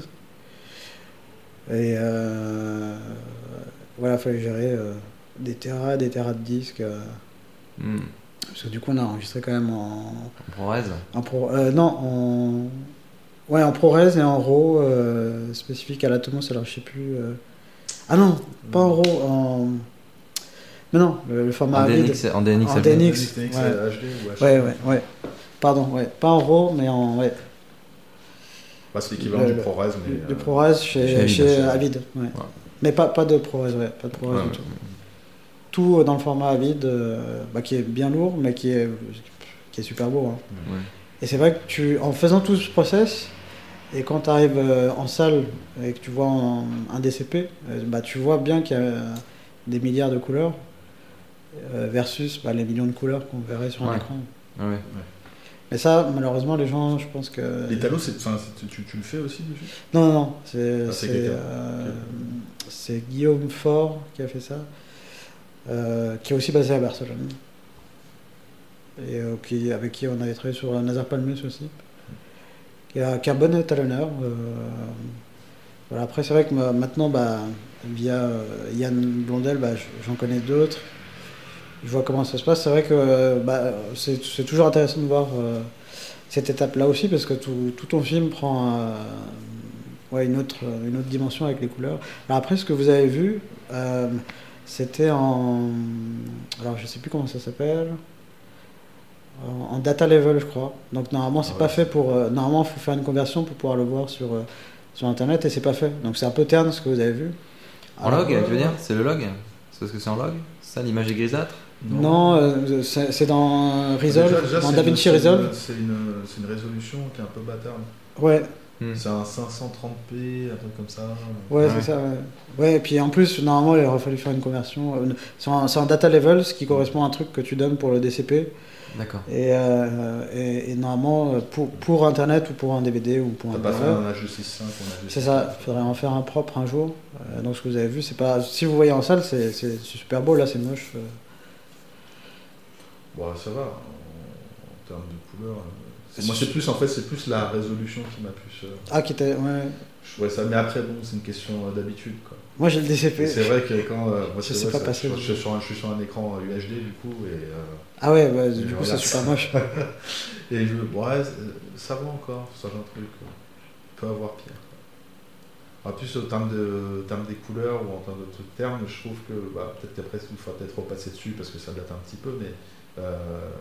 Et euh, voilà, il fallait gérer euh, des terras, des terras de disques. Euh, Mm. parce que du coup, on a enregistré quand même en. En ProRes. en pro, euh, non, en. Ouais, en ProRes et en RAW euh, spécifique à l'Atomos. Alors, je sais plus. Euh... Ah non, pas en RAW, en. Mais non, le, le format En Avid. D N X, en D N X, En ça D N fait- X. D N X, ouais. euh, H D ou H D. Ouais, ouais, ouais. Pardon, ouais. Pas en RAW, mais en. Ouais. Bah, c'est l'équivalent Le- du ProRes, mais. Du euh, ProRes chez, chez Avid, chez chez- Avid. Ouais. Ouais. Mais pas, pas de ProRes, ouais. Pas de ProRes Ouais, du ouais. tout. Tout euh, dans le format Avid, euh, bah, qui est bien lourd, mais qui est, qui est super beau. Hein. Ouais. Et c'est vrai que tu, en faisant tout ce process, et quand tu arrives en salle et que tu vois en, un D C P, euh, bah, tu vois bien qu'il y a des milliards de couleurs euh, versus bah, les millions de couleurs qu'on verrait sur un Ouais. écran. Ouais. Ouais. Mais ça, malheureusement, les gens, je pense que... L'Italo, c'est, enfin, c'est- tu, tu le fais aussi dessus? Non, non, non. C'est, Ah, c'est c'est, quelqu'un. euh, c'est Guillaume Faure qui a fait ça, euh, qui est aussi basé à Barcelone. Et euh, qui, avec qui on avait travaillé sur Nazar Palmus aussi. Qui a, qui a un bon étalonneur. Euh, voilà. Après, c'est vrai que ma- maintenant, bah, via euh, Yann Blondel, bah, j- j'en connais d'autres. Je vois comment ça se passe. C'est vrai que euh, bah, c'est, c'est toujours intéressant de voir euh, cette étape-là aussi, parce que tout, tout ton film prend euh, ouais, une, autre, une autre dimension avec les couleurs. Alors après, ce que vous avez vu, euh, c'était en... Alors, je sais plus comment ça s'appelle. En, en data level, je crois. Donc, normalement, c'est Ah ouais. pas fait pour... euh, normalement, il faut faire une conversion pour pouvoir le voir sur, euh, sur Internet, et c'est pas fait. Donc, c'est un peu terne, ce que vous avez vu. En Alors, log, euh, tu veux dire? C'est le log? C'est parce que c'est en log? Ça, l'image est grisâtre? Non, euh, c'est, c'est dans Resolve, Déjà- déjà, dans c'est DaVinci une- Resolve. C'est une, c'est une résolution qui est un peu bâtarde. Ouais, Hmm. C'est un cinq cent trente p, un truc comme ça. ouais, Ouais. c'est ça. Ouais. Ouais, et puis en plus, normalement, il aurait fallu faire une conversion. euh, C'est en, c'est en data level, ce qui correspond à un truc que tu donnes pour le D C P. D'accord. Et, euh, et, et normalement, pour, pour Internet ou pour un D V D ou pour T'as un pas fait D V D, un H deux six cinq ou un H deux six c'est ça. Il faudrait en faire un propre un jour. Euh, donc ce que vous avez vu, c'est pas. Si vous voyez en salle, c'est, c'est, c'est super beau. Là, c'est moche. euh. Bon, ça va. En, en termes de couleur. euh, c'est- moi, c'est plus, en fait, c'est plus la résolution qui m'a plus. euh, Ah, qui était. Ouais. je trouvais ça. Mais après, bon, c'est une question euh, d'habitude, quoi. Moi, j'ai le D C P. Et c'est vrai que quand. euh, moi, Je c'est sais vrai, pas ça- passer je, du- je suis sur un, je suis sur un écran U H D, du coup, et. euh, Ah ouais, ouais, du Et coup, voilà. c'est super moche. Et je, ouais, ça va encore, ça va un truc. On peut avoir pire. En plus, au terme, de, au terme des couleurs ou en termes de trucs termes, je trouve que bah, peut-être qu'après, il faudra peut-être repasser dessus parce que ça date un petit peu, mais euh,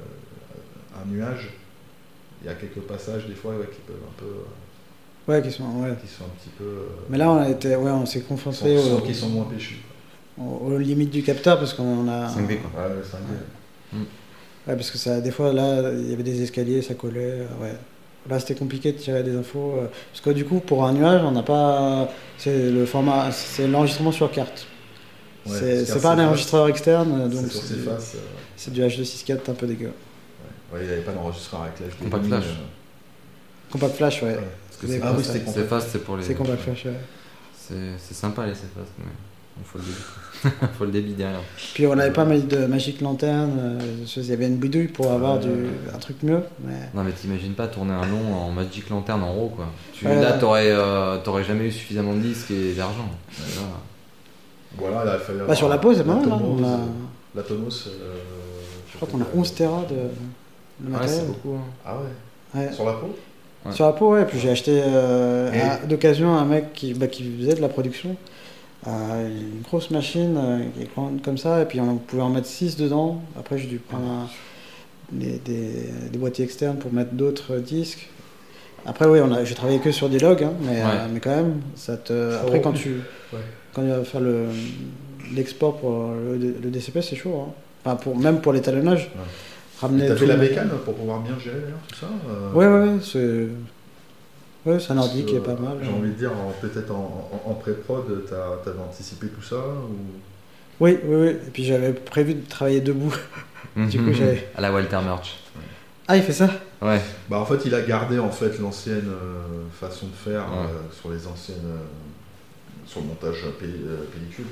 un nuage, il y a quelques passages des fois ouais, qui peuvent un peu. euh, Ouais, qui sont. Ouais. qui sont un petit peu. euh, Mais là, on a été, ouais, on s'est qui confronté sont, au- qui sont moins péchus. aux, aux limites du capteur parce qu'on a. cinq D, quoi. Ouais, ouais, c'est un gars. Ouais, parce que ça, des fois, là, il y avait des escaliers, ça collait. euh, Ouais. Là, c'était compliqué de tirer des infos. euh, parce que du coup, pour un nuage, on n'a pas. C'est le format, c'est l'enregistrement sur carte. Ouais, c'est parce c'est qu'un pas un Cephas, enregistreur externe, euh, donc c'est sur c'est ses du, faces. euh, c'est du H deux six quatre un peu dégueu. ouais, il n'y avait pas d'enregistreur avec l'H D. Compact flash. Compact flash, ouais. Ouais. Parce que C'est c'est ah oui, fast, c'était c'est compact. fast, c'est pour les. C'est compact flash, ouais. C'est c'est sympa les C-Fast, mais il faut le débit. faut le débit derrière. Puis on n'avait pas mal de Magic Lantern, euh, il y avait une bidouille pour avoir Ouais. du, un truc mieux. Mais... Non mais t'imagines pas tourner un long en Magic Lantern en RAW quoi. Tu, Ouais, là ouais. t'aurais euh, t'aurais jamais eu suffisamment de disques et d'argent. Là, Voilà, là, il fallait Bah, sur la pause, c'est pas mal. Hein, Tomos, on a- euh, La Tomos. euh, Je crois qu'on a onze téra de, de ouais, matériel. c'est beaucoup. Hein. Ah ouais. Ouais. Sur la peau Ouais. Sur la peau, ouais. Puis j'ai acheté euh, Et- à- d'occasion un mec qui, bah, qui faisait de la production. Euh, une grosse machine euh, qui est grande comme ça, et puis on pouvait en mettre six dedans. Après, j'ai dû prendre un- des, des, des boîtiers externes pour mettre d'autres disques. Après, oui, on a, j'ai travaillé que sur des logs, hein, mais, Ouais. euh, mais quand même, ça te. Ça Après, vaut quand le tu, Ouais. quand tu vas faire le, l'export pour le, le D C P, c'est chaud. Hein. Enfin, pour, même pour l'étalonnage. Ouais. Ramener T'as tout fait la le- bécane pour pouvoir bien gérer d'ailleurs tout ça euh, Ouais, ouais, ouais, c'est. Ouais, c'est un parce ordi que, qui est pas mal. J'ai envie de dire, en- peut-être en, en, en pré-prod, t'as, t'avais anticipé tout ça ou... Oui, oui, oui. Et puis j'avais prévu de travailler debout. Du coup, j'avais- À la Walter Murch. Ah, il fait ça? Ouais. Bah en fait, il a gardé en fait l'ancienne euh, façon de faire Ouais. euh, sur les anciennes, euh, sur le montage pelli- euh, pellicule.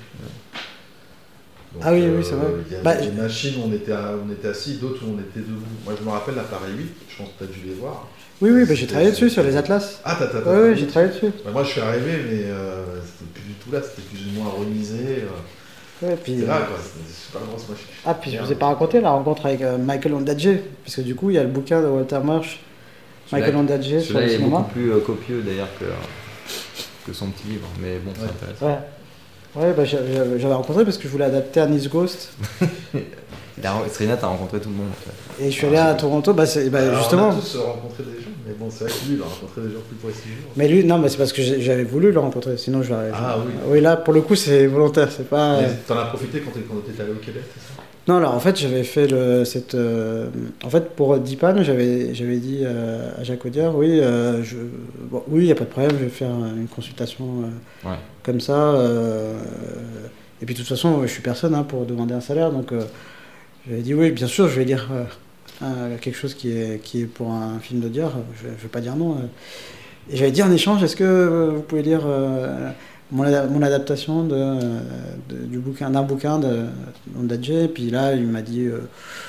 Donc, Ah oui, oui, c'est vrai. Il y a Bah, des je- machines où on était, à- on était assis, d'autres où on était debout. Moi, je me rappelle l'appareil huit, je pense que tu as dû les voir. Oui, oui, bah, j'ai travaillé dessus sur les atlas. Ah, t'as, t'as, t'as Oui, travaillé oui, j'ai travaillé dessus. Bah, moi, je suis arrivé, mais euh, c'était plus du tout là, c'était plus ou moins remisé. Euh, Ouais, puis, c'était là, quoi, c'était une super grosse machine. Ah, puis je Merde. vous ai pas raconté la rencontre avec euh, Michael Ondaatje, parce que du coup, il y a le bouquin de Walter Murch, Michael Celui-là- Ondaatje sur Celui-là le est cinéma. beaucoup plus euh, copieux d'ailleurs que, que son petit livre, mais bon, c'est Ouais. intéressant. Ouais, ouais bah, j'avais j'avais rencontré parce que je voulais adapter Anis Ghost. Il a, Srinath a rencontré tout le monde. En fait. Et je suis allé à Toronto, bah, c'est, bah, Alors, justement. on a tous rencontré des gens, mais bon, c'est vrai que lui, il a rencontré des gens plus prestigieux. Mais lui, non, mais c'est parce que j'avais voulu le rencontrer, sinon je l'aurais. Ah oui. Oui, là, pour le coup, c'est volontaire, c'est pas. Mais t'en as profité quand t'étais allé au Québec, c'est ça? Non, alors en fait, j'avais fait le, cette. Euh, en fait, pour Dipan, j'avais, j'avais dit euh, à Jacques Audiard, oui, euh, je, bon, oui, il n'y a pas de problème, je vais faire une consultation euh, ouais. comme ça. Euh, et puis, de toute façon, je suis personne hein, pour demander un salaire, donc euh, j'avais dit, oui, bien sûr, je vais dire euh, euh, quelque chose qui est, qui est pour un film d'Audiard, je ne vais pas dire non. Euh. Et j'avais dit en échange, est-ce que vous pouvez lire. Euh, Mon, mon adaptation de, de, du bouquin, d'un bouquin de d'Adjé, et puis là il m'a dit euh,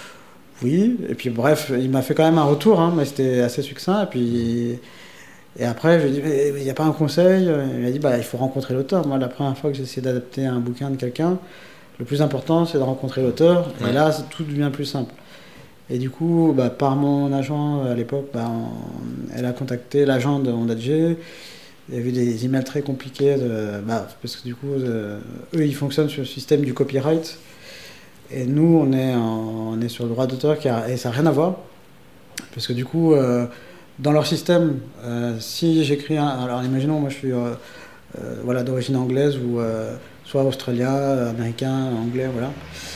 oui, et puis bref, il m'a fait quand même un retour, hein, mais c'était assez succinct, et puis et après je lui ai dit, il n'y a pas un conseil? Il m'a dit, bah, il faut rencontrer l'auteur. Moi, la première fois que j'ai essayé d'adapter un bouquin de quelqu'un, le plus important c'est de rencontrer l'auteur, ouais. Et là tout devient plus simple. Et du coup, bah, par mon agent à l'époque, bah, on, elle a contacté l'agent de Ondadjé. Il y avait des emails très compliqués, de, bah, parce que du coup, de, eux, ils fonctionnent sur le système du copyright. Et nous, on est, en, on est sur le droit d'auteur, qui a, et ça n'a rien à voir. Parce que du coup, euh, dans leur système, euh, si j'écris un... Alors imaginons, moi je suis euh, euh, voilà, d'origine anglaise, ou euh, soit australien, américain, anglais, voilà.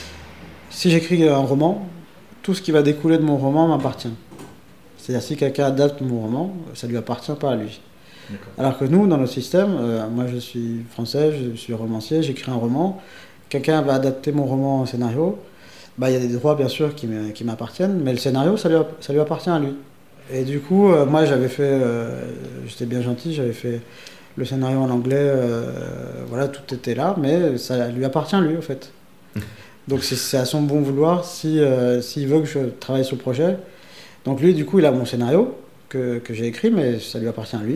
Si j'écris un roman, tout ce qui va découler de mon roman m'appartient. C'est-à-dire, si quelqu'un adapte mon roman, ça ne lui appartient pas à lui. D'accord. Alors que nous, dans notre système, euh, moi je suis français, je suis romancier, j'écris un roman, quelqu'un va adapter mon roman en scénario, bah, il y a des droits bien sûr qui, me, qui m'appartiennent, mais le scénario, ça lui, ça lui appartient à lui. Et du coup, euh, moi j'avais fait, euh, j'étais bien gentil, j'avais fait le scénario en anglais, euh, voilà, tout était là, mais ça lui appartient à lui en fait. Donc c'est, c'est à son bon vouloir si, euh, s'il veut que je travaille sur le projet. Donc lui, du coup, il a mon scénario que, que j'ai écrit, mais ça lui appartient à lui.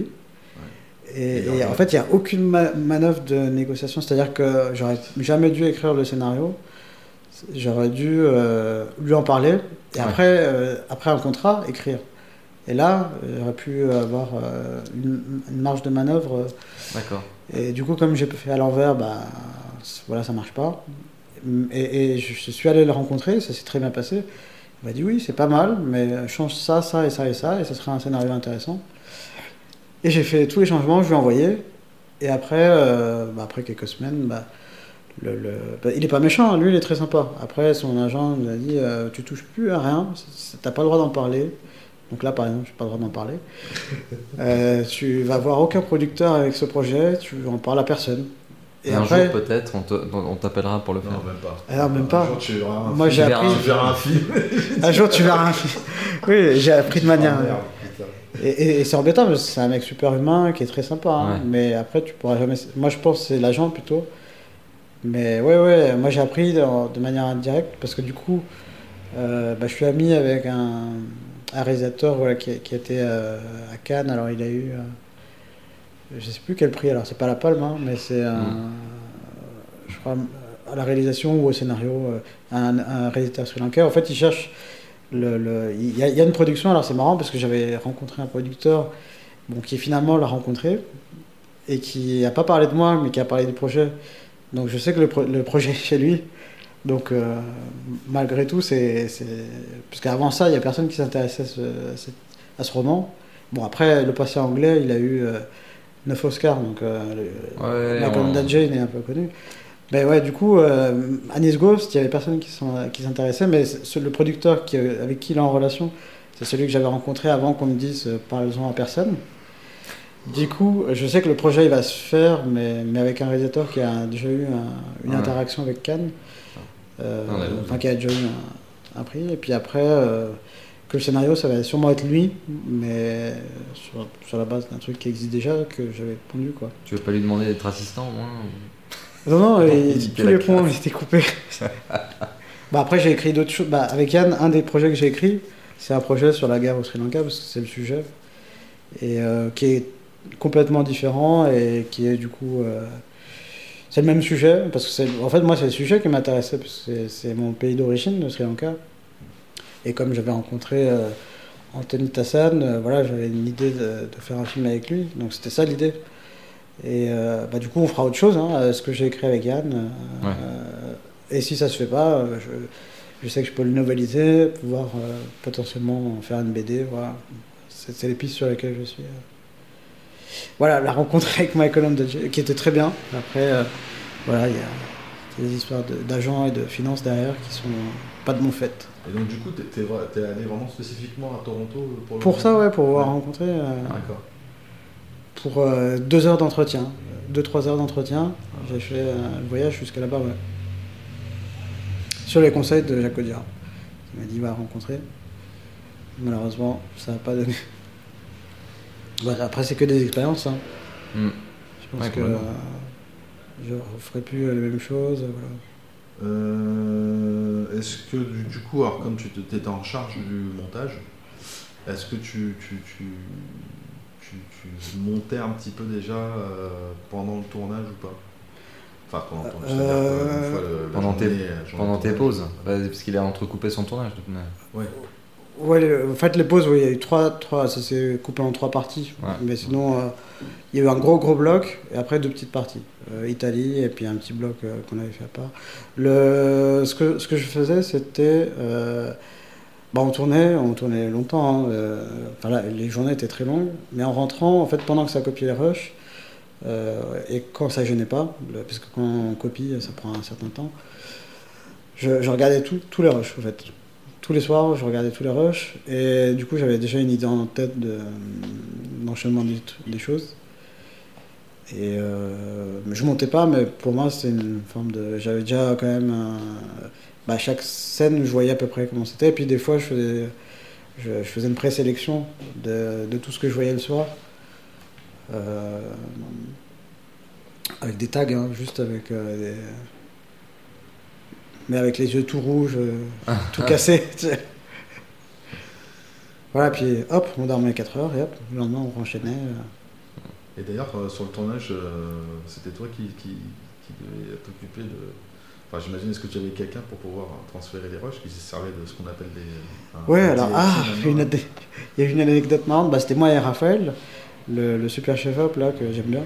Et, et en fait, il n'y a aucune ma- manœuvre de négociation, c'est-à-dire que j'aurais jamais dû écrire le scénario, j'aurais dû euh, lui en parler, et ouais. après, euh, après un contrat, écrire. Et là, j'aurais pu avoir euh, une, une marge de manœuvre. D'accord. Et du coup, comme j'ai fait à l'envers, bah, voilà, ça ne marche pas. Et, et je suis allé le rencontrer, ça s'est très bien passé. Il m'a dit oui, c'est pas mal, mais change ça, ça et ça et ça, et ça serait un scénario intéressant. Et j'ai fait tous les changements, je lui ai envoyé. Et après, euh, bah après quelques semaines, bah, le, le, bah, il est pas méchant, lui il est très sympa. Après, son agent nous a dit euh, tu touches plus à rien, t'as pas le droit d'en parler. Donc là, par exemple, j'ai pas le droit d'en parler. Euh, tu vas voir aucun producteur avec ce projet, tu en parles à personne. Et un après, jour peut-être on, te, on t'appellera pour le faire. Non, même pas. Alors même pas. Un jour tu verras un Moi film. j'ai appris. Tu verras un film. Un jour tu verras un film. Oui, j'ai appris de manière. Et, et, et c'est embêtant parce que c'est un mec super humain qui est très sympa. Hein. Ouais. Mais après tu pourras jamais. Moi je pense que c'est l'agent plutôt. Mais ouais ouais, moi j'ai appris de, de manière indirecte parce que du coup, euh, bah, je suis ami avec un, un réalisateur voilà qui, qui était euh, à Cannes. Alors il a eu. Euh, je sais plus quel prix, alors c'est pas la Palme, hein, mais c'est un, mmh. je crois, à la réalisation ou au scénario, un, un réalisateur sri-lankais. En fait, il cherche, le, le, il, y a, il y a une production, alors c'est marrant parce que j'avais rencontré un producteur bon, qui finalement l'a rencontré et qui n'a pas parlé de moi, mais qui a parlé du projet. Donc je sais que le, pro, le projet est chez lui. Donc euh, malgré tout, c'est, c'est... parce qu'avant ça, il n'y a personne qui s'intéressait à ce, à, ce, à ce roman. Bon, après, le passé anglais, il a eu euh, neuf Oscars, donc euh, ouais, Malcolm Dadjé, il est un peu connu. Mais ouais, du coup, euh, Anis Ghost, il n'y avait personne qui, qui s'intéressait, mais ce, le producteur qui, avec qui il est en relation, c'est celui que j'avais rencontré avant qu'on me dise euh, parle-en à personne. Du coup, je sais que le projet il va se faire, mais, mais avec un réalisateur qui a déjà eu un, une ouais. interaction avec Cannes, euh, ah, ouais, enfin ouais. qui a déjà eu un, un prix, et puis après. Euh, que le scénario, ça va sûrement être lui, mais sur, sur la base d'un truc qui existe déjà, que j'avais pondu, quoi. Tu veux pas lui demander d'être assistant, au moins ou... Non, non, et, tous les points ont été coupés. Bah, après, j'ai écrit d'autres choses. Bah, avec Yann, un des projets que j'ai écrit, c'est un projet sur la guerre au Sri Lanka, parce que c'est le sujet, et euh, qui est complètement différent, et qui est du coup... Euh, c'est le même sujet, parce que c'est... En fait, moi, c'est le sujet qui m'intéressait, parce que c'est, c'est mon pays d'origine, le Sri Lanka. Et comme j'avais rencontré euh, Anthony Tassan, euh, voilà, j'avais une idée de, de faire un film avec lui, donc c'était ça l'idée. Et euh, bah, du coup, on fera autre chose, hein, ce que j'ai écrit avec Yann. Euh, ouais. euh, et si ça se fait pas, je, je sais que je peux le noveliser, pouvoir euh, potentiellement en faire une B D. Voilà. C'est, c'est les pistes sur lesquelles je suis. euh. Voilà, la rencontre avec Michael Ondaatje, qui était très bien. Après, euh, voilà, il y a des histoires de, d'agents et de finances derrière qui sont pas de mon fait. Et donc, du coup, t'es, t'es, vra- t'es allé vraiment spécifiquement à Toronto pour le Pour ça, ouais, pour pouvoir Ouais. rencontrer. euh, D'accord. pour euh, deux heures d'entretien, deux trois heures d'entretien, j'ai fait euh, le voyage jusqu'à là-bas, ouais. Sur les conseils de Jacques Audiard. Il m'a dit va rencontrer. Malheureusement, ça n'a pas donné. Bah, après, c'est que des expériences. Hein. Mm. Je pense Ouais, que complètement. euh, je ne referai plus les mêmes choses. Voilà. Euh, est-ce que du, du coup, alors comme tu te- étais en charge du montage, est-ce que tu, tu, tu, tu, tu montais un petit peu déjà euh, pendant le tournage ou pas? Enfin, pendant le tournage, c'est-à-dire Euh, qu'une fois le, la Pendant tes- journée, la journée Pendant de tes tournage. pauses, bah, parce qu'il a entrecoupé son tournage. de toute manière. Ouais. Ouais, le- en fait, les pauses, oui, il y a eu trois, trois, ça s'est coupé en trois parties. Ouais. Mais sinon, euh, il y a eu un gros, gros bloc, et après deux petites parties. Euh, Italie, et puis un petit bloc euh, qu'on avait fait à part. Le, ce, que, ce que je faisais, c'était... Euh, bah, on tournait, on tournait longtemps. Hein, euh, enfin, là, les journées étaient très longues. Mais en rentrant, en fait, pendant que ça copiait les rushs, euh, et quand ça gênait pas, le- parce que quand on copie, ça prend un certain temps, je, je regardais tout- tous les rushs, en fait. Tous les soirs, je regardais tous les rushs, et du coup, j'avais déjà une idée en tête de, d'enchaînement des, des choses. Et euh, je montais pas, mais pour moi, c'était une forme de. J'avais déjà quand même. Un, bah, chaque scène, je voyais à peu près comment c'était, et puis des fois, je faisais, je, je faisais une présélection de, de tout ce que je voyais le soir. Euh, avec des tags, hein, juste avec euh, des. Mais avec les yeux tout rouges, euh, tout cassés. tu sais. Voilà, puis hop, on dormait quatre heures et hop, le lendemain on renchaînait. euh. Et d'ailleurs, euh, sur le tournage, euh, c'était toi qui, qui, qui devais t'occuper de. Enfin, j'imagine, est-ce que tu avais quelqu'un pour pouvoir transférer les rushs qui se servait de ce qu'on appelle des. un- Ouais, un alors, D L C ah, maintenant, une hein. ade- il y a une anecdote marrante, bah, c'était moi et Raphaël, le, le super chef-op là, que j'aime bien.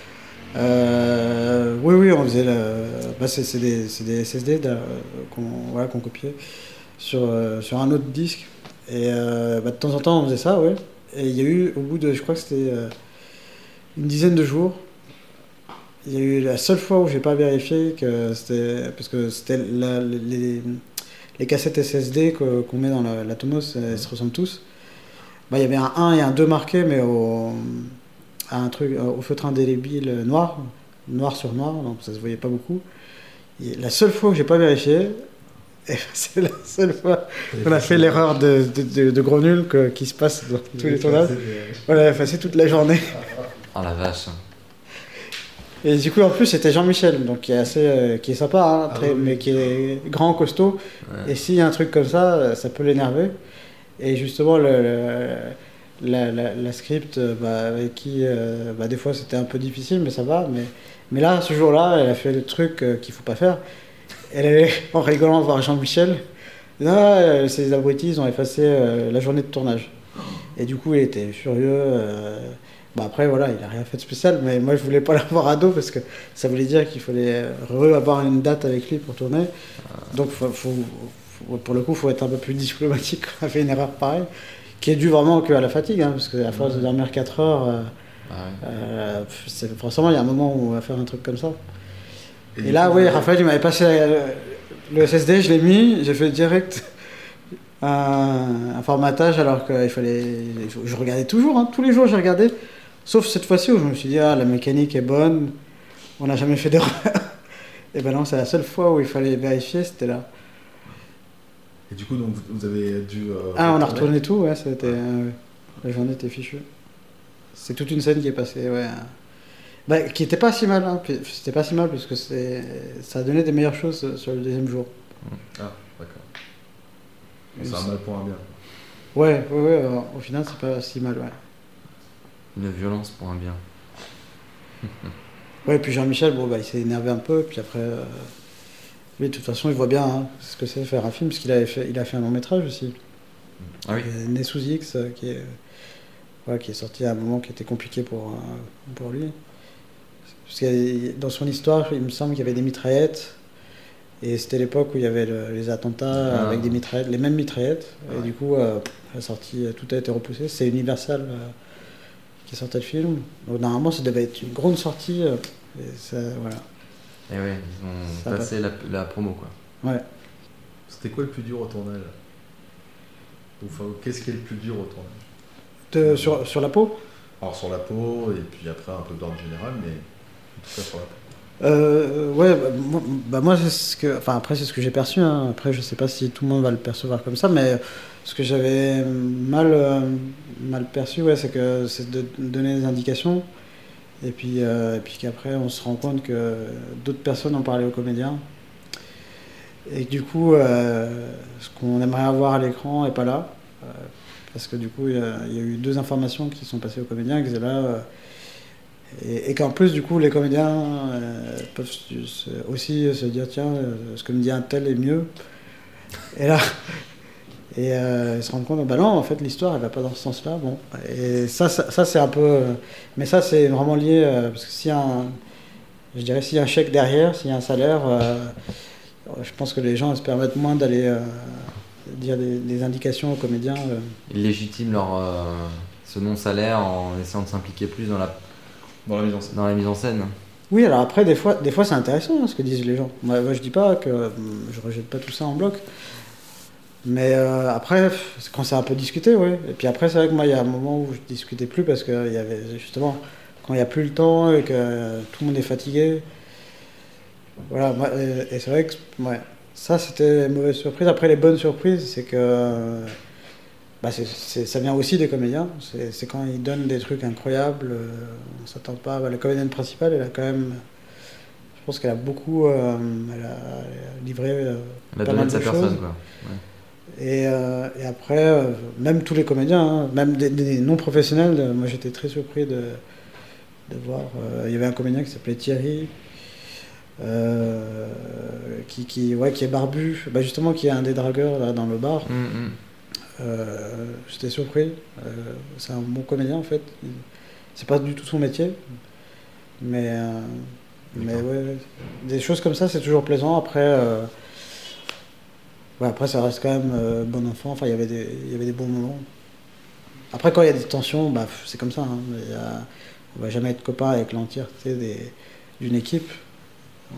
Euh, oui, oui, on faisait. Le, bah, c'est, c'est, des, c'est des S S D là, qu'on, voilà, qu'on copiait sur, euh, sur un autre disque. Et euh, bah, de temps en temps, on faisait ça, ouais. Et il y a eu, au bout de, je crois que c'était euh, une dizaine de jours, il y a eu la seule fois où j'ai pas vérifié que c'était. Parce que c'était la, les, les cassettes S S D que, qu'on met dans la, l'Atomos, elles se ressemblent tous. Bah, il y avait un un et un deux marqués, mais au, à un truc, au feutre indélébile noir, noir sur noir, donc ça se voyait pas beaucoup. Et la seule fois où j'ai pas vérifié, et c'est la seule fois qu'on a fait l'erreur de, de, de, de gros nul que, qui se passe dans tous les tournages. On l'a effacé toute la journée. Oh la vache. Et du coup, en plus, c'était Jean-Michel, donc qui est assez, euh, qui est sympa, hein, Ah très, oui, oui. mais qui est grand, costaud. Ouais. Et s'il y a un truc comme ça, euh, ça peut l'énerver. Et justement, le, le- la, la, la script, euh, bah, avec qui, euh, bah, des fois, c'était un peu difficile, mais ça va. Mais, mais là, ce jour-là, elle a fait le truc euh, qu'il faut pas faire. Elle allait en rigolant voir Jean-Michel. Non, euh, ces abrutis, ils ont effacé euh, la journée de tournage. Et du coup, il était furieux. euh, Bah après, voilà, il a rien fait de spécial, mais moi, je voulais pas l'avoir à dos parce que ça voulait dire qu'il fallait re-avoir une date avec lui pour tourner. Donc, faut, faut- faut- pour le coup, il faut être un peu plus diplomatique quand on a fait une erreur pareille, qui est due vraiment qu'à la fatigue, hein, parce qu'à force de dormir quatre heures, euh, Ah ouais. euh, c'est- forcément, il y a un moment où on va faire un truc comme ça. Et, du là, coup, oui, euh, Raphaël, il m'avait passé euh, le S S D, je l'ai mis, j'ai fait direct un, un formatage, alors qu'il fallait. Je, je regardais toujours, hein, tous les jours, j'ai regardé. Sauf cette fois-ci où je me suis dit, ah, la mécanique est bonne, on n'a jamais fait d'erreur. Et ben non, c'est la seule fois où il fallait vérifier, c'était là. Et du coup, donc, vous vous avez dû. euh, Ah, on a retourner. retourné tout, ouais, c'était, euh, la journée était fichue. C'est toute une scène qui est passée, ouais. Bah, qui était pas si mal, hein, puis c'était pas si mal, parce que c'est, ça a donné des meilleures choses sur le deuxième jour. Ah, d'accord. Bon, c'est un mal pour un bien. Ouais, ouais, ouais, euh, au final, c'est pas si mal, ouais. Une violence pour un bien. Ouais, puis Jean-Michel, bon, bah, il s'est énervé un peu, puis après, euh, lui, de toute façon, il voit bien hein, ce que c'est faire un film, parce qu'il avait fait, il a fait un long métrage aussi. Ah oui. Euh, Né sous X, euh, qui est, ouais, qui est sorti à un moment qui était compliqué pour, euh, pour lui. Parce que dans son histoire, il me semble qu'il y avait des mitraillettes, Et c'était l'époque où il y avait le, les attentats Ah. avec des mitraillettes, les mêmes mitraillettes. Ouais. Et du coup, euh, la sortie, tout a été repoussé. C'est Universal euh, qui sortait le film. Donc normalement, ça devait être une grande sortie. euh, et ça, voilà. Et ouais, ils ont Ça passé la, la promo quoi. Ouais. C'était quoi le plus dur au tournage? Enfin, qu'est-ce qui est le plus dur au tournage? De- sur, sur la peau. Alors sur la peau, et puis après un peu d'ordre général, mais en tout cas sur la peau. Euh, ouais, bah, moi, bah, moi, c'est ce que, enfin après c'est ce que j'ai perçu. Hein. Après, je sais pas si tout le monde va le percevoir comme ça, mais ce que j'avais mal euh, mal perçu, ouais, c'est que c'est de donner des indications, et puis euh, et puis qu'après on se rend compte que d'autres personnes ont parlé aux comédiens, et que du coup, euh, ce qu'on aimerait avoir à l'écran est pas là, euh, parce que du coup, il y, a- il y a eu deux informations qui sont passées aux comédiens, qui étaient là. euh, Et, et qu'en plus, du coup, les comédiens euh, peuvent se- se- aussi se dire tiens, euh, ce que me dit un tel est mieux. Et là, et euh, ils se rendent compte bah non, en fait, l'histoire, elle va pas dans ce sens-là. Bon, et ça, ça, ça, c'est un peu. euh, mais ça, c'est vraiment lié euh, parce que s'il y a un, je dirais, s'il y a un chèque derrière, s'il y a un salaire, euh, je pense que les gens se permettent moins d'aller euh, dire des, des indications aux comédiens. euh. Ils légitiment leur, euh, ce non-salaire en essayant de s'impliquer plus dans la, Dans la mise en scène. dans la mise en scène. Oui, alors après, des fois, des fois c'est intéressant hein, ce que disent les gens. Moi, moi, je dis pas que hum, je rejette pas tout ça en bloc. Mais euh, après, c'est quand c'est un peu discuté, oui. Et puis après, c'est vrai que moi, il y a un moment où je discutais plus parce qu'il y avait justement, quand il n'y a plus le temps et que tout le monde est fatigué. Voilà, moi, et, et c'est vrai que ouais, ça, c'était une mauvaise surprise. Après, les bonnes surprises, c'est que bah, c'est, c'est- ça vient aussi des comédiens. C'est, c'est quand ils donnent des trucs incroyables. euh, on s'attend pas. Bah, la comédienne principale, elle a quand même. Je pense qu'elle a beaucoup. euh, elle, a, elle a livré. euh, Elle a pas donné mal de sa de personne choses. quoi. Et, euh, et après, euh, même tous les comédiens, hein, même des, des non-professionnels, euh, moi j'étais très surpris de, de voir. euh, Il y avait un comédien qui s'appelait Thierry, euh, qui, qui, ouais, qui est barbu, bah, justement qui est un des dragueurs là, dans le bar. Hum, hum. Euh, j'étais surpris. Euh, c'est un bon comédien en fait. Il- C'est pas du tout son métier. Mais, euh, mais ouais, ouais. Des choses comme ça, c'est toujours plaisant. Après. euh, Ouais, après, ça reste quand même euh, bon enfant. Enfin, il y avait des, il y avait des bons moments. Après, quand il y a des tensions, bah, c'est comme ça. Hein. Il y a- on va jamais être copain avec l'entièreté des- d'une équipe. Euh,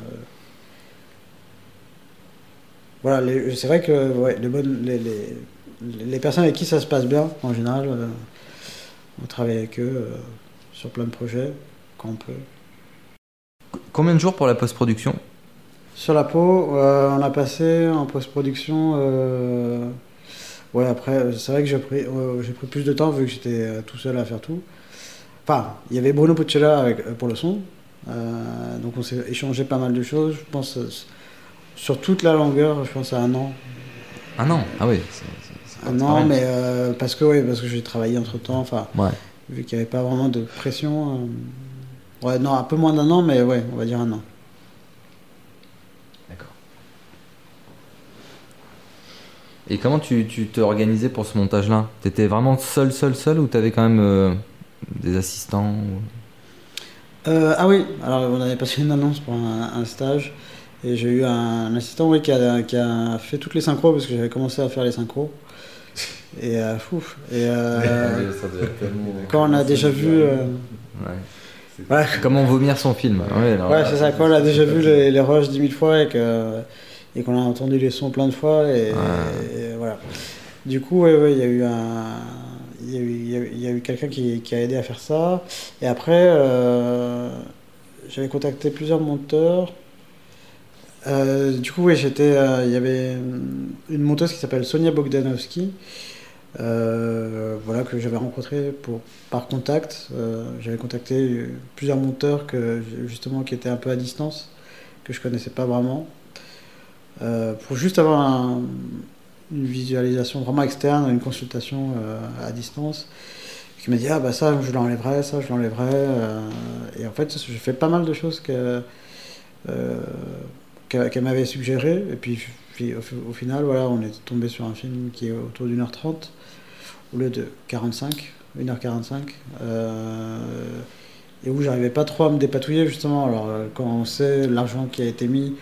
Voilà, les- c'est vrai que ouais, les, bonnes, les, les, les personnes avec qui ça se passe bien, en général, euh, on travaille avec eux euh, sur plein de projets, quand on peut. Combien de jours pour la post-production? Sur la peau, euh, on a passé en post-production. euh, Ouais, après, c'est vrai que j'ai pris, euh, j'ai pris plus de temps vu que j'étais euh, tout seul à faire tout. Enfin, il y avait Bruno Puccella avec, euh, pour le son. Euh, donc on s'est échangé pas mal de choses. Je pense euh, sur toute la longueur, je pense à un an. Un an. Ah oui. c'est- c'est- c'est pas- Un c'est pas an, rien. mais euh, parce que oui, parce que j'ai travaillé entre temps. Enfin, Ouais. vu qu'il n'y avait pas vraiment de pression. euh, Ouais, non, un peu moins d'un an, mais ouais, on va dire un an. D'accord. Et comment tu, tu t'es organisé pour ce montage-là? T'étais vraiment seul, seul, seul, ou t'avais quand même euh, des assistants ou- Euh, ah oui, alors on avait passé une annonce pour un, un stage et j'ai eu un, un assistant oui, qui, a, qui a fait toutes les synchros parce que j'avais commencé à faire les synchros. Et euh, fou. Et euh, Ça devait être tellement- quand on a déjà vu. euh, Ouais. ouais, Comment vomir son film? Ouais, alors, ouais, c'est ça, quand on a déjà vu les, les rushs dix mille fois et que- et qu'on a entendu les sons plein de fois. Et, Ouais. et voilà. Du coup, ouais, ouais, il y a eu un. Il y a eu, il y a eu- il y a eu quelqu'un qui, qui a aidé à faire ça. Et après, euh, j'avais contacté plusieurs monteurs. Euh, du coup, oui, j'étais, euh, il y avait une monteuse qui s'appelle Sonia Bogdanowski, euh, voilà, que j'avais rencontrée pour, par contact. Euh, j'avais contacté plusieurs monteurs que, justement, qui étaient un peu à distance, que je connaissais pas vraiment, euh, pour juste avoir un- une visualisation vraiment externe, une consultation euh, à distance, qui m'a dit ah bah ça je l'enlèverai, ça je l'enlèverai, euh, et en fait j'ai fait pas mal de choses que, euh, qu'elle, qu'elle m'avait suggéré, et puis, puis au, au final voilà, on est tombé sur un film qui est autour d'une heure trente au lieu de quarante-cinq, une heure quarante-cinq, euh, et où j'arrivais pas trop à me dépatouiller justement. Alors euh, quand on sait l'argent qui a été mis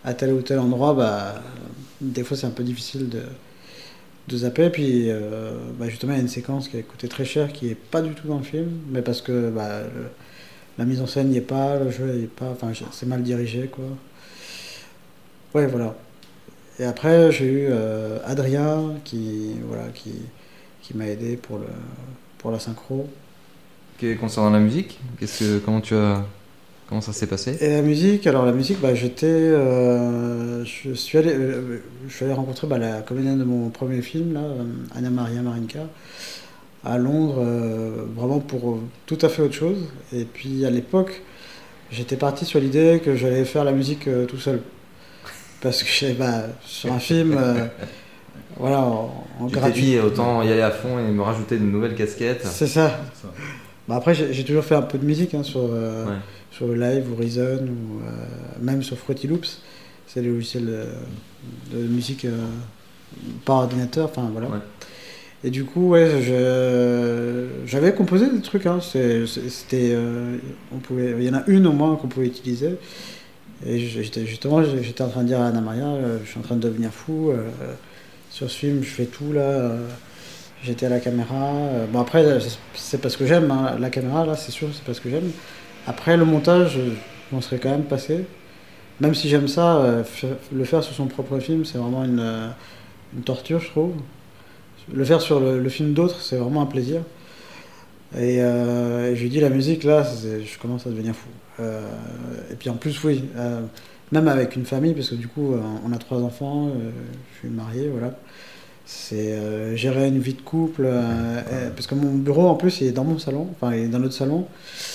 à tel ou tel endroit, bah, des fois c'est un peu difficile de, de zapper. Puis euh, bah, justement, il y a une séquence qui a coûté très cher, qui est pas du tout dans le film, mais parce que bah, le, la mise en scène n'y est pas, le jeu n'y est pas, enfin c'est mal dirigé, quoi. Ouais, voilà. Et après, j'ai eu euh, Adrien qui, voilà, qui, qui m'a aidé pour, le, pour la synchro. Concernant la musique, qu'est-ce que, comment, tu as, comment ça s'est passé? Et la musique, alors la musique, bah, j'étais, euh, je, suis allé, euh, je suis allé rencontrer bah, la comédienne de mon premier film, là, Anna Maria Marinka, à Londres, euh, vraiment pour euh, tout à fait autre chose. Et puis à l'époque, j'étais parti sur l'idée que j'allais faire la musique euh, tout seul. Parce que bah, sur un film, euh, voilà, en, en tu gratuit. t'es dit autant y aller à fond et me rajouter de nouvelles casquettes. C'est ça. C'est ça. Bah après, j'ai, j'ai toujours fait un peu de musique hein, sur, euh, ouais. sur Live ou Reason, ou euh, même sur Fruity Loops. C'est les logiciels de, de musique euh, par ordinateur, enfin voilà. Ouais. Et du coup, ouais, je, j'avais composé des trucs. Hein, c'est, c'était, euh, on pouvait, il y en a une au moins qu'on pouvait utiliser. Et j'étais, justement, j'étais en train de dire à Anna Maria, euh, je suis en train de devenir fou. Euh, sur ce film, je fais tout là. Euh, j'étais à la caméra. Euh, bon, après, c'est parce que j'aime. Hein, la caméra, là, c'est sûr, c'est parce que j'aime. Après, le montage, je m'en serais quand même passé. Même si j'aime ça, euh, f- le faire sur son propre film, c'est vraiment une, euh, une torture, je trouve. Le faire sur le, le film d'autres, c'est vraiment un plaisir. Et, euh, et je lui dis, la musique, là, c'est, je commence à devenir fou. Euh, et puis en plus, oui, euh, même avec une famille, parce que du coup, euh, on a trois enfants, euh, je suis marié, voilà. C'est euh, gérer une vie de couple, euh, et, parce que mon bureau, en plus, il est dans mon salon, enfin, il est dans notre salon.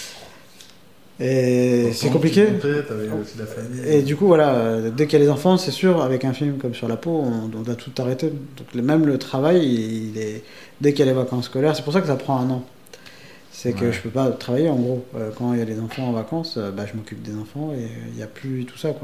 Et donc, c'est compliqué. Montais, t'avais aussi la famille. Et du coup, voilà, euh, dès qu'il y a les enfants, c'est sûr, avec un film comme Sur la peau, on, on doit tout arrêter. Donc, même le travail, il est, dès qu'il y a les vacances scolaires, c'est pour ça que ça prend un an. C'est que ouais. je peux pas travailler en gros. Euh, quand il y a les enfants en vacances, euh, bah, je m'occupe des enfants et il n'y a plus tout ça, quoi.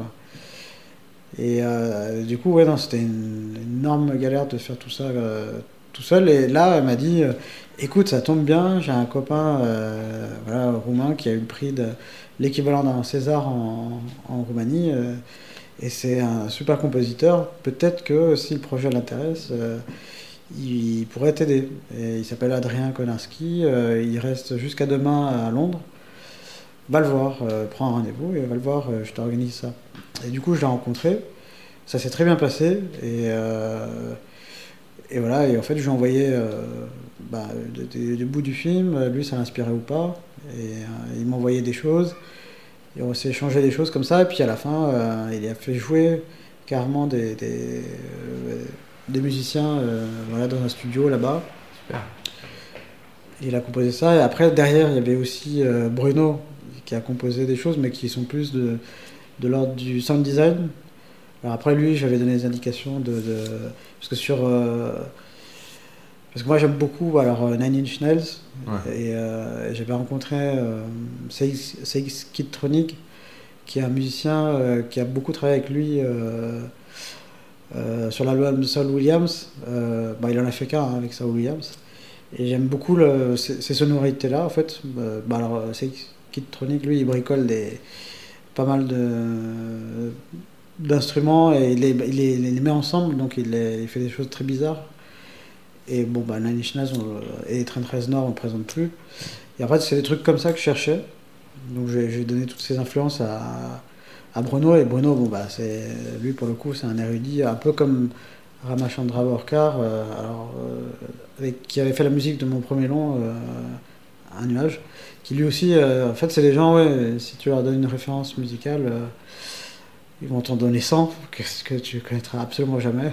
Et euh, du coup, ouais, non, c'était une, une énorme galère de faire tout ça euh, tout seul. Et là, elle m'a dit, euh, écoute, ça tombe bien, j'ai un copain euh, voilà, roumain qui a eu le prix de l'équivalent d'un César en, en Roumanie. Euh, et c'est un super compositeur. Peut-être que si le projet l'intéresse... Euh, il pourrait t'aider. Et il s'appelle Adrien Konarski, euh, il reste jusqu'à demain à Londres. Va le voir, euh, prends un rendez-vous et va le voir, euh, je t'organise ça. Et du coup, je l'ai rencontré, ça s'est très bien passé, et, euh, et voilà, et en fait, je lui ai envoyé euh, bah, des bouts du film, lui, ça l'inspirait ou pas, et euh, il m'a envoyé des choses, et on s'est échangé des choses comme ça, et puis à la fin, euh, il a fait jouer carrément des... des euh, des musiciens euh, voilà, dans un studio là-bas. Super. Il a composé ça. Et après, derrière, il y avait aussi euh, Bruno qui a composé des choses, mais qui sont plus de, de l'ordre du sound design. Alors après, lui, j'avais donné des indications de... de parce que sur... Euh, parce que moi, j'aime beaucoup alors, Nine Inch Nails. Ouais. Et euh, j'avais rencontré euh, Seix Kidtronic, qui est un musicien euh, qui a beaucoup travaillé avec lui... Euh, Euh, sur l'album de Saul Williams, euh, bah, il en a fait qu'un hein, avec Saul Williams, et j'aime beaucoup le, ces, ces sonorités là en fait. Euh, bah, alors c'est Kidtronic, lui il bricole des, pas mal de, d'instruments et il les, il, les, il les met ensemble, donc il, les, il fait des choses très bizarres. Et bon bah Nine Inch Nails et Trent Reznor on ne présente plus, et en fait c'est des trucs comme ça que je cherchais, donc j'ai, j'ai donné toutes ces influences à à Bruno. Et Bruno, bon, bah, c'est, lui pour le coup c'est un érudit, un peu comme Ramachandra Borkar, euh, alors, euh, avec, qui avait fait la musique de mon premier long, euh, Un nuage, qui lui aussi, euh, en fait c'est des gens, ouais, si tu leur donnes une référence musicale, euh, ils vont t'en donner cent, qu'est-ce que tu connaîtras absolument jamais.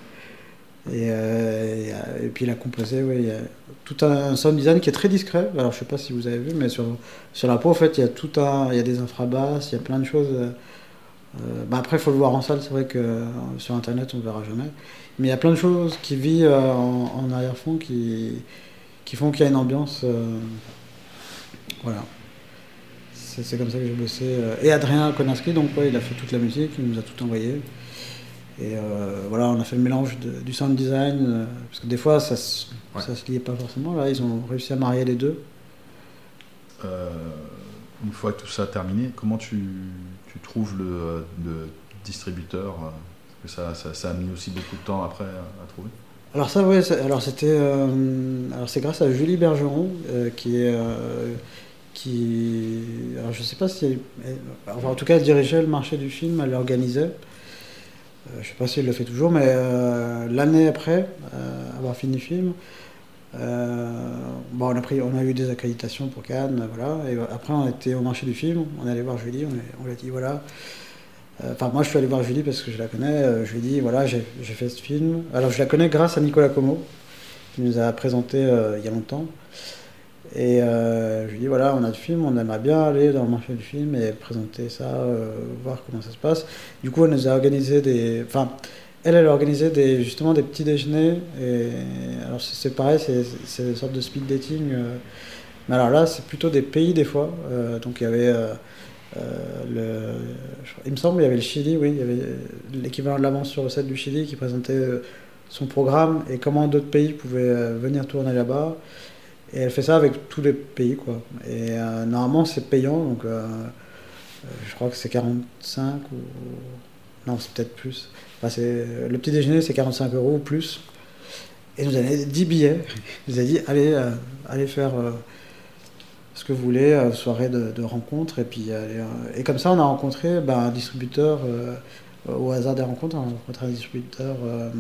Et, euh, et, et puis il a composé, ouais, il y a tout un sound design qui est très discret. Alors je sais pas si vous avez vu, mais sur, sur la peau en fait il y a tout un, il y a des infrabasses, il y a plein de choses. Euh, bah après il faut le voir en salle, c'est vrai que euh, sur internet on ne verra jamais. Mais il y a plein de choses qui vivent euh, en, en arrière-fond qui, qui font qu'il y a une ambiance. Euh, voilà. C'est, c'est comme ça que j'ai bossé. Euh, et Adrien Konarski, donc ouais, il a fait toute la musique, il nous a tout envoyé. Et euh, voilà, on a fait le mélange de, du sound design, euh, parce que des fois ça se, ouais. ça se liait pas forcément. Là, ils ont réussi à marier les deux. Euh, une fois que tout ça a terminé, comment tu, tu trouves le, de, distributeur euh, parce que ça, ça, ça a mis aussi beaucoup de temps après à, à trouver. Alors ça, ouais, c'est- alors c'était, euh, alors c'est grâce à Julie Bergeron euh, qui est, euh, qui, alors je sais pas si, elle, elle- enfin en tout cas elle dirigeait le marché du film, elle l'organisait. Euh, je sais pas si elle le fait toujours, mais euh, l'année après euh, avoir fini le film, euh, bon, on a pris, on a eu des accréditations pour Cannes, voilà. Et après on était au marché du film, on est allé voir Julie, on, est- on lui a dit voilà. Euh, Enfin, moi je suis allé voir Julie parce que je la connais. euh, je lui ai dit voilà, j'ai j'ai fait ce film. Alors je la connais grâce à Nicolas Como, qui nous a présenté euh, il y a longtemps. Et euh, je lui ai dit voilà, on a le film, on aimerait bien aller dans le marché du film et présenter ça, euh, voir comment ça se passe. Du coup, elle nous a organisé des. Enfin, elle, elle a organisé des, justement des petits déjeuners. Et alors c'est c'est pareil, c'est c'est une sorte de speed dating. euh, Mais alors là, c'est plutôt des pays des fois. Euh, donc il y avait. euh, euh, le, je crois- il me semble il y avait le Chili, oui, il y avait l'équivalent de l'avance sur recette du Chili qui présentait euh, son programme et comment d'autres pays pouvaient euh, venir tourner là-bas. Et elle fait ça avec tous les pays, quoi. Et euh, normalement, c'est payant, donc euh, euh, je crois que c'est quarante-cinq ou. Non, c'est peut-être plus. Enfin, c'est... Le petit déjeuner, c'est quarante-cinq euros ou plus. Et elle nous a donné dix billets. Elle nous a dit allez, euh, allez faire. euh, ce que vous voulez, euh, soirée de, de rencontre. Et, puis, euh, et comme ça, on a rencontré bah, un distributeur, euh, au hasard des rencontres, on a rencontré un distributeur euh,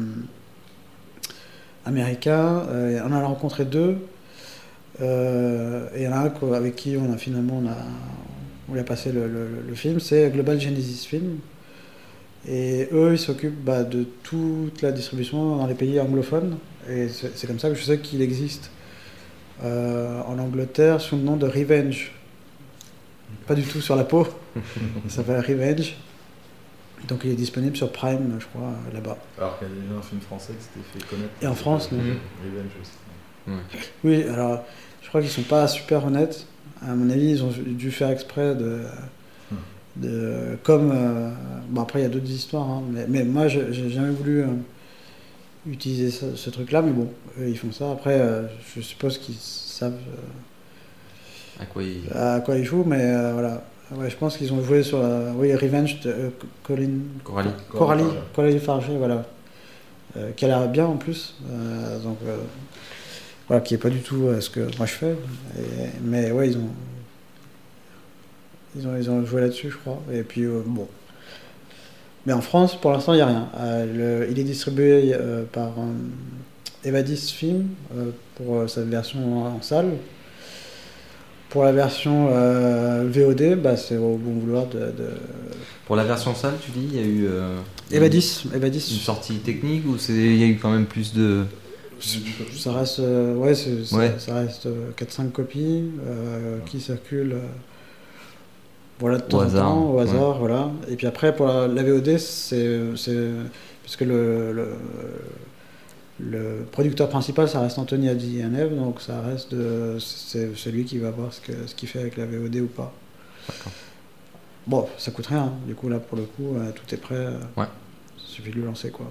américain. Euh, on en a rencontré deux. Euh, et il y en a un qu'o- avec qui on a finalement on a, on lui a passé le, le- le film, c'est Global Genesis Film. Et eux, ils s'occupent bah, de toute la distribution dans les pays anglophones. Et c'est c'est comme ça que je sais qu'il existe euh, en Angleterre sous le nom de Revenge. Pas du tout sur la peau. Il s'appelle Revenge. Donc il est disponible sur Prime, je crois, là-bas. Alors qu'il y a déjà un film français qui s'était fait connaître. Et en France, non. Revenge aussi. Oui, alors je crois qu'ils sont pas super honnêtes. À mon avis, ils ont dû faire exprès de. de comme. euh, bon, après, il y a d'autres histoires, hein, mais, mais moi, je- j'ai jamais voulu euh, utiliser ça- ce truc-là, mais bon, eux, ils font ça. Après, euh, je suppose qu'ils savent À quoi il... euh, à quoi ils jouent, mais euh, voilà. Ouais, je pense qu'ils ont joué sur la. Oui, Revenge de euh, Colin. Coralie. Coralie, Farger. Coralie Farger, voilà. Euh, qui a l'air bien en plus. Euh, donc, euh, voilà, qui est pas du tout euh, ce que moi je fais. Et- mais ouais, ils ont, ils ont, ils ont joué là-dessus, je crois. Et puis, euh, bon. Mais en France, pour l'instant, il n'y a rien. Euh, le- il est distribué euh, par euh, Evadis Film euh, pour euh, sa version en, en salle. Pour la version euh, V O D, bah, c'est au bon vouloir de, de... Pour la version salle, tu dis, il y a eu euh, Evadis. une, Evadis. une sortie technique ou c'est il y a eu quand même plus de... Ça reste, euh, ouais, c'est- ça, Ouais. ça reste euh, quatre cinq copies euh, qui circulent euh, voilà, de temps Au en hasard, temps, au ouais. hasard. Voilà. Et puis après, pour la, la V O D, c'est, c'est- puisque le, le, le producteur principal, ça reste Anthony Adjianev, donc ça reste de, c'est celui qui va voir ce, que, ce qu'il fait avec la V O D ou pas. D'accord. Bon, ça coûte rien, hein. Du coup, là, pour le coup, euh, tout est prêt. euh, Ouais. Il suffit de le lancer, quoi.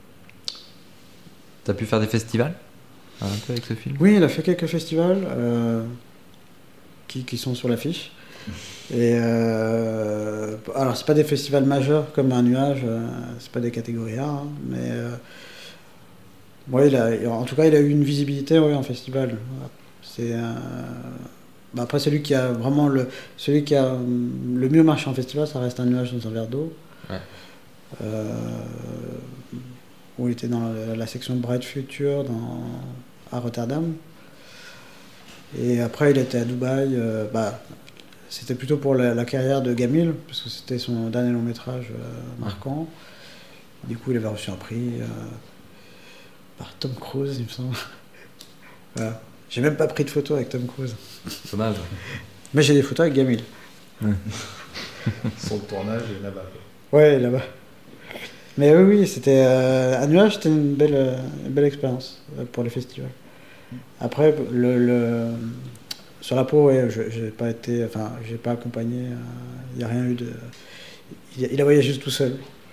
T'as pu faire des festivals un peu avec ce film? Oui, il a fait quelques festivals euh, qui, qui sont sur l'affiche. Et euh, alors, c'est pas des festivals majeurs comme Un Nuage, euh, c'est pas des catégories A, hein, mais euh, ouais, il a, en tout cas, il a eu une visibilité ouais, en festival. C'est euh, bah, après celui qui a vraiment le celui qui a hum, le mieux marché en festival, ça reste Un Nuage dans un verre d'eau. Ouais. Euh, où il était dans la, la section Bright Future dans, à Rotterdam. Et après, il était à Dubaï. euh, bah, c'était plutôt pour la, la carrière de Gamil, parce que c'était son dernier long métrage euh, marquant. Du coup, il avait reçu un prix euh, par Tom Cruise, il me semble. Voilà. J'ai même pas pris de photo avec Tom Cruise. Dommage. Mais j'ai des photos avec Gamil. Sur le tournage et là-bas. quoi. Ouais, là-bas. Mais oui, oui, c'était. Euh, Un Nuage, c'était une belle, euh, une belle expérience euh, pour les festivals. Après, le, le- sur la peau, ouais, je j'ai pas été. Enfin, j'ai pas accompagné. Il n'y a rien eu de. Il a, il a voyagé tout seul.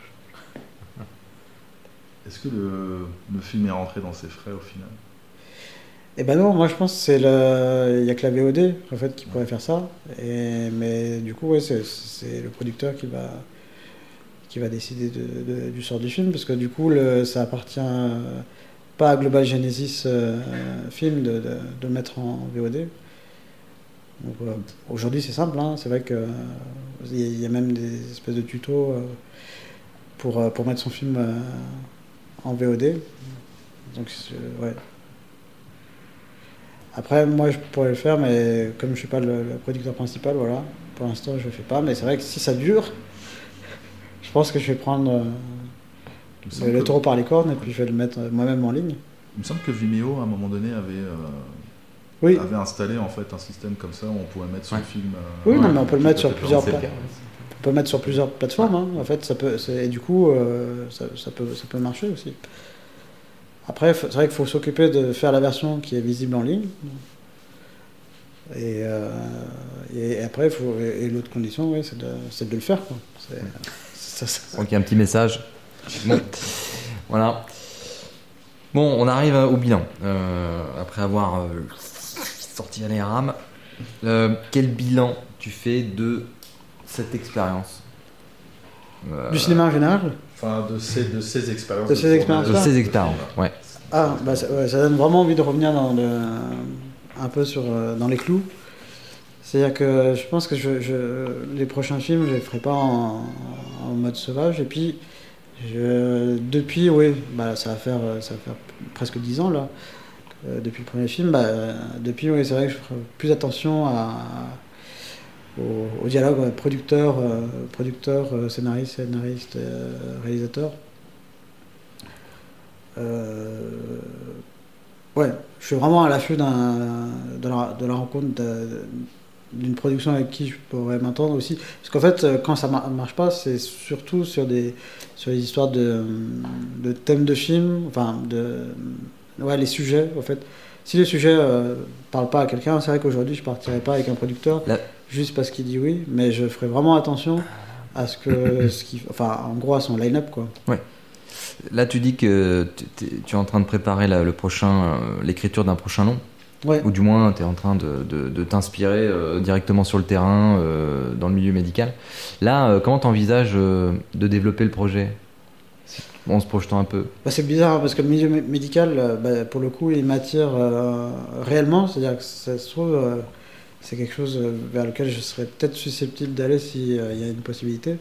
Est-ce que le, le film est rentré dans ses frais au final? Eh ben non, moi je pense que c'est le. Il n'y a que la V O D en fait qui pourrait faire ça. Et, mais du coup, ouais, c'est, c'est le producteur qui va, qui qui va décider de, de, du sort du film, parce que du coup, le, ça appartient euh, pas à Global Genesis euh, Film de, de, de le mettre en V O D. Donc, euh, aujourd'hui, c'est simple, hein, c'est vrai qu'il euh, y, y a même des espèces de tutos euh, pour, euh, pour mettre son film euh, en V O D. Donc, ouais. Après, moi, je pourrais le faire, mais comme je ne suis pas le, le producteur principal, voilà, pour l'instant, je ne le fais pas. Mais c'est vrai que si ça dure, je pense que je vais prendre euh, le, le taureau par les cornes et puis je vais le mettre euh, moi-même en ligne. Il me semble que Vimeo, à un moment donné, avait, euh, oui. avait installé en fait, un système comme ça où on pouvait mettre son ouais. film. Oui, Euh, non, ouais, mais on peut le mettre sur peut-être plusieurs pas. pla- on peut le mettre sur plusieurs plateformes. Hein. En fait, ça peut, et du coup, euh, ça, ça, peut, ça peut marcher aussi. Après, c'est vrai qu'il faut s'occuper de faire la version qui est visible en ligne. Et, euh, et après, faut, et, et l'autre condition, oui, c'est, de, c'est de le faire. Quoi. C'est, ça, ça. Donc il y a un petit message. Bon, voilà. Bon, on arrive au bilan. Euh, après avoir euh, sorti les rames, euh, quel bilan tu fais de cette expérience euh, Du cinéma en général ? Enfin, de ces, de ces expériences. De ces expériences. De ces expériences, ouais. Ah, bah ça, ouais, ça donne vraiment envie de revenir dans le, un peu sur, dans les clous. C'est-à-dire que je pense que je, je, les prochains films, je les ferai pas en, en mode sauvage. Et puis, je, depuis, oui, bah, ça va faire, ça va faire presque dix ans là, euh, depuis le premier film. Bah, depuis, oui, c'est vrai que je ferai plus attention à, au, au dialogue ouais, producteur, euh, producteur, euh, scénariste, scénariste, euh, réalisateur. Euh, ouais, je suis vraiment à l'affût d'un, de, la, de la rencontre de, d'une production avec qui je pourrais m'entendre aussi. Parce qu'en fait, quand ça ne marche pas, c'est surtout sur des, sur les histoires de, de thèmes de films, enfin, de, ouais, les sujets, en fait. Si le sujet ne euh, parle pas à quelqu'un, c'est vrai qu'aujourd'hui, je ne partirais pas avec un producteur Là. juste parce qu'il dit oui, mais je ferai vraiment attention à ce que, ce qui, enfin, en gros, à son line-up, quoi. Ouais. Là, tu dis que tu es en train de préparer la, le prochain, euh, l'écriture d'un prochain long. Ouais. Ou du moins, tu es en train de, de, de t'inspirer euh, directement sur le terrain, euh, dans le milieu médical. Là, euh, comment tu envisages euh, de développer le projet en se projetant un peu ? Bah, c'est bizarre, parce que le milieu médical, bah, pour le coup, il m'attire euh, réellement. C'est-à-dire que ça se trouve, euh, c'est quelque chose vers lequel je serais peut-être susceptible d'aller s'il euh, y a une possibilité.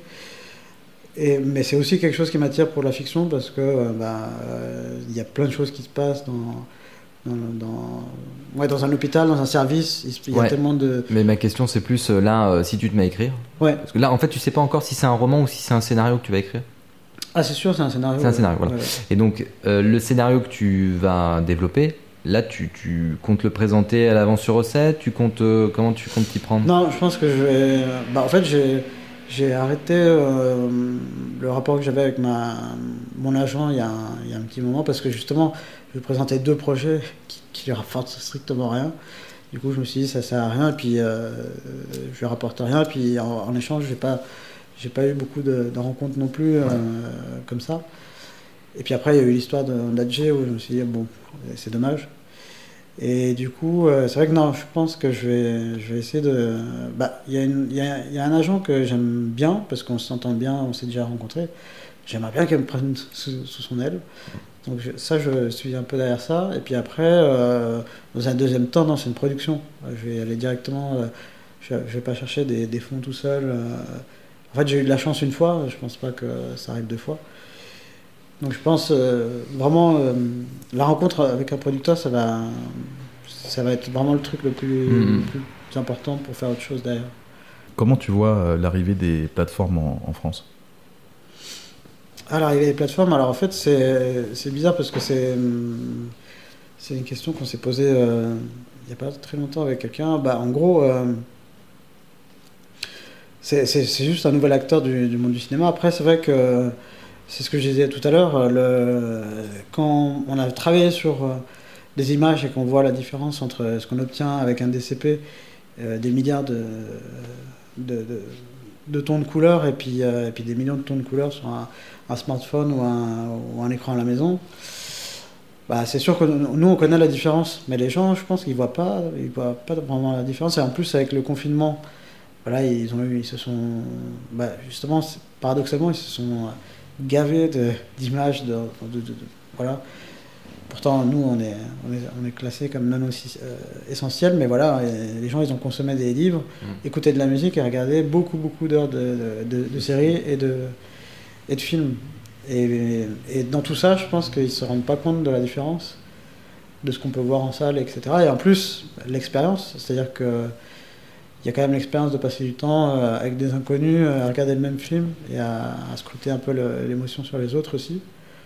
Et, mais c'est aussi quelque chose qui m'attire pour la fiction parce que euh, bah, euh, y a plein de choses qui se passent dans, dans, dans, ouais, dans un hôpital, dans un service. Il y a ouais. tellement de. Mais ma question, c'est plus euh, là, euh, si tu te mets à écrire. Ouais. Parce que là, en fait, tu sais pas encore si c'est un roman ou si c'est un scénario que tu vas écrire. Ah, c'est sûr, c'est un scénario. C'est un scénario, ouais. voilà. Ouais, ouais. Et donc, euh, le scénario que tu vas développer, là, tu, tu comptes le présenter à l'avance sur recette. Tu comptes euh, comment tu comptes t'y prendre ? Non, je pense que je vais. Bah, en fait, j'ai. J'ai arrêté euh, le rapport que j'avais avec ma, mon agent il y, a un, il y a un petit moment parce que justement, je lui présentais deux projets qui, qui lui rapportent strictement rien. Du coup, je me suis dit ça sert à rien et puis euh, je lui rapporte rien. Et puis en, en échange, j'ai pas, j'ai pas eu beaucoup de, de rencontres non plus euh, ouais. comme ça. Et puis après, il y a eu l'histoire de Nadjé où je me suis dit bon, c'est dommage. Et du coup, euh, c'est vrai que non, je pense que je vais, je vais essayer de... Bah, il y a une, il y a, il y a un agent que j'aime bien, parce qu'on s'entend bien, on s'est déjà rencontrés. J'aimerais bien qu'elle me prenne sous, sous son aile. Donc je, ça, je suis un peu derrière ça. Et puis après, euh, dans un deuxième temps, non, c'est une production. Je vais aller directement... Euh, je ne vais pas chercher des, des fonds tout seul. Euh. En fait, j'ai eu de la chance une fois, je pense pas que ça arrive deux fois. Donc je pense euh, vraiment euh, la rencontre avec un producteur, ça va, ça va être vraiment le truc le plus, mmh. le plus important pour faire autre chose derrière. Comment tu vois euh, l'arrivée des plateformes en, en France ? Ah, l'arrivée des plateformes, alors en fait c'est, c'est bizarre parce que c'est, c'est une question qu'on s'est posée euh, il n'y a pas très longtemps avec quelqu'un. Bah, en gros, euh, c'est, c'est, c'est juste un nouvel acteur du, du monde du cinéma. Après c'est vrai que c'est ce que je disais tout à l'heure, le, quand on a travaillé sur des images et qu'on voit la différence entre ce qu'on obtient avec un D C P, euh, des milliards de, de, de, de tons de couleurs et puis, euh, et puis des millions de tons de couleurs sur un, un smartphone ou un, ou un écran à la maison, bah, c'est sûr que nous on connaît la différence, mais les gens je pense qu'ils ne voient pas, ils voient pas vraiment la différence. Et en plus avec le confinement, voilà, ils, ont eu, ils se sont. Bah, justement, paradoxalement, ils se sont gavés de, d'images. De, de, de, de, voilà. Pourtant, nous, on est, on est, on est classés comme non aussi euh, essentiels, mais voilà, les gens, ils ont consommé des livres, mmh. écouté de la musique et regardé beaucoup, beaucoup d'heures de, de, de, de séries et de, et de films. Et, et dans tout ça, je pense qu'ils ne se rendent pas compte de la différence, de ce qu'on peut voir en salle, et cetera. Et en plus, l'expérience, c'est-à-dire que il y a quand même l'expérience de passer du temps euh, avec des inconnus, à regarder le même film et à, à scruter un peu le, l'émotion sur les autres aussi.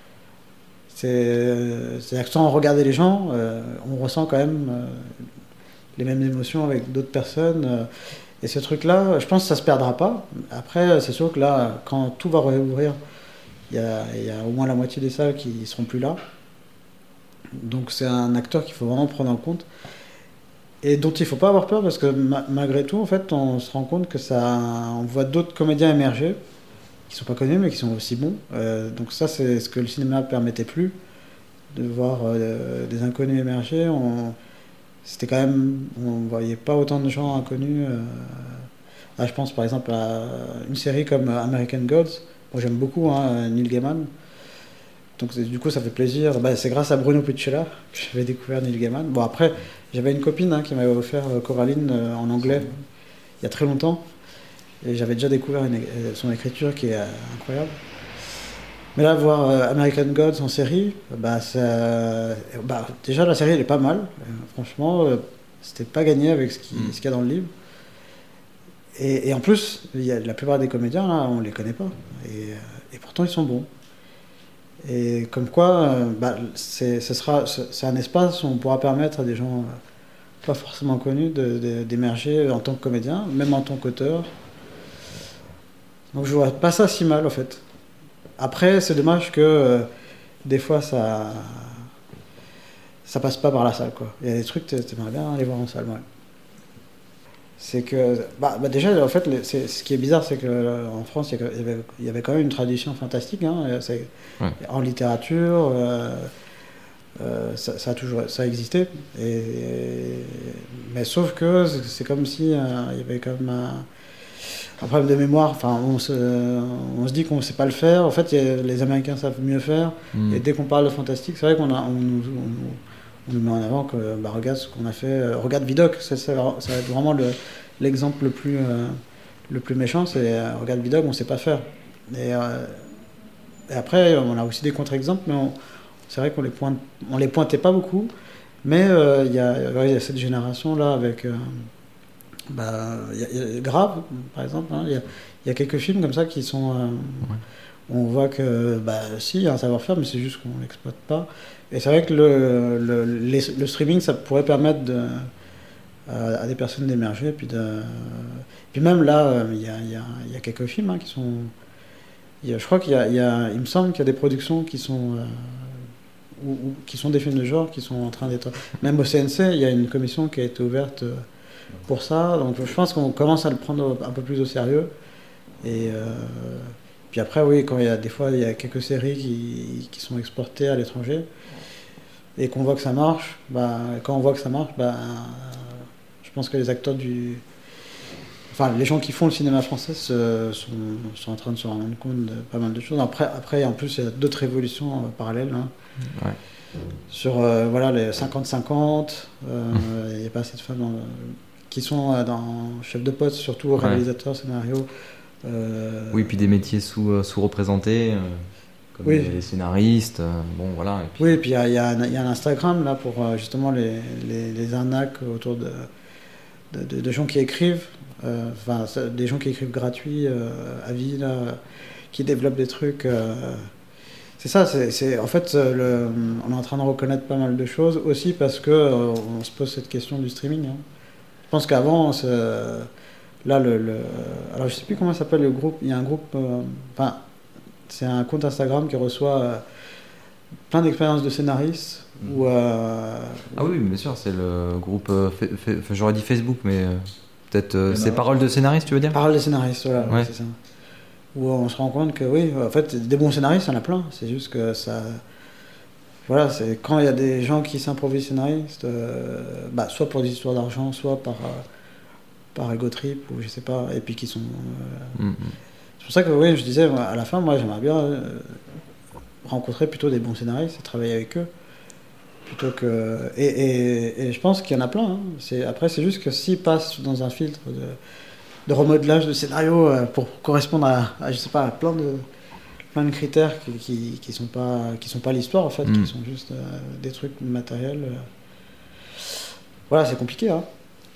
C'est, c'est-à-dire que sans regarder les gens, euh, on ressent quand même euh, les mêmes émotions avec d'autres personnes. Euh, et ce truc-là, je pense que ça ne se perdra pas. Après, c'est sûr que là, quand tout va réouvrir, il y a, y a au moins la moitié des salles qui ne seront plus là. Donc c'est un acteur qu'il faut vraiment prendre en compte. Et dont il ne faut pas avoir peur, parce que ma- malgré tout, en fait, on se rend compte que ça, on voit d'autres comédiens émerger, qui ne sont pas connus, mais qui sont aussi bons. Euh, donc ça, c'est ce que le cinéma ne permettait plus, de voir euh, des inconnus émerger. On, c'était quand même... On ne voyait pas autant de gens inconnus. Euh, là, je pense par exemple à une série comme American Gods. Moi, j'aime beaucoup hein, Neil Gaiman. Donc du coup, ça fait plaisir. Bah, c'est grâce à Bruno Piccella que j'avais découvert Neil Gaiman. Bon, après, j'avais une copine hein, qui m'avait offert Coraline euh, en anglais il y a très longtemps. Et j'avais déjà découvert une, son écriture qui est euh, incroyable. Mais là, voir euh, American Gods en série, bah, ça, bah, déjà la série elle est pas mal. Euh, franchement, euh, c'était pas gagné avec ce, qui, mm. ce qu'il y a dans le livre. Et, et en plus, il y a, la plupart des comédiens, là, on les connaît pas. Et, et pourtant, ils sont bons. Et comme quoi, euh, bah, c'est, ce sera, c'est un espace où on pourra permettre à des gens euh, pas forcément connus de, de, d'émerger en tant que comédien, même en tant qu'auteur. Donc je vois pas ça si mal en fait. Après, c'est dommage que euh, des fois ça ça passe pas par la salle quoi. Il y a des trucs que t'aimerais bien aller voir en salle, ouais. C'est que bah, bah déjà en fait les, c'est, ce qui est bizarre c'est que euh, en France il y, avait, il y avait quand même une tradition fantastique hein, c'est, ouais. En littérature euh, euh, ça, ça a toujours ça a existé et, et, mais sauf que c'est, c'est comme si euh, il y avait quand même un un problème de mémoire, enfin, on se, on se dit qu'on ne sait pas le faire. En fait, y a, les Américains savent mieux faire. Mmh. Et dès qu'on parle de fantastique, c'est vrai qu'on a, on, on, on nous met en avant que, bah, regarde ce qu'on a fait. Euh, regarde Vidocq, ça, ça, ça va être vraiment le, l'exemple le plus, euh, le plus méchant. C'est euh, regarde Vidocq, on ne sait pas faire. Et, euh, et après, on a aussi des contre-exemples, mais on, c'est vrai qu'on les pointe, on les pointait pas beaucoup. Mais il euh, y, ouais, y a cette génération là avec. Euh, Bah, y a, y a Grave, par exemple, il hein, y, y a quelques films comme ça qui sont... Euh, ouais. On voit que, bah, si, il y a un savoir-faire, mais c'est juste qu'on ne l'exploite pas. Et c'est vrai que le, le, les, le streaming, ça pourrait permettre de, à, à des personnes d'émerger. Puis, de, puis même là, il y a, y, a, y a quelques films hein, qui sont... Y a, je crois qu'il y a, y a... Il me semble qu'il y a des productions qui sont... Euh, ou, ou, qui sont des films de genre qui sont en train d'être... Même au C N C, il y a une commission qui a été ouverte... Euh, pour ça, donc je pense qu'on commence à le prendre un peu plus au sérieux. Et euh, puis après, oui, quand il y a des fois il y a quelques séries qui, qui sont exportées à l'étranger et qu'on voit que ça marche, bah, quand on voit que ça marche, bah, je pense que les acteurs du, enfin les gens qui font le cinéma français se, sont, sont en train de se rendre compte de pas mal de choses. Après, après en plus il y a d'autres révolutions euh, parallèles. Hein. Ouais. Sur euh, voilà les cinquante cinquante, euh, il mmh. n'y a pas assez de femmes dans le, qui sont euh, dans chef de poste, surtout ouais. réalisateur, scénario. Euh... Oui, puis des métiers sous, euh, sous-représentés, euh, comme oui. les, les scénaristes. Euh, bon, voilà. Et puis... Oui, et puis il y, y, y a un Instagram là pour euh, justement les, les, les arnaques autour de, de, de, de gens qui écrivent, enfin euh, des gens qui écrivent gratuits euh, à vie, là, qui développent des trucs. Euh, C'est ça, c'est, c'est, en fait, le, on est en train de reconnaître pas mal de choses aussi parce qu'on euh, se pose cette question du streaming. Hein. Je pense qu'avant, là, le, le, alors je sais plus comment ça s'appelle le groupe, il y a un groupe, euh, enfin, c'est un compte Instagram qui reçoit euh, plein d'expériences de scénaristes. Mmh. Où, euh, ah oui, bien sûr, c'est le groupe, euh, fait, fait, j'aurais dit Facebook, mais euh, peut-être euh, c'est Paroles de scénaristes, tu veux dire ? Paroles de scénaristes, voilà, ouais. C'est ça. Où on se rend compte que oui, en fait, des bons scénaristes, il y en a plein. C'est juste que ça... Voilà, c'est quand il y a des gens qui s'improvisent scénaristes, euh, bah, soit pour des histoires d'argent, soit par, euh, par ego trip ou je sais pas, et puis qui sont. Euh... Mm-hmm. C'est pour ça que oui, je disais à la fin, moi j'aimerais bien euh, rencontrer plutôt des bons scénaristes et travailler avec eux. Plutôt que... et, et, et je pense qu'il y en a plein. Hein. C'est... Après, c'est juste que s'ils passent dans un filtre de, de remodelage de scénario euh, pour correspondre à, à, je sais pas, à plein de, plein de critères qui, qui, qui sont pas, qui sont pas l'histoire en fait, mmh. qui sont juste euh, des trucs matériels. Euh... Voilà, c'est compliqué. Hein.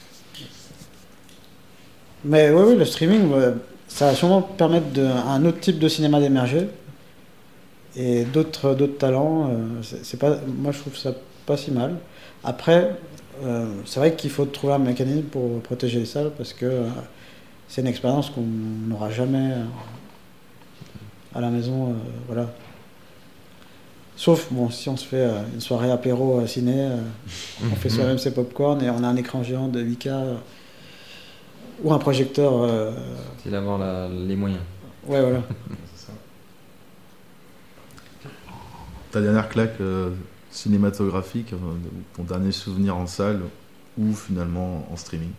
Mais oui, oui, le streaming, ouais, ça va sûrement permettre de, à un autre type de cinéma d'émerger. Et d'autres, d'autres talents, euh, c'est, c'est pas, moi je trouve ça pas si mal. Après, euh, c'est vrai qu'il faut trouver un mécanisme pour protéger les salles parce que euh, c'est une expérience qu'on n'aura jamais euh, à la maison. Euh, voilà. Sauf bon, si on se fait euh, une soirée apéro à ciné, euh, on fait soi-même ses pop-corn et on a un écran géant de huit K euh, ou un projecteur. Euh... C'est d'avoir la, les moyens. Ouais, voilà. Ta dernière claque euh, cinématographique, euh, ton dernier souvenir en salle ou finalement en streaming?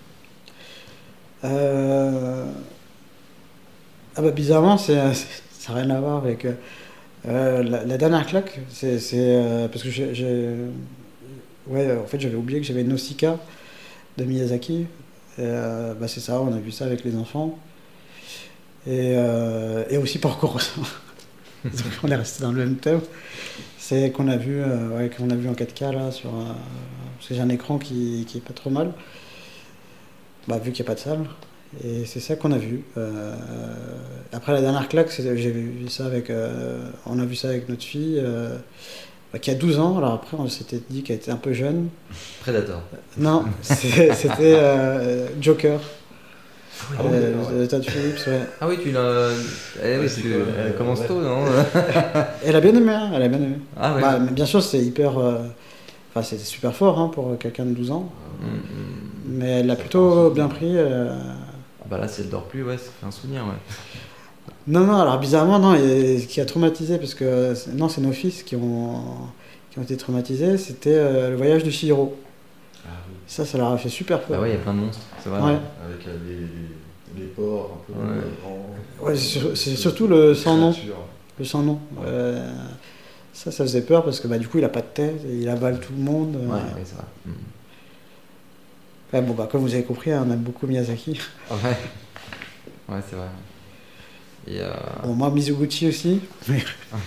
euh... Ah bah bizarrement, c'est, c'est, ça n'a rien à voir avec... Euh, la, la dernière claque, c'est... c'est euh, parce que j'ai, j'ai... Ouais, en fait, j'avais oublié que j'avais Nausicaa de Miyazaki. Et, euh, bah c'est ça, on a vu ça avec les enfants. Et, euh, et aussi Porco Rosso. Donc on est resté dans le même thème. C'est qu'on a vu, euh, ouais, qu'on a vu en quatre K là sur, euh, parce que j'ai un écran qui qui est pas trop mal. Bah vu qu'il n'y a pas de salle. Et c'est ça qu'on a vu. Euh, après la dernière claque, c'est, j'ai vu ça avec, euh, on a vu ça avec notre fille euh, bah, qui a douze ans. Alors après on s'était dit qu'elle était un peu jeune. Predator. Non, c'est, c'était euh, Joker. Ah oui, euh, Todd Phillips, ouais. Ah oui, tu l'as. Eh oui, Ouais, tu... que... elle commence tôt, non? Elle a bien aimé, hein, elle a bien aimé. Ah ouais. Bah, mais bien sûr, c'est hyper. Euh... Enfin, c'est super fort hein, pour quelqu'un de douze ans. Mm-hmm. Mais elle l'a plutôt bien pris. Euh... Ah bah là, si elle dort plus, ouais, ça fait un souvenir, ouais. Non, non, alors bizarrement, non, et ce qui a traumatisé, parce que non, c'est nos fils qui ont, qui ont été traumatisés, c'était euh, le voyage de Chihiro. Ah, oui. Ça, ça leur a fait super peur. Bah ouais, il y a plein de monstres, c'est vrai. Ouais. Avec euh, les, les, les porcs un peu Ouais. grands. Ouais, c'est, sur, c'est surtout le sans nom. Créatures. Le sans nom. Ouais. Euh, ça, ça faisait peur parce que bah, du coup, il a pas de tête, et il avale tout le monde. Ouais, euh. ouais, c'est vrai. Mm. Ouais, bon, bah, comme vous avez compris, on aime beaucoup Miyazaki. Ouais. Ouais, c'est vrai. Et euh... Bon, moi, Mizoguchi aussi. Mais...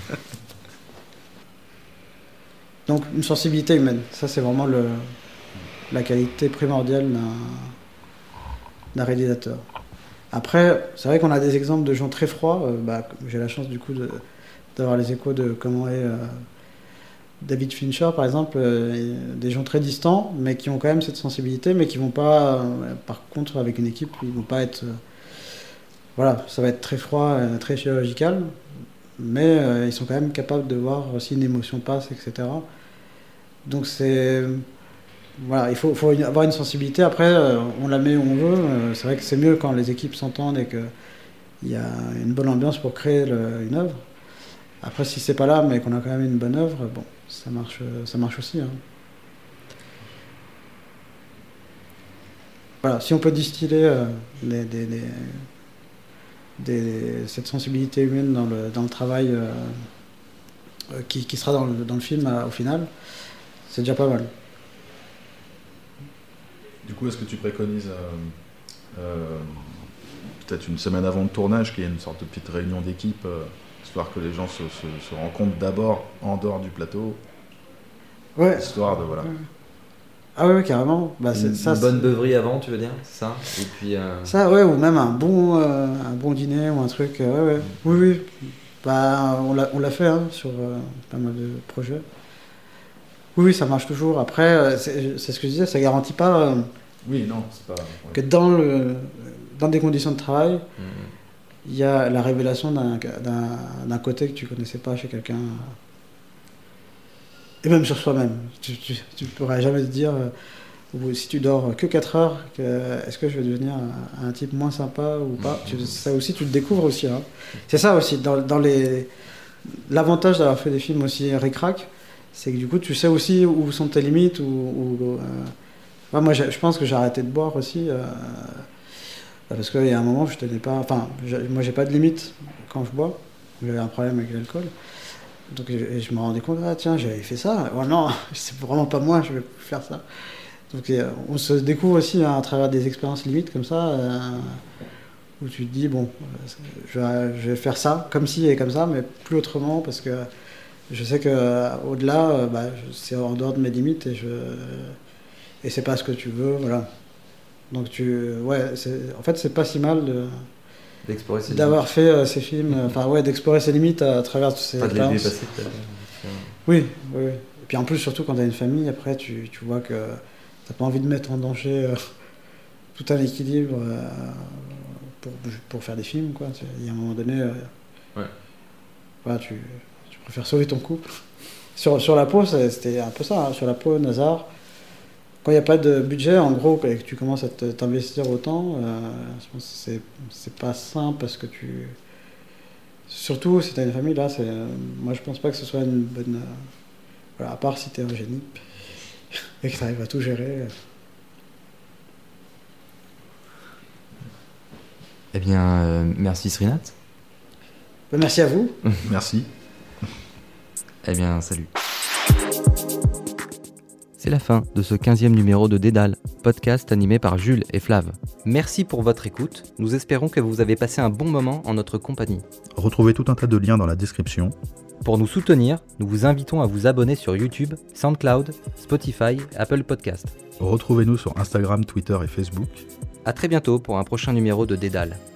Donc, une sensibilité humaine. Ça, c'est vraiment le, la qualité primordiale d'un, d'un réalisateur. Après, c'est vrai qu'on a des exemples de gens très froids. Euh, bah, j'ai la chance, du coup, de, d'avoir les échos de comment est euh, David Fincher, par exemple. Euh, des gens très distants, mais qui ont quand même cette sensibilité, mais qui vont pas... Euh, par contre, avec une équipe, ils vont pas être... Euh, voilà, ça va être très froid, euh, très chirurgical, mais euh, ils sont quand même capables de voir si une émotion passe, et cetera. Donc c'est... Voilà, il faut, faut avoir une sensibilité. Après, euh, on la met où on veut. Euh, c'est vrai que c'est mieux quand les équipes s'entendent et qu'il y a une bonne ambiance pour créer le, une œuvre. Après, si c'est pas là, mais qu'on a quand même une bonne œuvre, bon, ça marche, ça marche aussi. Hein. Voilà, si on peut distiller euh, des... des, des Des, cette sensibilité humaine dans le, dans le travail euh, euh, qui, qui sera dans le, dans le film à, au final, c'est déjà pas mal. Du coup, est-ce que tu préconises euh, euh, peut-être une semaine avant le tournage qu'il y ait une sorte de petite réunion d'équipe, euh, histoire que les gens se, se, se rencontrent d'abord en dehors du plateau, Ouais. histoire de voilà. Ah ouais, ouais, carrément. Bah, c'est, une, ça, une bonne c'est... beuverie avant, tu veux dire, c'est ça? Et puis. Euh... Ça, ouais, ou même un bon, euh, un bon dîner ou un truc. Euh, ouais, ouais. Mm. Oui, oui. Bah, on l'a, on l'a fait hein, sur euh, pas mal de projets. Oui, oui, ça marche toujours. Après, euh, c'est, c'est ce que je disais, ça garantit pas. Euh, Oui, non, c'est pas. Ouais. Que dans, le, dans des conditions de travail, il Mm. y a la révélation d'un, d'un, d'un côté que tu connaissais pas chez quelqu'un. Et même sur soi-même. Tu, tu, tu pourrais jamais te dire, euh, si tu dors que quatre heures, que, est-ce que je vais devenir un, un type moins sympa ou pas. Tu, ça aussi, tu le découvres aussi. Hein. C'est ça aussi. Dans, dans les... L'avantage d'avoir fait des films aussi ric-rac, c'est que du coup, tu sais aussi où sont tes limites, ou, ou, euh, Ouais, moi, je pense que j'ai arrêté de boire aussi. Euh, parce qu'il y a un moment, je tenais pas. Enfin, je, moi, j'ai pas de limite quand je bois. J'avais un problème avec l'alcool. Donc, et je me rendais compte, ah tiens, j'avais fait ça. Oh non, c'est vraiment pas moi, je vais faire ça. Donc, et, on se découvre aussi hein, à travers des expériences limites comme ça, euh, où tu te dis, bon, je vais, je vais faire ça, comme ci et comme ça, mais plus autrement, parce que je sais qu'au-delà, euh, bah, c'est en dehors de mes limites et, je, et c'est pas ce que tu veux, voilà. Donc, tu, ouais, c'est, en fait, c'est pas si mal de. D'explorer ses d'avoir limites. fait euh, ces films, enfin ouais, d'explorer ses limites à, à travers ces pas expériences. De les dépasser, peut-être. Oui, oui, oui. Et puis en plus, surtout quand tu as une famille, après, tu, tu vois que tu n'as pas envie de mettre en danger euh, tout un équilibre euh, pour, pour faire des films, quoi. Il y a un moment donné, euh, ouais. voilà, tu, tu préfères sauver ton couple. Sur, sur la peau, c'était un peu ça. Hein. Sur la peau, Nazar, quand il n'y a pas de budget, en gros, et que tu commences à te, t'investir autant, euh, je pense que c'est, c'est pas simple parce que tu. Surtout si tu as une famille, là, c'est, euh, moi je pense pas que ce soit une bonne. Euh, voilà, à part si tu es un génie et que tu arrives à tout gérer. Euh. Eh bien, euh, merci Srinath. Ben, merci à vous. Merci. Eh bien, salut. C'est la fin de ce quinzième numéro de Dédale, podcast animé par Jules et Flav. Merci pour votre écoute, nous espérons que vous avez passé un bon moment en notre compagnie. Retrouvez tout un tas de liens dans la description. Pour nous soutenir, nous vous invitons à vous abonner sur YouTube, SoundCloud, Spotify, Apple Podcast. Retrouvez-nous sur Instagram, Twitter et Facebook. À très bientôt pour un prochain numéro de Dédale.